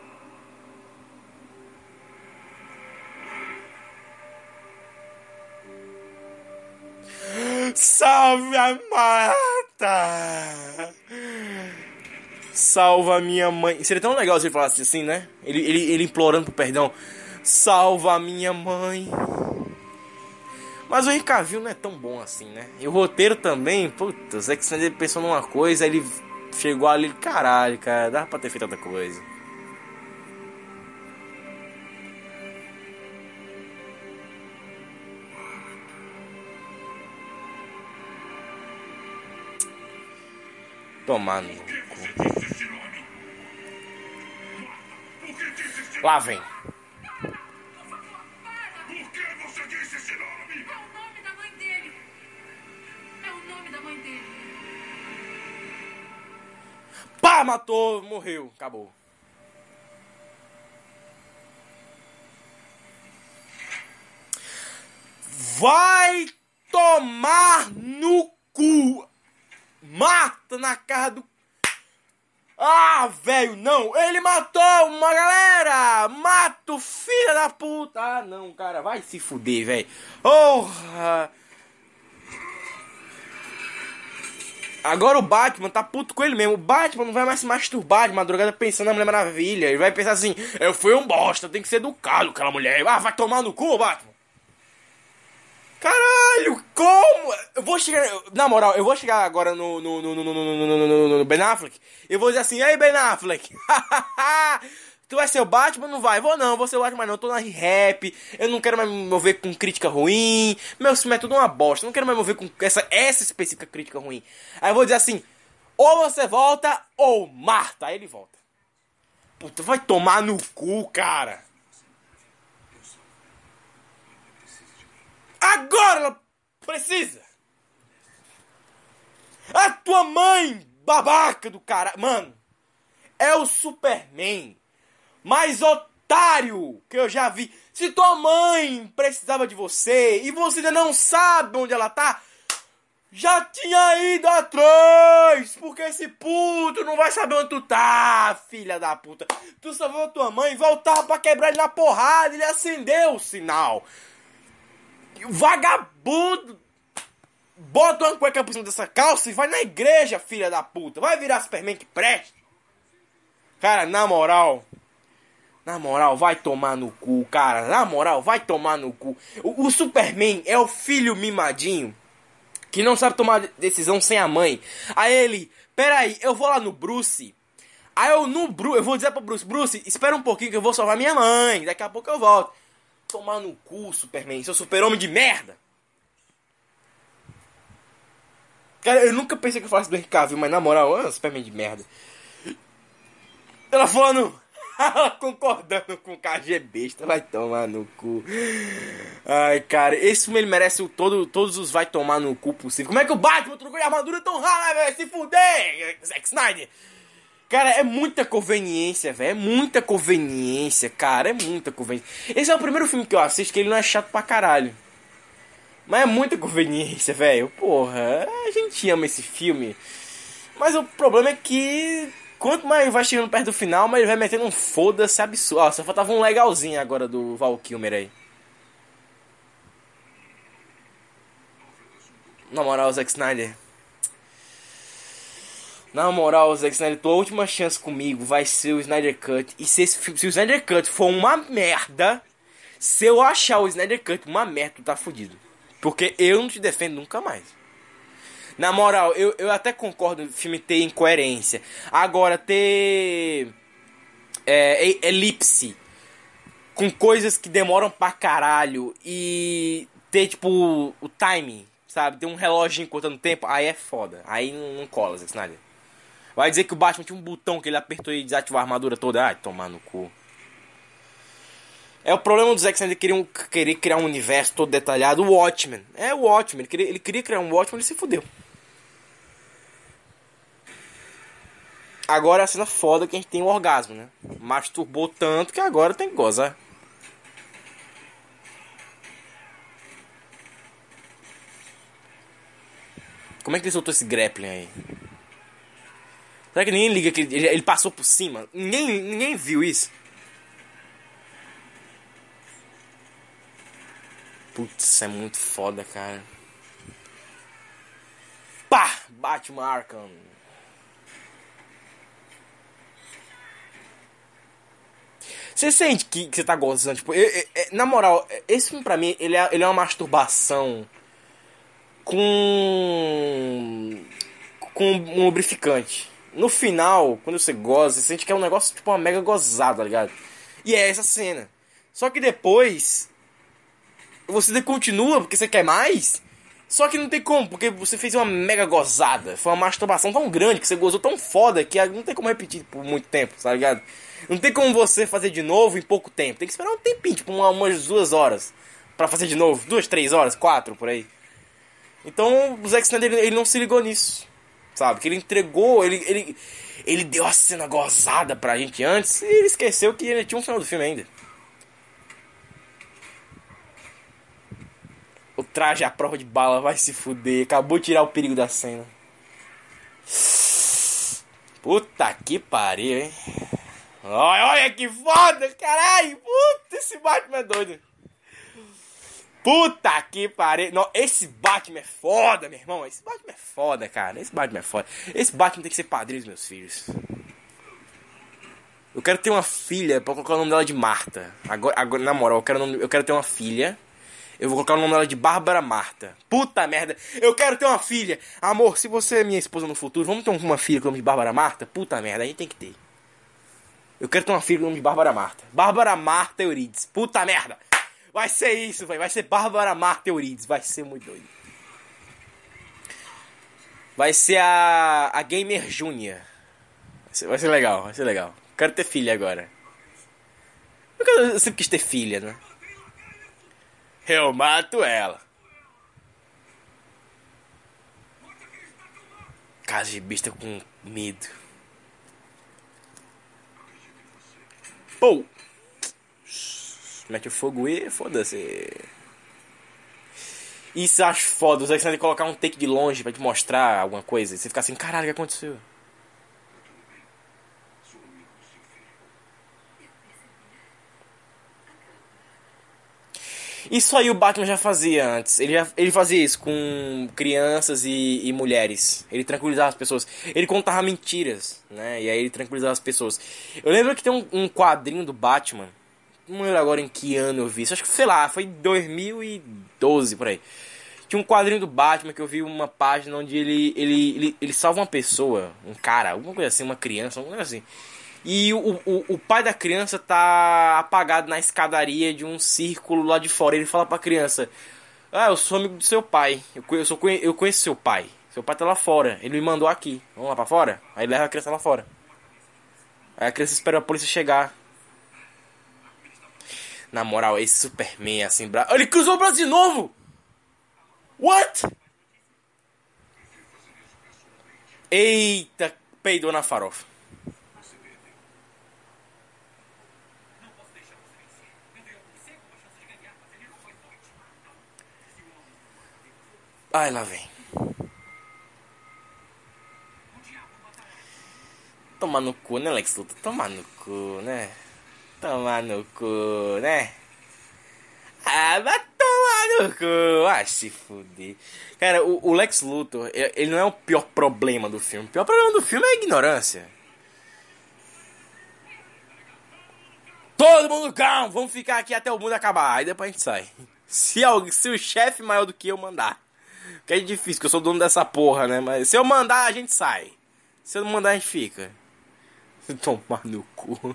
Salve a Marta! Salva a minha mãe. Seria tão legal se ele falasse assim, né? Ele, ele, ele implorando por perdão. Salva a minha mãe. Mas o Henry Cavill não é tão bom assim, né? E o roteiro também, puta, o Zack Snyder pensou numa coisa, aí ele chegou ali, caralho, cara, dava pra ter feito outra coisa. Tomar no cu. Lá vem. Por que você disse esse nome? É o nome da mãe dele. É o nome da mãe dele. Pá, matou, morreu, acabou. Vai tomar no cu. Mata na cara do... Ah, velho, não. Ele matou uma galera. Mata o filho da puta. Ah, não, cara. Vai se fuder, velho. Porra. Agora o Batman tá puto com ele mesmo. O Batman não vai mais se masturbar de madrugada pensando na Mulher Maravilha. Ele vai pensar assim, eu fui um bosta, tem que ser educado aquela mulher. Ah, vai tomar no cu, Batman. Caralho, como? Eu vou chegar... Na moral, eu vou chegar agora no, no, no, no, no, no, no, no, no Ben Affleck. Eu vou dizer assim, ei Ben Affleck. Tu vai ser o Batman? Não vai. Vou não, vou ser o Batman não. Eu tô na rap. Eu não quero mais me mover com crítica ruim. Meu filme é tudo uma bosta. Eu não quero mais me mover com essa, essa específica crítica ruim. Aí eu vou dizer assim, ou você volta, ou Marta. Aí ele volta. Puta, vai tomar no cu, cara. Agora ela precisa. A tua mãe, babaca do cara. Mano, é o Superman mais otário que eu já vi. Se tua mãe precisava de você e você ainda não sabe onde ela tá, já tinha ido atrás. Porque esse puto não vai saber onde tu tá, filha da puta. Tu salvou a tua mãe, voltava pra quebrar ele na porrada. Ele acendeu o sinal. Vagabundo. Bota uma cueca por cima dessa calça e vai na igreja, filha da puta. Vai virar Superman que presta. Cara, na moral. Na moral, vai tomar no cu, cara. Na moral, vai tomar no cu. O, o Superman é o filho mimadinho que não sabe tomar decisão sem a mãe. Aí ele, peraí, eu vou lá no Bruce. Aí eu no Bruce, eu vou dizer pro Bruce, Bruce, espera um pouquinho que eu vou salvar minha mãe. Daqui a pouco eu volto. Tomar no cu, Superman, seu super-homem de merda. Cara, eu nunca pensei que eu falasse do Henry Cavill, mas na moral, é um Superman de merda. Ela falando, ela concordando com o K G besta, vai tomar no cu. Ai, cara, esse filme ele merece o todo, todos os vai tomar no cu possível. Como é que o Batman trocou de armadura tão rara, velho? Se fuder, Zack Snyder. Cara, é muita conveniência, velho. É muita conveniência, cara. É muita conveniência. Esse é o primeiro filme que eu assisto que ele não é chato pra caralho. Mas é muita conveniência, velho. Porra, a gente ama esse filme. Mas o problema é que quanto mais vai chegando perto do final, mais ele vai metendo um foda-se absurdo. Ó, só faltava um legalzinho agora do Val Kilmer aí. Na moral, Zack Snyder. Na moral, Zack Snyder, tua última chance comigo vai ser o Snyder Cut. E se, esse, se o Snyder Cut for uma merda, se eu achar o Snyder Cut uma merda, tu tá fudido. Porque eu não te defendo nunca mais. Na moral, eu, eu até concordo o filme ter incoerência. Agora, ter é, elipse com coisas que demoram pra caralho e ter, tipo, o timing, sabe? Ter um relógio contando tempo, aí é foda. Aí não, não cola, Zack Snyder. Vai dizer que o Batman tinha um botão que ele apertou e desativou a armadura toda. Ai, tomar no cu. É o problema do Zack Snyder querer, um, querer criar um universo todo detalhado. O Watchmen. É o Watchmen. Ele queria, ele queria criar um Watchmen e ele se fudeu. Agora é a cena foda que a gente tem o orgasmo, né? Masturbou tanto que agora tem que gozar. Como é que ele soltou esse grappling aí? Será que ninguém liga que ele, ele passou por cima? Ninguém, ninguém viu isso? Putz, é muito foda, cara. Pá! Batman Arkham. Você sente que, que você tá gozando? Tipo, eu, eu, eu, na moral, esse filme pra mim, ele é, ele é uma masturbação com com um lubrificante. No final, quando você goza, você sente que é um negócio tipo uma mega gozada, tá ligado? E é essa cena. Só que depois você continua porque você quer mais. Só que não tem como, porque você fez uma mega gozada. Foi uma masturbação tão grande, que você gozou tão foda, que não tem como repetir por muito tempo, tá ligado? Não tem como você fazer de novo em pouco tempo. Tem que esperar um tempinho, tipo uma, umas duas horas pra fazer de novo. Duas, três horas, quatro, por aí. Então o Zack Snyder, ele, ele não se ligou nisso, sabe? Que ele entregou, ele, ele, ele deu a cena gozada pra gente antes, e ele esqueceu que ele tinha um final do filme ainda. O traje à prova de bala vai se fuder. Acabou de tirar o perigo da cena. Puta que pariu, hein? Olha, olha que foda, caralho. Puta, esse Batman é doido. Puta que pariu. Não, esse Batman é foda, meu irmão. Esse Batman é foda, cara. Esse Batman é foda. Esse Batman tem que ser padrinho dos meus filhos. Eu quero ter uma filha pra colocar o nome dela de Marta. Agora, agora na moral, eu quero, nome, eu quero ter uma filha. Eu vou colocar o nome dela de Bárbara Marta. Puta merda. Eu quero ter uma filha. Amor, se você é minha esposa no futuro, vamos ter uma filha com o nome de Bárbara Marta? Puta merda, a gente tem que ter. Eu quero ter uma filha com o nome de Bárbara Marta. Bárbara Marta Eurides. Puta merda. Vai ser isso, véio. Vai ser Bárbara Marta Eurides. Vai ser muito doido. Vai ser a, a Gamer Júnior. Vai ser, vai ser legal, vai ser legal. Quero ter filha agora. Eu, quero, eu sempre quis ter filha, né? Eu mato ela. Casa de besta com medo. Pô! Mete o fogo e foda-se. Isso eu acho foda. Os Zack colocar um take de longe pra te mostrar alguma coisa. E você ficar assim, caralho, o que aconteceu? Isso aí o Batman já fazia antes. Ele, já, ele fazia isso com crianças e, e mulheres. Ele tranquilizava as pessoas. Ele contava mentiras, né? E aí ele tranquilizava as pessoas. Eu lembro que tem um, um quadrinho do Batman. Não lembro agora em que ano eu vi isso. Acho que, sei lá, foi em dois mil e doze, por aí. Tinha um quadrinho do Batman que eu vi uma página onde ele, ele, ele, ele salva uma pessoa. Um cara, alguma coisa assim, uma criança, alguma coisa assim. E o, o, o pai da criança tá apagado na escadaria de um círculo lá de fora. Ele fala pra criança: ah, eu sou amigo do seu pai. Eu, eu, sou, eu conheço seu pai. Seu pai tá lá fora. Ele me mandou aqui. Vamos lá pra fora? Aí leva a criança lá fora. Aí a criança espera a polícia chegar. Na moral, esse Superman assim... Bra... Ele cruzou o braço de novo! What? Eita, peidou na farofa. Ai, lá vem. Tomar no cu, né, Lex Luthor? Tomar no cu, né? Tomar no cu, né? Ah, vai tomar no cu. Ah, se fuder. Cara, o, o Lex Luthor, ele não é o pior problema do filme. O pior problema do filme é a ignorância. Todo mundo calmo, vamos ficar aqui até o mundo acabar. Aí depois a gente sai. Se, alguém, se o chefe maior do que eu mandar. Que é difícil, que eu sou dono dessa porra, né? Mas se eu mandar, a gente sai. Se eu não mandar, a gente fica. Tomar no cu.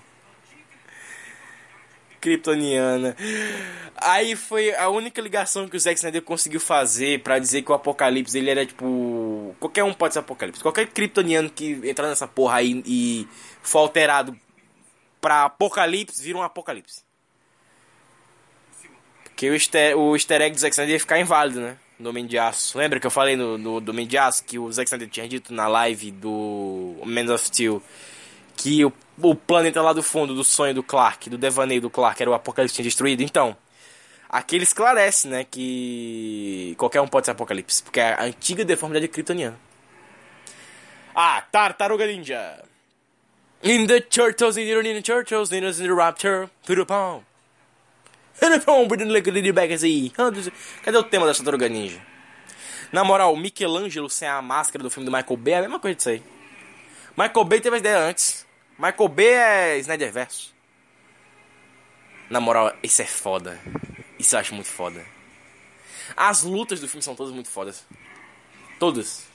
Kryptoniana. Aí foi a única ligação que o Zack Snyder conseguiu fazer pra dizer que o Apocalipse, ele era tipo... Qualquer um pode ser Apocalipse. Qualquer kryptoniano que entrar nessa porra aí e for alterado pra Apocalipse, vira um Apocalipse. Porque o easter, o easter egg do Zack Snyder ia ficar inválido, né? no Homem de Aço. Lembra que eu falei no, no do Homem de Aço que o Zack Snyder tinha dito na live do Man of Steel que o, o planeta lá do fundo do sonho do Clark, do devaneio do Clark, era o Apocalipse tinha destruído? Então, aqui ele esclarece, né, que qualquer um pode ser Apocalipse, porque é a antiga deformidade kryptoniana. Ah, Tartaruga Ninja. In the turtles, in the turtles, in the raptor, to the palm. Cadê o tema da Tartaruga Ninja? Na moral, Michelangelo sem a máscara do filme do Michael Bay é a mesma coisa disso aí. Michael Bay teve a ideia antes. Michael Bay é Snyderverse. Na moral, isso é foda. Isso eu acho muito foda. As lutas do filme são todas muito fodas. Todas.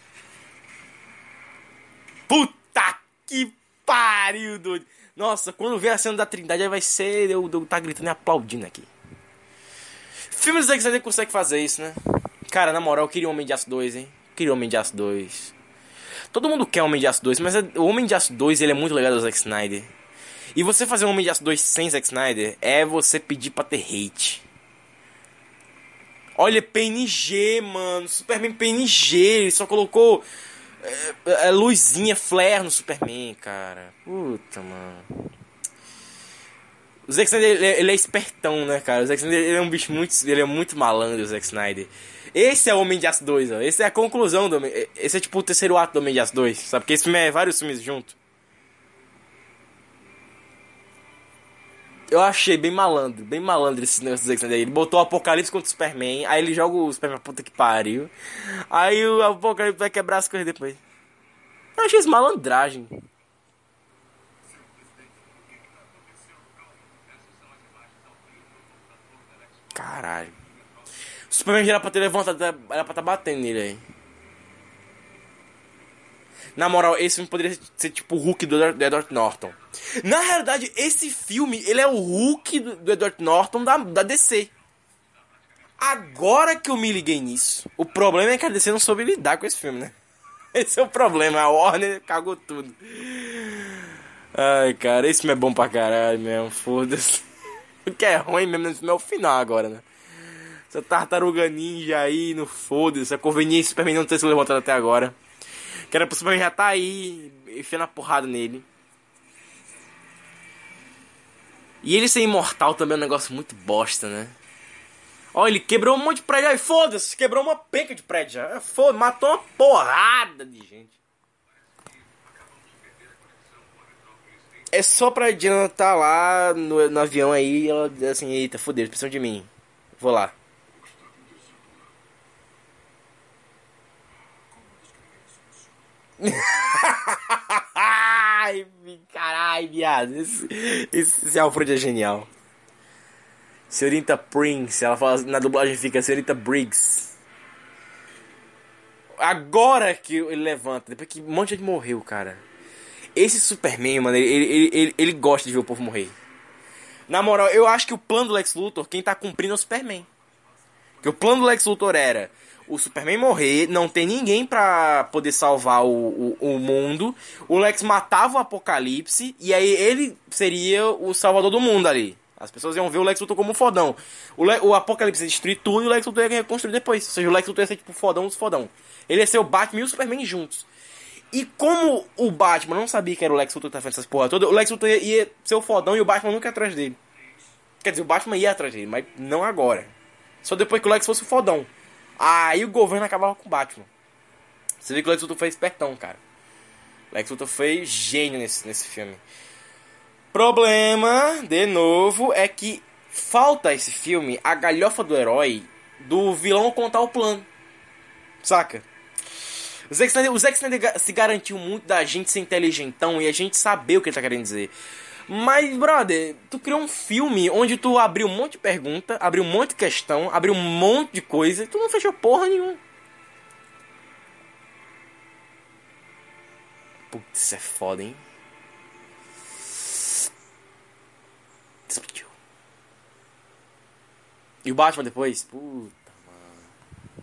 Puta que pariu, doido. Nossa, quando ver a cena da Trindade aí vai ser eu, eu tá gritando e aplaudindo aqui. Filmes do Zack Snyder consegue fazer isso, né? Cara, na moral, eu queria o Homem de Aço dois, hein? Eu queria o Homem de Aço dois. Todo mundo quer o Homem de Aço dois, mas o Homem de Aço dois ele é muito legal do Zack Snyder. E você fazer um Homem de Aço dois sem Zack Snyder é você pedir pra ter hate. Olha, P N G, mano. Superman P N G. Ele só colocou é, é, luzinha, flare no Superman, cara. Puta, mano. O Zack Snyder, ele é, ele é espertão, né, cara? O Zack Snyder, ele é um bicho muito... Ele é muito malandro, o Zack Snyder. Esse é o Homem de Aço dois, ó. Esse é a conclusão do Homem... Esse é tipo o terceiro ato do Homem de Aço dois, sabe? Porque esse filme é vários filmes juntos. Eu achei bem malandro, bem malandro esse negócio do Zack Snyder. Ele botou o Apocalipse contra o Superman, aí ele joga o Superman, puta que pariu. Aí o Apocalipse vai quebrar as coisas depois. Eu achei isso malandragem. Caralho. O Superman já era pra ter levantado, era pra estar tá batendo nele aí. Na moral, esse filme poderia ser tipo o Hulk do Edward Norton. Na realidade, esse filme, ele é o Hulk do, do Edward Norton da, da D C. Agora que eu me liguei nisso. O problema é que a D C não soube lidar com esse filme, né? Esse é o problema, a Warner cagou tudo. Ai, cara, esse filme é bom pra caralho mesmo, foda-se. O que é ruim mesmo nesse filme é o final agora, né? Essa Tartaruga Ninja aí, no foda-se. A conveniência do Superman não ter se levantado até agora. Que era pro Superman já tá aí, enfiando a porrada nele. E ele ser imortal também é um negócio muito bosta, né? Ó, ele quebrou um monte de prédio. Ai, foda-se, quebrou uma penca de prédio já. Foda, matou uma porrada de gente. É só pra adiantar lá no, no avião aí e ela diz assim, eita, fodeu, eles precisam de mim. Vou lá. Ai, caralho, viado. Esse, esse, esse Alfred é genial. Senhorita Prince, ela fala, na dublagem fica Senhorita Briggs. Agora que ele levanta, depois que um monte de gente morreu, cara. Esse Superman, mano, ele, ele, ele, ele gosta de ver o povo morrer. Na moral, eu acho que o plano do Lex Luthor, quem tá cumprindo é o Superman. Porque o plano do Lex Luthor era o Superman morrer, não tem ninguém pra poder salvar o, o, o mundo. O Lex matava o Apocalipse e aí ele seria o salvador do mundo ali. As pessoas iam ver o Lex Luthor como um fodão. O, Le- o Apocalipse ia destruir tudo e o Lex Luthor ia reconstruir depois. Ou seja, o Lex Luthor ia ser tipo o fodão dos fodão. Ele ia ser o Batman e o Superman juntos. E como o Batman não sabia que era o Lex Luthor que tá fazendo essas porra toda, o Lex Luthor ia, ia ser o fodão e o Batman nunca ia atrás dele. Quer dizer, o Batman ia atrás dele, mas não agora. Só depois que o Lex fosse o fodão. Aí o governo acabava com o Batman. Você vê que o Lex Luthor foi espertão, cara. O Lex Luthor foi gênio nesse, nesse filme. Problema, de novo, é que falta esse filme a galhofa do herói do vilão contar o plano. Saca? O Zack Snyder, o Zack Snyder se garantiu muito da gente ser inteligentão e a gente saber o que ele tá querendo dizer. Mas, brother, tu criou um filme onde tu abriu um monte de pergunta, abriu um monte de questão, abriu um monte de coisa e tu não fechou porra nenhuma. Putz, isso é foda, hein? Explodiu. E o Batman depois? Puta, mano.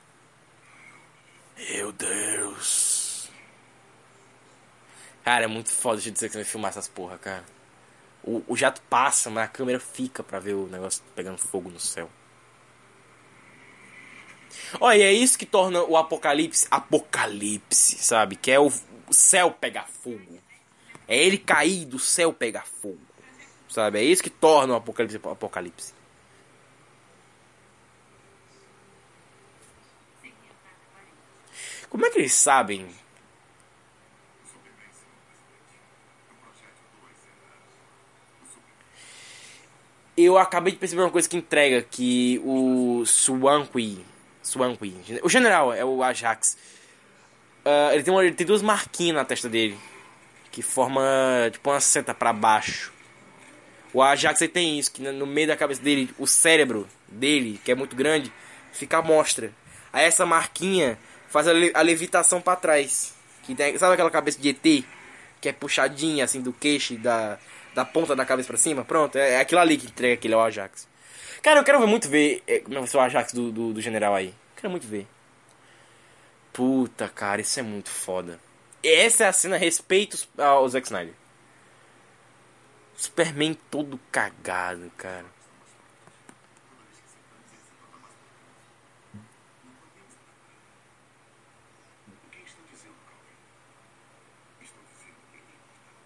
Meu Deus. Cara, é muito foda de dizer que você vai filmar essas porra, cara. O, o jato passa, mas a câmera fica pra ver o negócio pegando fogo no céu. Olha, e é isso que torna o Apocalipse Apocalipse, sabe? Que é o, o céu pegar fogo. É ele cair do céu pegar fogo, sabe? É isso que torna o Apocalipse Apocalipse. Como é que eles sabem? Eu acabei de perceber uma coisa que entrega, que o Swankwe, Swankwe, o general é o Ajax. Uh, ele, tem uma, ele tem duas marquinhas na testa dele, que forma tipo uma seta pra baixo. O Ajax ele tem isso, que no meio da cabeça dele, o cérebro dele, que é muito grande, fica à mostra. Aí essa marquinha faz a, le a levitação pra trás. Que tem, sabe aquela cabeça de E T? Que é puxadinha assim do queixo, da, da ponta da cabeça pra cima? Pronto, é, é aquilo ali que entrega aquele Ajax. Cara, eu quero ver muito ver é, como vai ser o Ajax do, do, do general aí. Quero muito ver. Puta, cara, isso é muito foda. Essa é a cena respeito ao Zack Snyder. Superman todo cagado, cara. O que está dizendo, Calvin? Estou dizendo que ele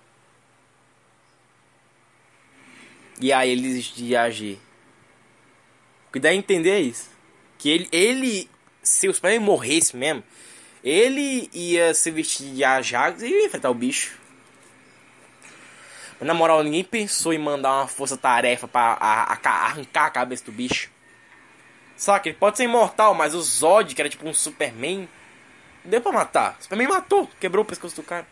E aí ele desiste de agir. O que dá a entender é isso. Que ele, ele se o Superman morresse mesmo, ele ia se vestir de Ajax e ia enfrentar o bicho. Mas na moral, ninguém pensou em mandar uma força-tarefa pra a, a, arrancar a cabeça do bicho. Só que ele pode ser imortal, mas o Zod, que era tipo um Superman, deu pra matar. O Superman matou, quebrou o pescoço do cara.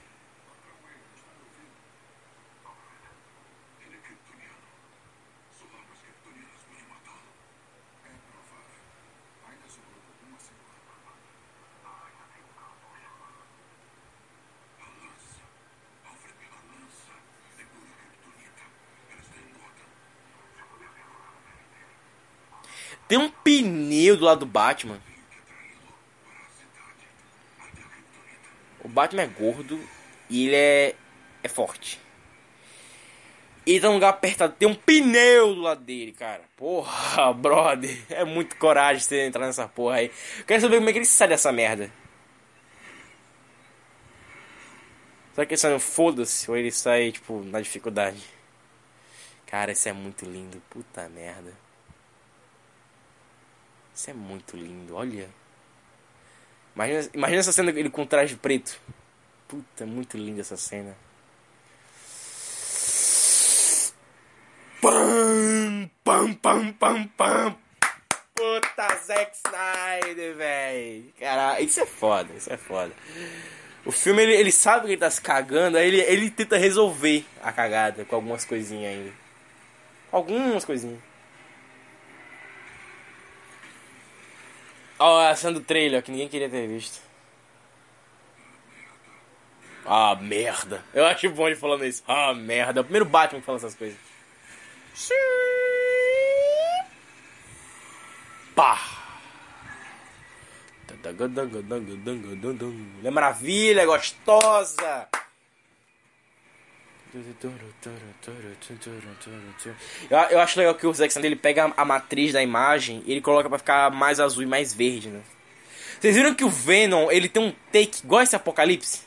Ele é kryptoniano. Só armas kryptonianas podem matá-lo. É provável. Ainda sobrou alguma semana. A lança. Alfred, a lança é pura kryptonita. Ela está em Gotham. Tem um pneu do lado do Batman. Tenho que atraí-lo para a cidade. Até a kryptonita. O Batman é gordo e ele é, é forte. Ele tá num lugar apertado, tem um pneu do lado dele, cara. Porra, brother. É muito coragem você entrar nessa porra aí. Quero saber como é que ele sai dessa merda. Será que ele sai no foda-se ou ele sai, tipo, na dificuldade? Cara, isso é muito lindo. Puta merda. Isso é muito lindo, olha. Imagina, imagina essa cena ele com traje preto. Puta, muito linda essa cena. Pam, pam, pam, pam, pam. Puta, Zack Snyder, véi. Caralho, isso é foda, isso é foda. O filme, ele, ele sabe que ele tá se cagando, aí ele, ele tenta resolver a cagada com algumas coisinhas ainda. Algumas coisinhas. Ó, a cena do trailer, que ninguém queria ter visto. Ah, merda. Eu acho bom ele falando isso. Ah, merda. É o primeiro Batman que fala essas coisas. Pá. É maravilha, é gostosa. Eu, eu acho legal que o Zack Snyder ele pega a matriz da imagem e ele coloca pra ficar mais azul e mais verde, né? Vocês viram que o Venom ele tem um take igual esse Apocalipse?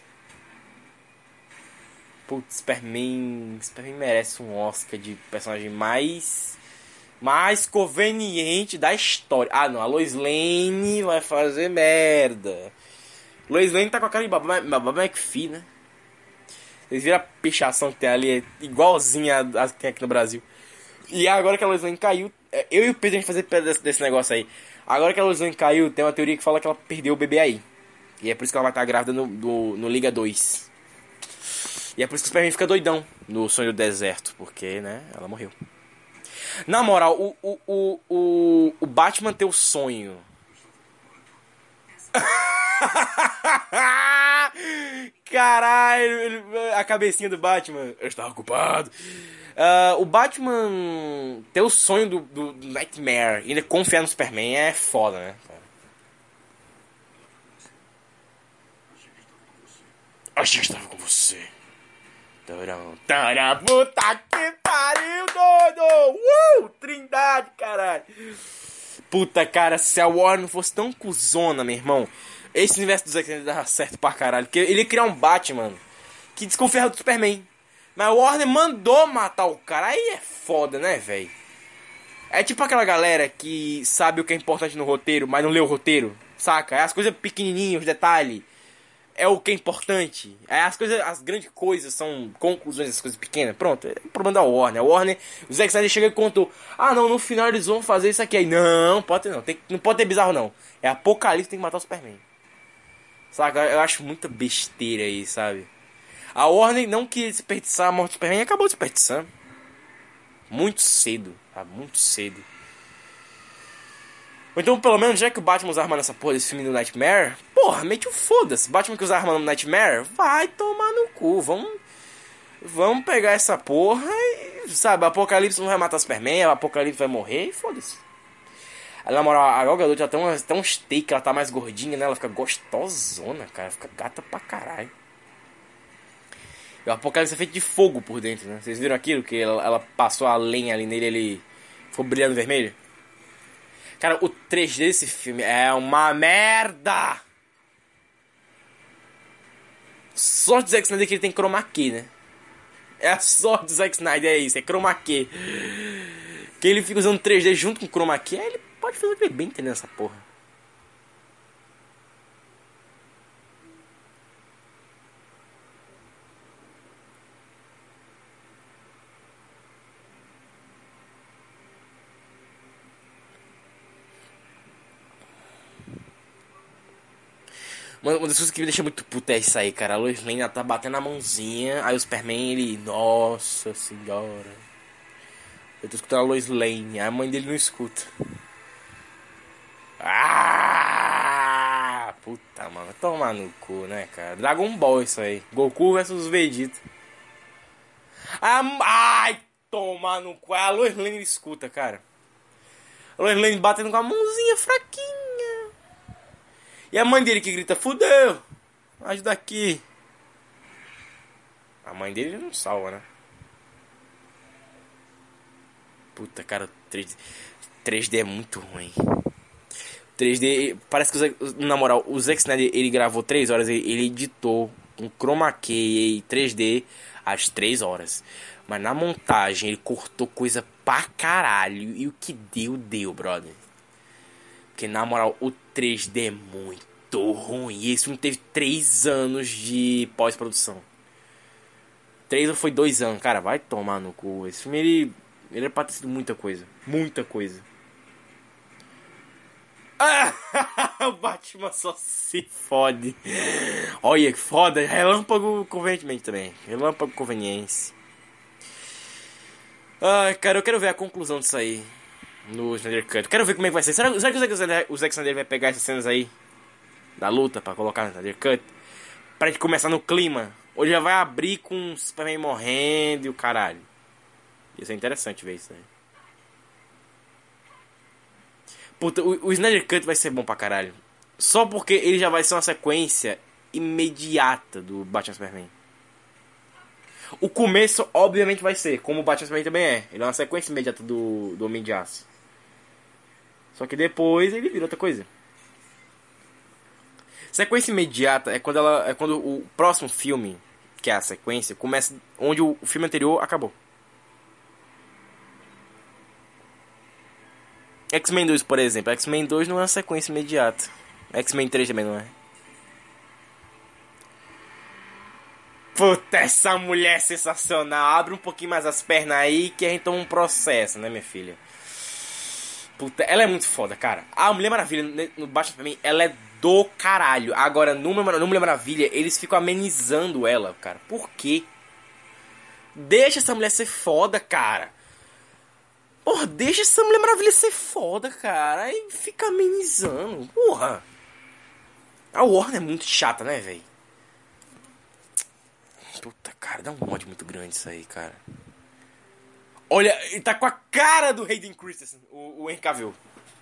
Putz, Superman, Superman merece um Oscar de personagem mais mais conveniente da história. Ah, não, a Lois Lane vai fazer merda. Lois Lane tá com a cara de Baba McPhee, né? Vocês viram a pichação que tem ali, é igualzinha a que tem aqui no Brasil. E agora que a Lois Lane caiu, eu e o Pedro a gente fazer desse, desse negócio aí. Agora que a Lois Lane caiu, tem uma teoria que fala que ela perdeu o bebê aí. E é por isso que ela vai estar grávida no, no, no Liga dois. E é por isso que o Superman fica doidão no Sonho do Deserto, porque, né, ela morreu. Na moral, o, o, o, o, o Batman tem o sonho. Caralho, a cabecinha do Batman. Eu estava ocupado. Uh, o Batman ter o sonho do, do, do Nightmare e ainda confiar no Superman é foda, né, cara? Achei que estava com você. Tarão, tarão, puta que pariu, doido! Uh! Trindade, caralho! Puta, cara, se a Warner não fosse tão cuzona, meu irmão, esse universo do Zack Snyder dava certo pra caralho. Porque ele ia criar um Batman que desconfiava do Superman. Mas a Warner mandou matar o cara. Aí é foda, né, velho? É tipo aquela galera que sabe o que é importante no roteiro, mas não lê o roteiro, saca? É as coisas pequenininhas, os detalhes. É o que é importante. É as coisas, as grandes coisas são conclusões das coisas pequenas. Pronto, é o problema da Warner. A Warner, o Zack Snyder chegou e contou: ah, não, no final eles vão fazer isso aqui. Aí, não, pode ter não. Tem, não pode ter bizarro, não. É Apocalipse, tem que matar o Superman. Saca? Eu acho muita besteira aí, sabe? A Warner não queria desperdiçar a morte do Superman e acabou desperdiçando. Muito cedo, tá? Muito cedo. Ou então, pelo menos, já que o Batman usa arma nessa porra desse filme do Nightmare, porra, mete o foda-se. Batman que usa arma no Nightmare, vai tomar no cu. Vamos, vamos pegar essa porra e, sabe, o Apocalipse não vai matar o Superman, o Apocalipse vai morrer e foda-se. Na moral, a Gal Gadot já tem uns, tem uns take, ela tá mais gordinha, né? Ela fica gostosona, cara. Fica gata pra caralho. E o Apocalipse é feito de fogo por dentro, né? Vocês viram aquilo? Que ela, ela passou a lenha ali nele, ele ficou brilhando vermelho? Cara, o três D desse filme é uma merda! Sorte do Zack Snyder que ele tem chroma key, né? É a sorte do Zack Snyder, é isso, é chroma key. Que ele fica usando três D junto com chroma key, aí ele pode fazer o que ele bem entender nessa porra. Uma das coisas que me deixa muito puta é isso aí, cara. A Lois Lane, ela tá batendo a mãozinha, aí o Superman, ele... Nossa senhora. Eu tô escutando a Lois Lane, a mãe dele não escuta. Ah! Puta, mano. Toma no cu, né, cara? Dragon Ball isso aí. Goku versus Vegeta. Ah, ai! Toma no cu. A Lois Lane escuta, cara. A Lois Lane batendo com a mãozinha fraquinha. E a mãe dele que grita: fudeu, ajuda aqui. A mãe dele não salva, né? Puta, cara, três D, três D é muito ruim. três D, parece que, na moral, o Zack Snyder, ele gravou três horas, ele editou um chroma key e três D às três horas. Mas na montagem ele cortou coisa pra caralho. E o que deu, deu, brother. Porque na moral, o três D é muito ruim. E esse filme teve três anos de pós-produção. três ou foi dois anos. Cara, vai tomar no cu. Esse filme, ele, ele era pra ter sido muita coisa. Muita coisa. Ah, o Batman só se fode. Olha que foda. Relâmpago convenientemente também. Relâmpago conveniência. Ai, cara, eu quero ver a conclusão disso aí no Snyder Cut. Quero ver como é que vai ser. Será, será que o Zack Snyder, o Zack Snyder vai pegar essas cenas aí da luta pra colocar no Snyder Cut? Pra gente começar no clima? Ou já vai abrir com o Superman morrendo e o caralho? Isso é interessante ver isso aí. Puta, o, o Snyder Cut vai ser bom pra caralho. Só porque ele já vai ser uma sequência imediata do Batman Superman. O começo, obviamente, vai ser, como o Batman Superman também é. Ele é uma sequência imediata do, do Homem de Aço. Só que depois ele vira outra coisa. Sequência imediata é quando, ela, é quando o próximo filme, que é a sequência, começa onde o filme anterior acabou. X-Men dois, por exemplo. X-Men dois não é uma sequência imediata. X-Men três também não é. Puta, essa mulher é sensacional. Abre um pouquinho mais as pernas aí que a gente toma um processo, né, minha filha? Puta, ela é muito foda, cara. A Mulher Maravilha no Batman pra mim, ela é do caralho. Agora, no Mulher Maravilha, eles ficam amenizando ela, cara. Por quê? Deixa essa mulher ser foda, cara. Porra, deixa essa Mulher Maravilha ser foda, cara. Aí fica amenizando. Porra. A Warner é muito chata, né, velho? Puta, cara, dá um ódio muito grande isso aí, cara. Olha, ele tá com a cara do Hayden Christensen, o, o Henry Cavill.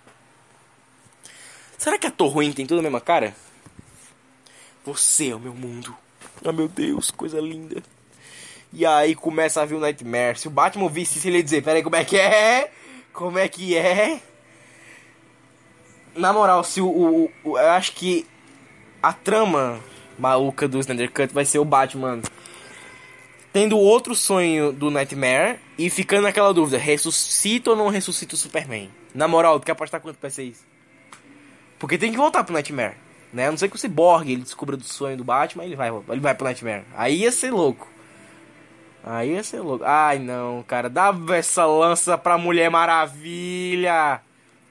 Será que ator ruim tem tudo a mesma cara? Você é o meu mundo. Oh, meu Deus, coisa linda. E aí começa a vir o Nightmare. Se o Batman visse isso, ele ia dizer: peraí, como é que é? Como é que é? Na moral, se o, o, o- eu acho que a trama maluca do Snyder Cut vai ser o Batman tendo outro sonho do Nightmare e ficando naquela dúvida, ressuscita ou não ressuscita o Superman? Na moral, tu quer apostar quanto vai ser isso? Porque tem que voltar pro Nightmare, né? A não ser que o Cyborg ele descubra do sonho do Batman, ele vai, ele vai pro Nightmare. Aí ia ser louco. Aí ia ser louco. Ai não, cara, dá essa lança pra Mulher Maravilha.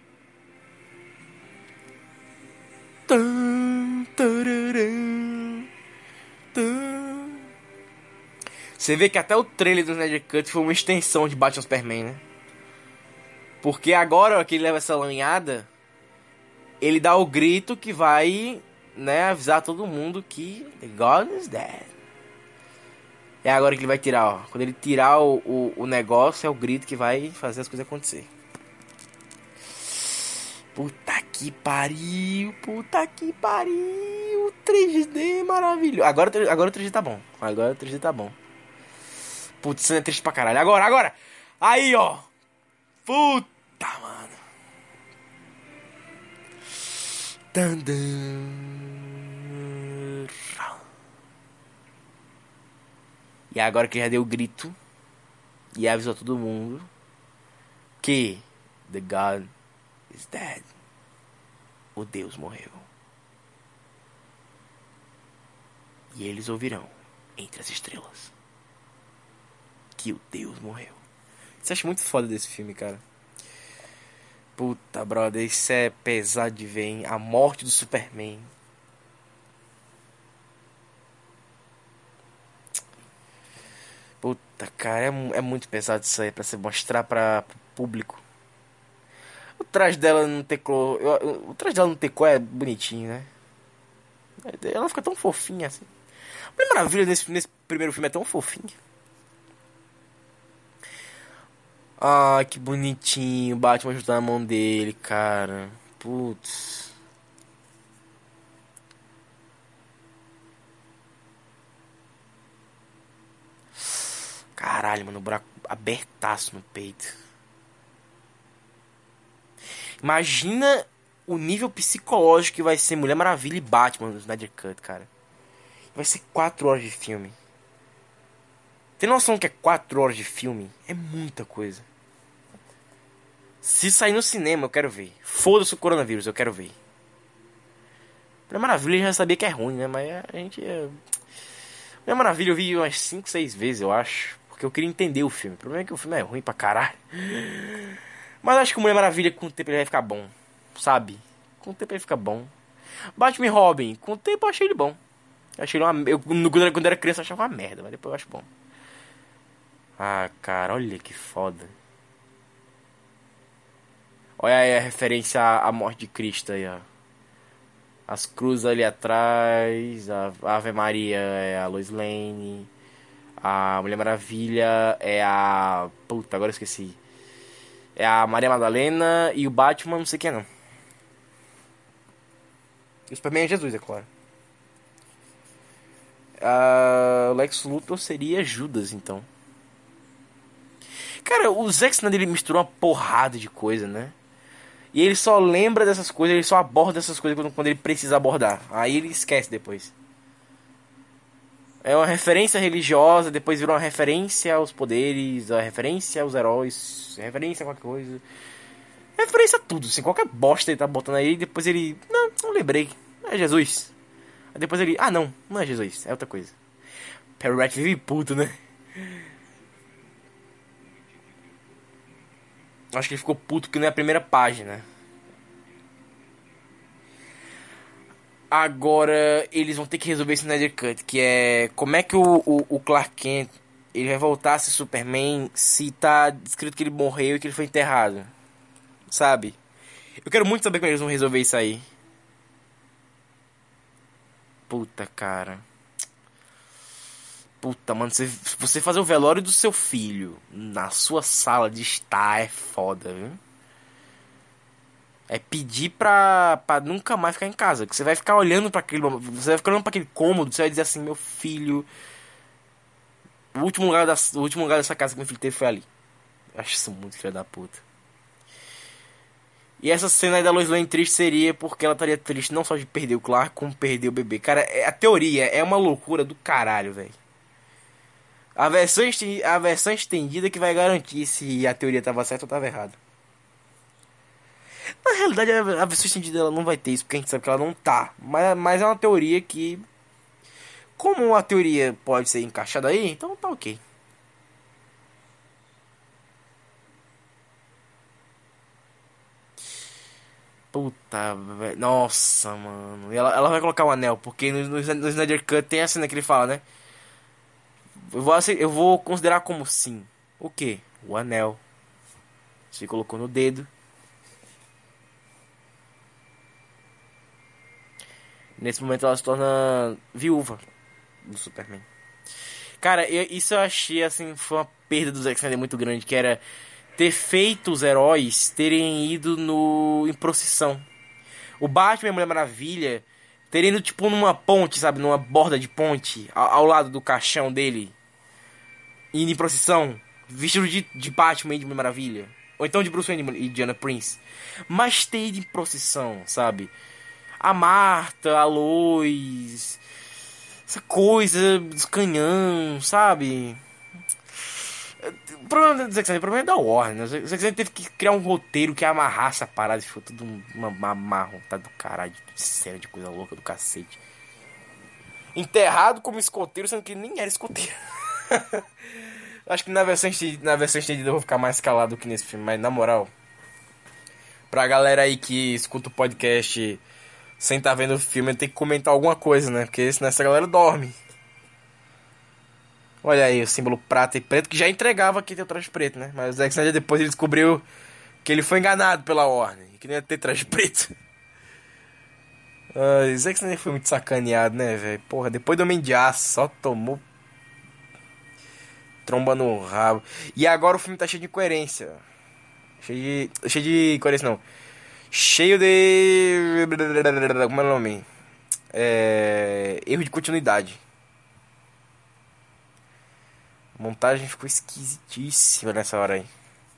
Tum, tururum, tum. Você vê que até o trailer do Snyder Cut foi uma extensão de Batman Superman, né? Porque agora que ele leva essa lanhada, ele dá o grito que vai, né, avisar todo mundo que The God is dead. É agora que ele vai tirar, ó. Quando ele tirar o, o, o negócio, é o grito que vai fazer as coisas acontecer. Puta que pariu, puta que pariu. três D maravilhoso. Agora, agora o três D tá bom. Agora o três D tá bom. Putz, isso é triste pra caralho. Agora, agora. Aí, ó. Puta, mano. Dan, dan. E agora que ele já deu o grito e avisou todo mundo que The God is dead. O Deus morreu. E eles ouvirão entre as estrelas que o Deus morreu. Isso eu acho muito foda desse filme, cara. Puta, brother, isso é pesado de ver, hein? A morte do Superman. Puta, cara, é, é muito pesado isso aí pra você mostrar pra, pro público. O traje dela não ter cor. O traje dela não ter cor é bonitinho, né? Ela fica tão fofinha assim. A Mulher Maravilha nesse, nesse primeiro filme é tão fofinha. Ai, que bonitinho. O Batman ajudando a mão dele, cara. Putz. Caralho, mano. O buraco abertaço no peito. Imagina o nível psicológico que vai ser Mulher Maravilha e Batman no Snyder Cut, cara. Vai ser quatro horas de filme. Tem noção que é quatro horas de filme? É muita coisa. Se sair no cinema, eu quero ver. Foda-se o coronavírus, eu quero ver. Mulher Maravilha eu já sabia que é ruim, né? Mas a gente... É... Mulher Maravilha eu vi umas cinco, seis vezes, eu acho. Porque eu queria entender o filme. O problema é que o filme é ruim pra caralho. Mas acho que o Mulher Maravilha com o tempo ele vai ficar bom. Sabe? Com o tempo ele fica bom. Batman e Robin, com o tempo eu achei ele bom. Eu achei ele uma... eu, quando eu era criança eu achava uma merda, mas depois eu acho bom. Ah, cara, olha que foda. Olha aí a referência à morte de Cristo aí, ó. As cruzes ali atrás. A Ave Maria é a Lois Lane. A Mulher Maravilha é a... Puta, agora eu esqueci. É a Maria Madalena. E o Batman, não sei quem é não. E o Superman é Jesus, é claro. Ah, o Lex Luthor seria Judas, então. Cara, o Zack Snyder ele misturou uma porrada de coisa, né? E ele só lembra dessas coisas, ele só aborda essas coisas quando, quando ele precisa abordar. Aí ele esquece depois. É uma referência religiosa, depois virou uma referência aos poderes, a referência aos heróis, referência a qualquer coisa. Referência a tudo, assim, qualquer bosta ele tá botando aí, depois ele... Não, não lembrei, é Jesus. Aí depois ele... Ah, não, não é Jesus, é outra coisa. Perry Rat vive puto, né? Acho que ele ficou puto porque não é a primeira página. Agora eles vão ter que resolver esse Snyder Cut, que é como é que o, o, o Clark Kent ele vai voltar a ser Superman se tá escrito que ele morreu e que ele foi enterrado, sabe? Eu quero muito saber como eles vão resolver isso aí. Puta, cara. Puta, mano, você, você fazer o velório do seu filho na sua sala de estar é foda, viu? É pedir pra, pra nunca mais ficar em casa. Que você vai ficar olhando pra aquele... Você vai ficar olhando pra aquele cômodo. Você vai dizer assim, meu filho... O último lugar, da, o último lugar dessa casa que meu filho teve foi ali. Eu acho isso muito filho da puta. E essa cena aí da Lois Lane triste seria porque ela estaria triste não só de perder o Clark, como perder o bebê. Cara, é- a teoria é uma loucura do caralho, velho. A versão, esten- a versão estendida que vai garantir se a teoria tava certa ou tava errada. Na realidade, a a versão estendida ela não vai ter isso, porque a gente sabe que ela não tá. Mas, mas é uma teoria que... Como a teoria pode ser encaixada aí, então tá ok. Puta, velho. Nossa, mano. E ela, ela vai colocar o anel, porque no, no, no Snyder Cut tem a cena que ele fala, né? Eu vou, ace- eu vou considerar como sim. O quê? O anel. Se colocou no dedo. Nesse momento ela se torna viúva do Superman. Cara, eu- isso eu achei, assim, foi uma perda do Zack Snyder muito grande, que era ter feito os heróis terem ido no em procissão. O Batman e a Mulher Maravilha terem ido, tipo, numa ponte, sabe? Numa borda de ponte, ao, ao lado do caixão dele. Indo em procissão, vestido de, de Batman e de Mulher Maravilha. Ou então de Bruce Wayne e Diana Prince. Mas ter ido em procissão, sabe? A Marta, a Lois... Essa coisa dos canhão, sabe? O problema do Zack Snyder, o problema é da Warner, né? O Zack Snyder teve que criar um roteiro que amarrasse a parada e ficou tudo uma, uma amarrotada do caralho. Sério, de coisa louca do cacete. Enterrado como escoteiro, sendo que ele nem era escoteiro. Acho que na versão, esti- na versão estendida eu vou ficar mais calado do que nesse filme, mas na moral, pra galera aí que escuta o podcast sem estar vendo o filme, tem que comentar alguma coisa, né? Porque senão essa galera dorme. Olha aí o símbolo prata e preto, que já entregava que tem o traje preto, né? Mas o Zack Snyder depois ele descobriu que ele foi enganado pela Warner, que não ia ter traje preto. Ai, o Zack Snyder foi muito sacaneado, né, velho? Porra, depois do Homem de Aço, só tomou tromba no rabo. E agora o filme tá cheio de incoerência. Cheio de... Cheio de incoerência, não. Cheio de... Como é o nome? É... Erro de continuidade. A montagem ficou esquisitíssima nessa hora aí.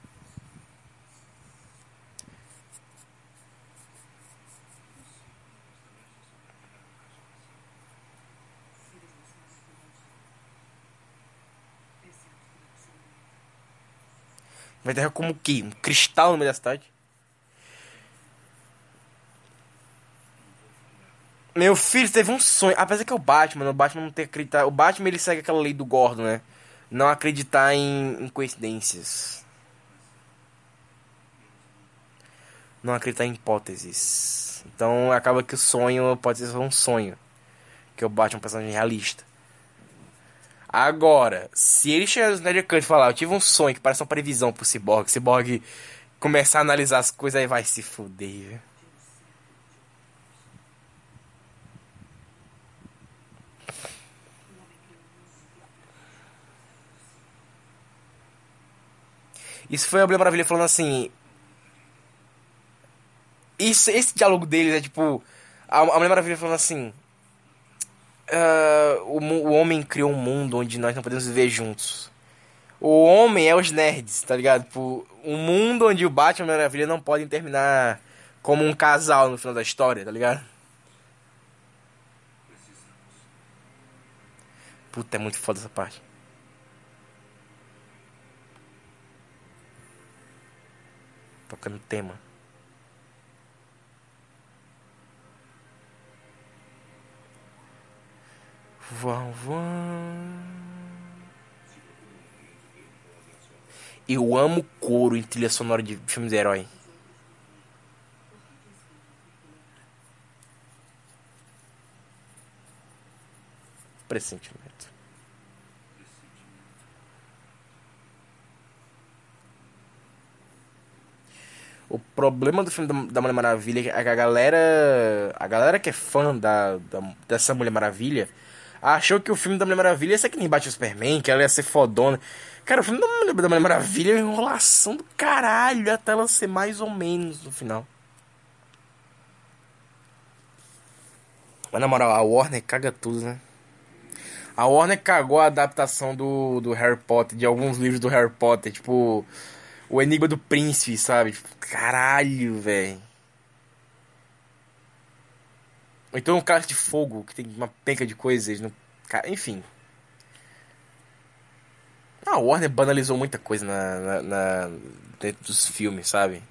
Vai ter como o quê? Um cristal no meio da cidade? Meu filho teve um sonho. Apesar que é o Batman, o Batman não tem que acreditar. O Batman ele segue aquela lei do Gordon, né? Não acreditar em, em coincidências. Não acreditar em hipóteses. Então acaba que o sonho pode ser só um sonho. Que o Batman é um personagem realista. Agora, se ele chegar no Snyder Cut e falar, eu tive um sonho que parece uma previsão pro Cyborg, o Cyborg começar a analisar as coisas, aí vai se fuder, viu? Isso foi a Mulher Maravilha falando assim. Isso, esse diálogo deles é tipo. A, a Mulher Maravilha falando assim. "Ah, o, mu- o homem criou um mundo onde nós não podemos viver juntos. O homem é os nerds, tá ligado? Tipo, um mundo onde o Batman e a Mulher Maravilha não podem terminar como um casal no final da história, tá ligado? Puta, é muito foda essa parte. Tocando tema. Vão, vão. Eu amo coro em trilha sonora de filmes de herói. Pressentimento. O problema do filme da, da Mulher Maravilha é que a galera. A galera que é fã da, da- dessa Mulher Maravilha achou que o filme da Mulher Maravilha ia ser que nem Batman Superman, que ela ia ser fodona. Cara, o filme da Mulher, da Mulher Maravilha é uma enrolação do caralho até ela ser mais ou menos no final. Mas na moral, a Warner caga tudo, né? A Warner cagou a adaptação do, do Harry Potter, de alguns livros do Harry Potter, tipo. O Enigma do Príncipe, sabe? Caralho, velho. Ou então um Cálice de Fogo, que tem uma penca de coisas. No... Enfim. A Warner banalizou muita coisa na, na, na... dentro dos filmes, sabe?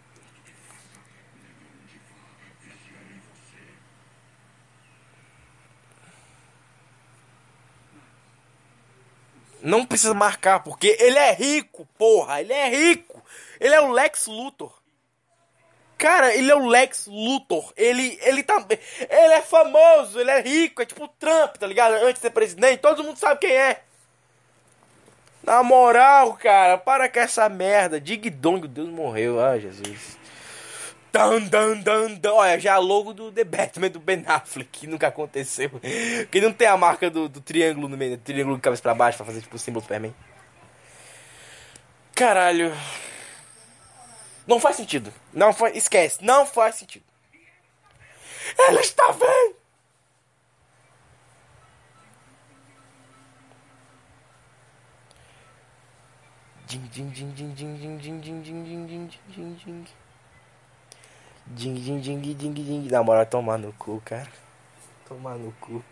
Não precisa marcar, porque ele é rico, porra. Ele é rico. Ele é o Lex Luthor. Cara, ele é o Lex Luthor. Ele, ele tá... Ele é famoso, ele é rico. É tipo o Trump, tá ligado? Antes de ser presidente, todo mundo sabe quem é. Na moral, cara, para com essa merda. Dig Dong, Deus morreu. Ai, Jesus. Dan, dan, dan, dan. Olha, já logo do The Batman do Ben Affleck, que nunca aconteceu. Que não tem a marca do, do triângulo no meio, triângulo de cabeça pra baixo pra fazer tipo o símbolo do Superman. Caralho. Não faz sentido. Não faz, esquece, não faz sentido. Ela está vendo. Ding, ding, ding, ding, ding, ding, ding, ding, ding, ding, ding, ding, ding. Ding, ding, ding, ding, ding. Na moral, tomar no cu, cara. Tomar no cu.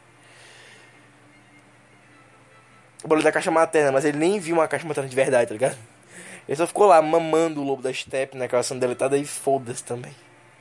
O barulho da caixa materna, mas ele nem viu uma caixa materna de verdade, tá ligado? Ele só ficou lá mamando o lobo da steppe, né? Aquela sendo deletada e foda-se também.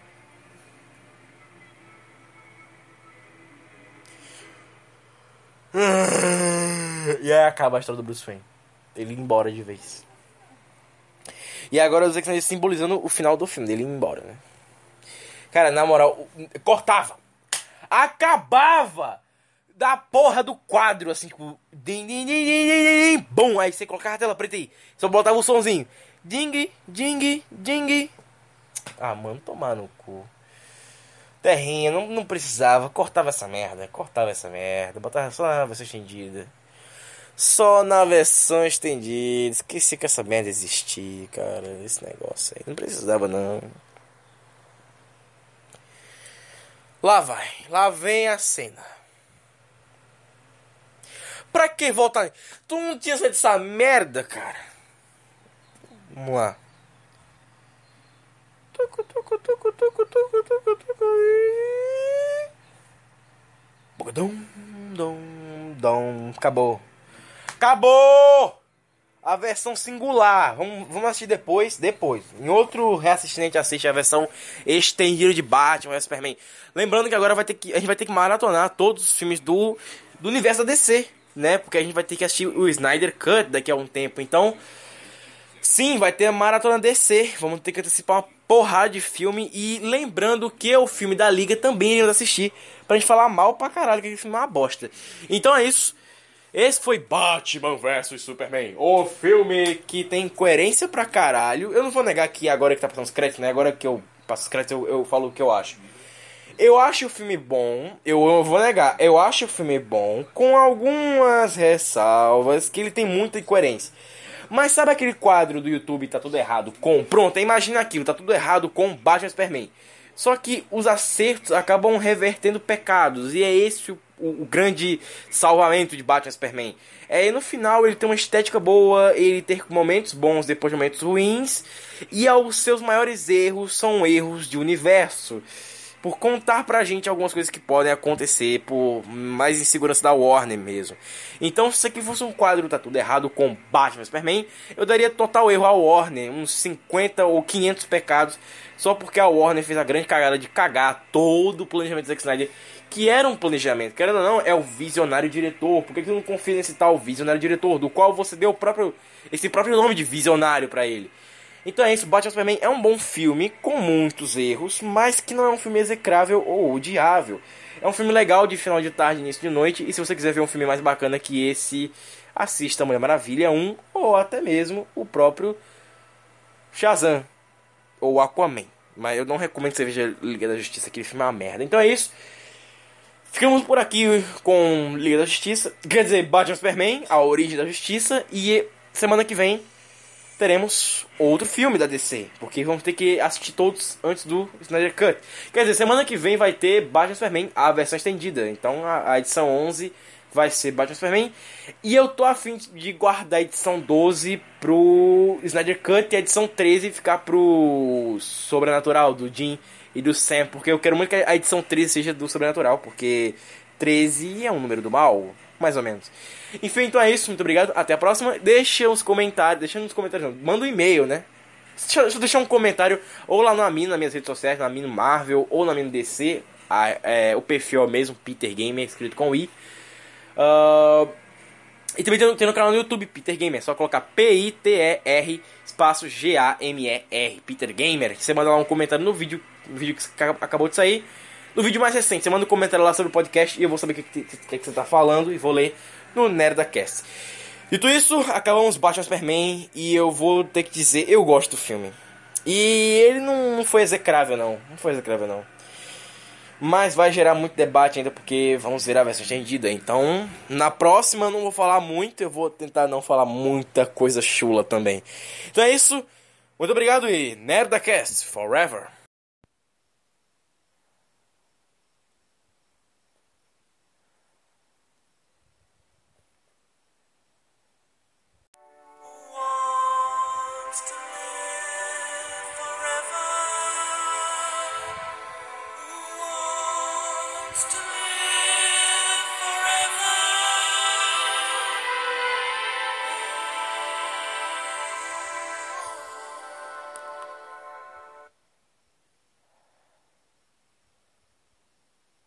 E aí acaba a história do Bruce Wayne. Ele ir embora de vez. E agora o Zack Snyder simbolizando o final do filme, dele ir embora, né? Cara, na moral, cortava. Acabava da porra do quadro, assim, tipo... Din, din, din, din, din, din, bom, aí você colocava a tela preta aí. Só botava o somzinho. Ding, ding, ding. Ah, mano, tomar no cu. Terrinha, não, não precisava. Cortava essa merda, cortava essa merda. Botava só na versão estendida. Só na versão estendida. Esqueci que essa merda existia, cara. Esse negócio aí. Não precisava, não. Lá vai. Lá vem a cena. Pra que voltar? Tu não tinha saído dessa merda, cara. Vamos lá. Tucu, tucu, tucu, tucu, tucu, tucu, tucu. Dom, dom, dom. Acabou. Acabou! A versão singular. Vamos, vamos assistir depois. Depois. Em outro reassistente, a gente assiste a versão estendida de Batman vs Superman. Lembrando que agora vai ter que, a gente vai ter que maratonar todos os filmes do, do universo da D C, né? Porque a gente vai ter que assistir o Snyder Cut daqui a um tempo. Então, sim, vai ter a maratona D C. Vamos ter que antecipar uma porrada de filme. E lembrando que o filme da Liga também iremos assistir. Pra gente falar mal pra caralho, que esse filme é uma bosta. Então é isso. Esse foi Batman vs Superman, o filme que tem coerência pra caralho. Eu não vou negar que agora que tá passando os créditos, né? Agora que eu passo os créditos, eu, eu falo o que eu acho. Eu acho o filme bom, eu, eu vou negar, eu acho o filme bom, com algumas ressalvas, que ele tem muita incoerência. Mas sabe aquele quadro do YouTube, tá tudo errado com... Pronto, imagina aquilo, tá tudo errado com Batman vs Superman. Só que os acertos acabam revertendo pecados, e é esse o O, o grande salvamento de Batman Superman. É, e no final ele tem uma estética boa, ele tem momentos bons depois de momentos ruins, e os seus maiores erros são erros de universo, por contar pra gente algumas coisas que podem acontecer, por mais insegurança da Warner mesmo. Então, se isso aqui fosse um quadro Tá Tudo Errado com Batman Superman, eu daria total erro à Warner, uns cinquenta ou quinhentos pecados, só porque a Warner fez a grande cagada de cagar todo o planejamento do Zack Snyder, que era um planejamento, querendo ou não, é o visionário diretor. Por que você não confia nesse tal visionário diretor, do qual você deu o próprio, esse próprio nome de visionário pra ele? Então é isso, Batman Superman é um bom filme, com muitos erros, mas que não é um filme execrável ou odiável. É um filme legal de final de tarde, início de noite, e se você quiser ver um filme mais bacana que esse, assista Mulher Maravilha um, ou até mesmo o próprio Shazam, ou Aquaman. Mas eu não recomendo que você veja Liga da Justiça, aquele filme é uma merda. Então é isso. Ficamos por aqui com Liga da Justiça, quer dizer, Batman Superman, A Origem da Justiça, e semana que vem teremos outro filme da D C, porque vamos ter que assistir todos antes do Snyder Cut. Quer dizer, semana que vem vai ter Batman Superman, a versão estendida, então a, a edição onze vai ser Batman Superman. E eu tô afim de guardar a edição doze pro Snyder Cut e a edição treze ficar pro Sobrenatural, do Jim e do Sam. Porque eu quero muito que a edição treze seja do Sobrenatural, porque treze é um número do mal, mais ou menos. Enfim, então é isso, muito obrigado, até a próxima. Deixa uns comentários, deixa nos comentários, não, manda um e-mail, né? Deixa, deixa eu deixar um comentário ou lá no Amino, nas minhas redes sociais, no Amino Marvel ou no Amino D C. A, é, o perfil é o mesmo, Peter Gamer, escrito com I. Uh, e também tem, tem no canal no YouTube, Peter Gamer. É só colocar P I T E R espaço G A M E R, Peter Gamer. Você manda lá um comentário no vídeo, no vídeo que acabou de sair. No vídeo mais recente, você manda um comentário lá sobre o podcast e eu vou saber o que, que, que, que você tá falando e vou ler no NerdaCast. Dito isso, acabamos Batman Superman e eu vou ter que dizer, eu gosto do filme. E ele não, não foi execrável não, não foi execrável não. Mas vai gerar muito debate ainda porque vamos ver a versão estendida. Então, na próxima eu não vou falar muito, eu vou tentar não falar muita coisa chula também. Então é isso, muito obrigado e NerdaCast Forever!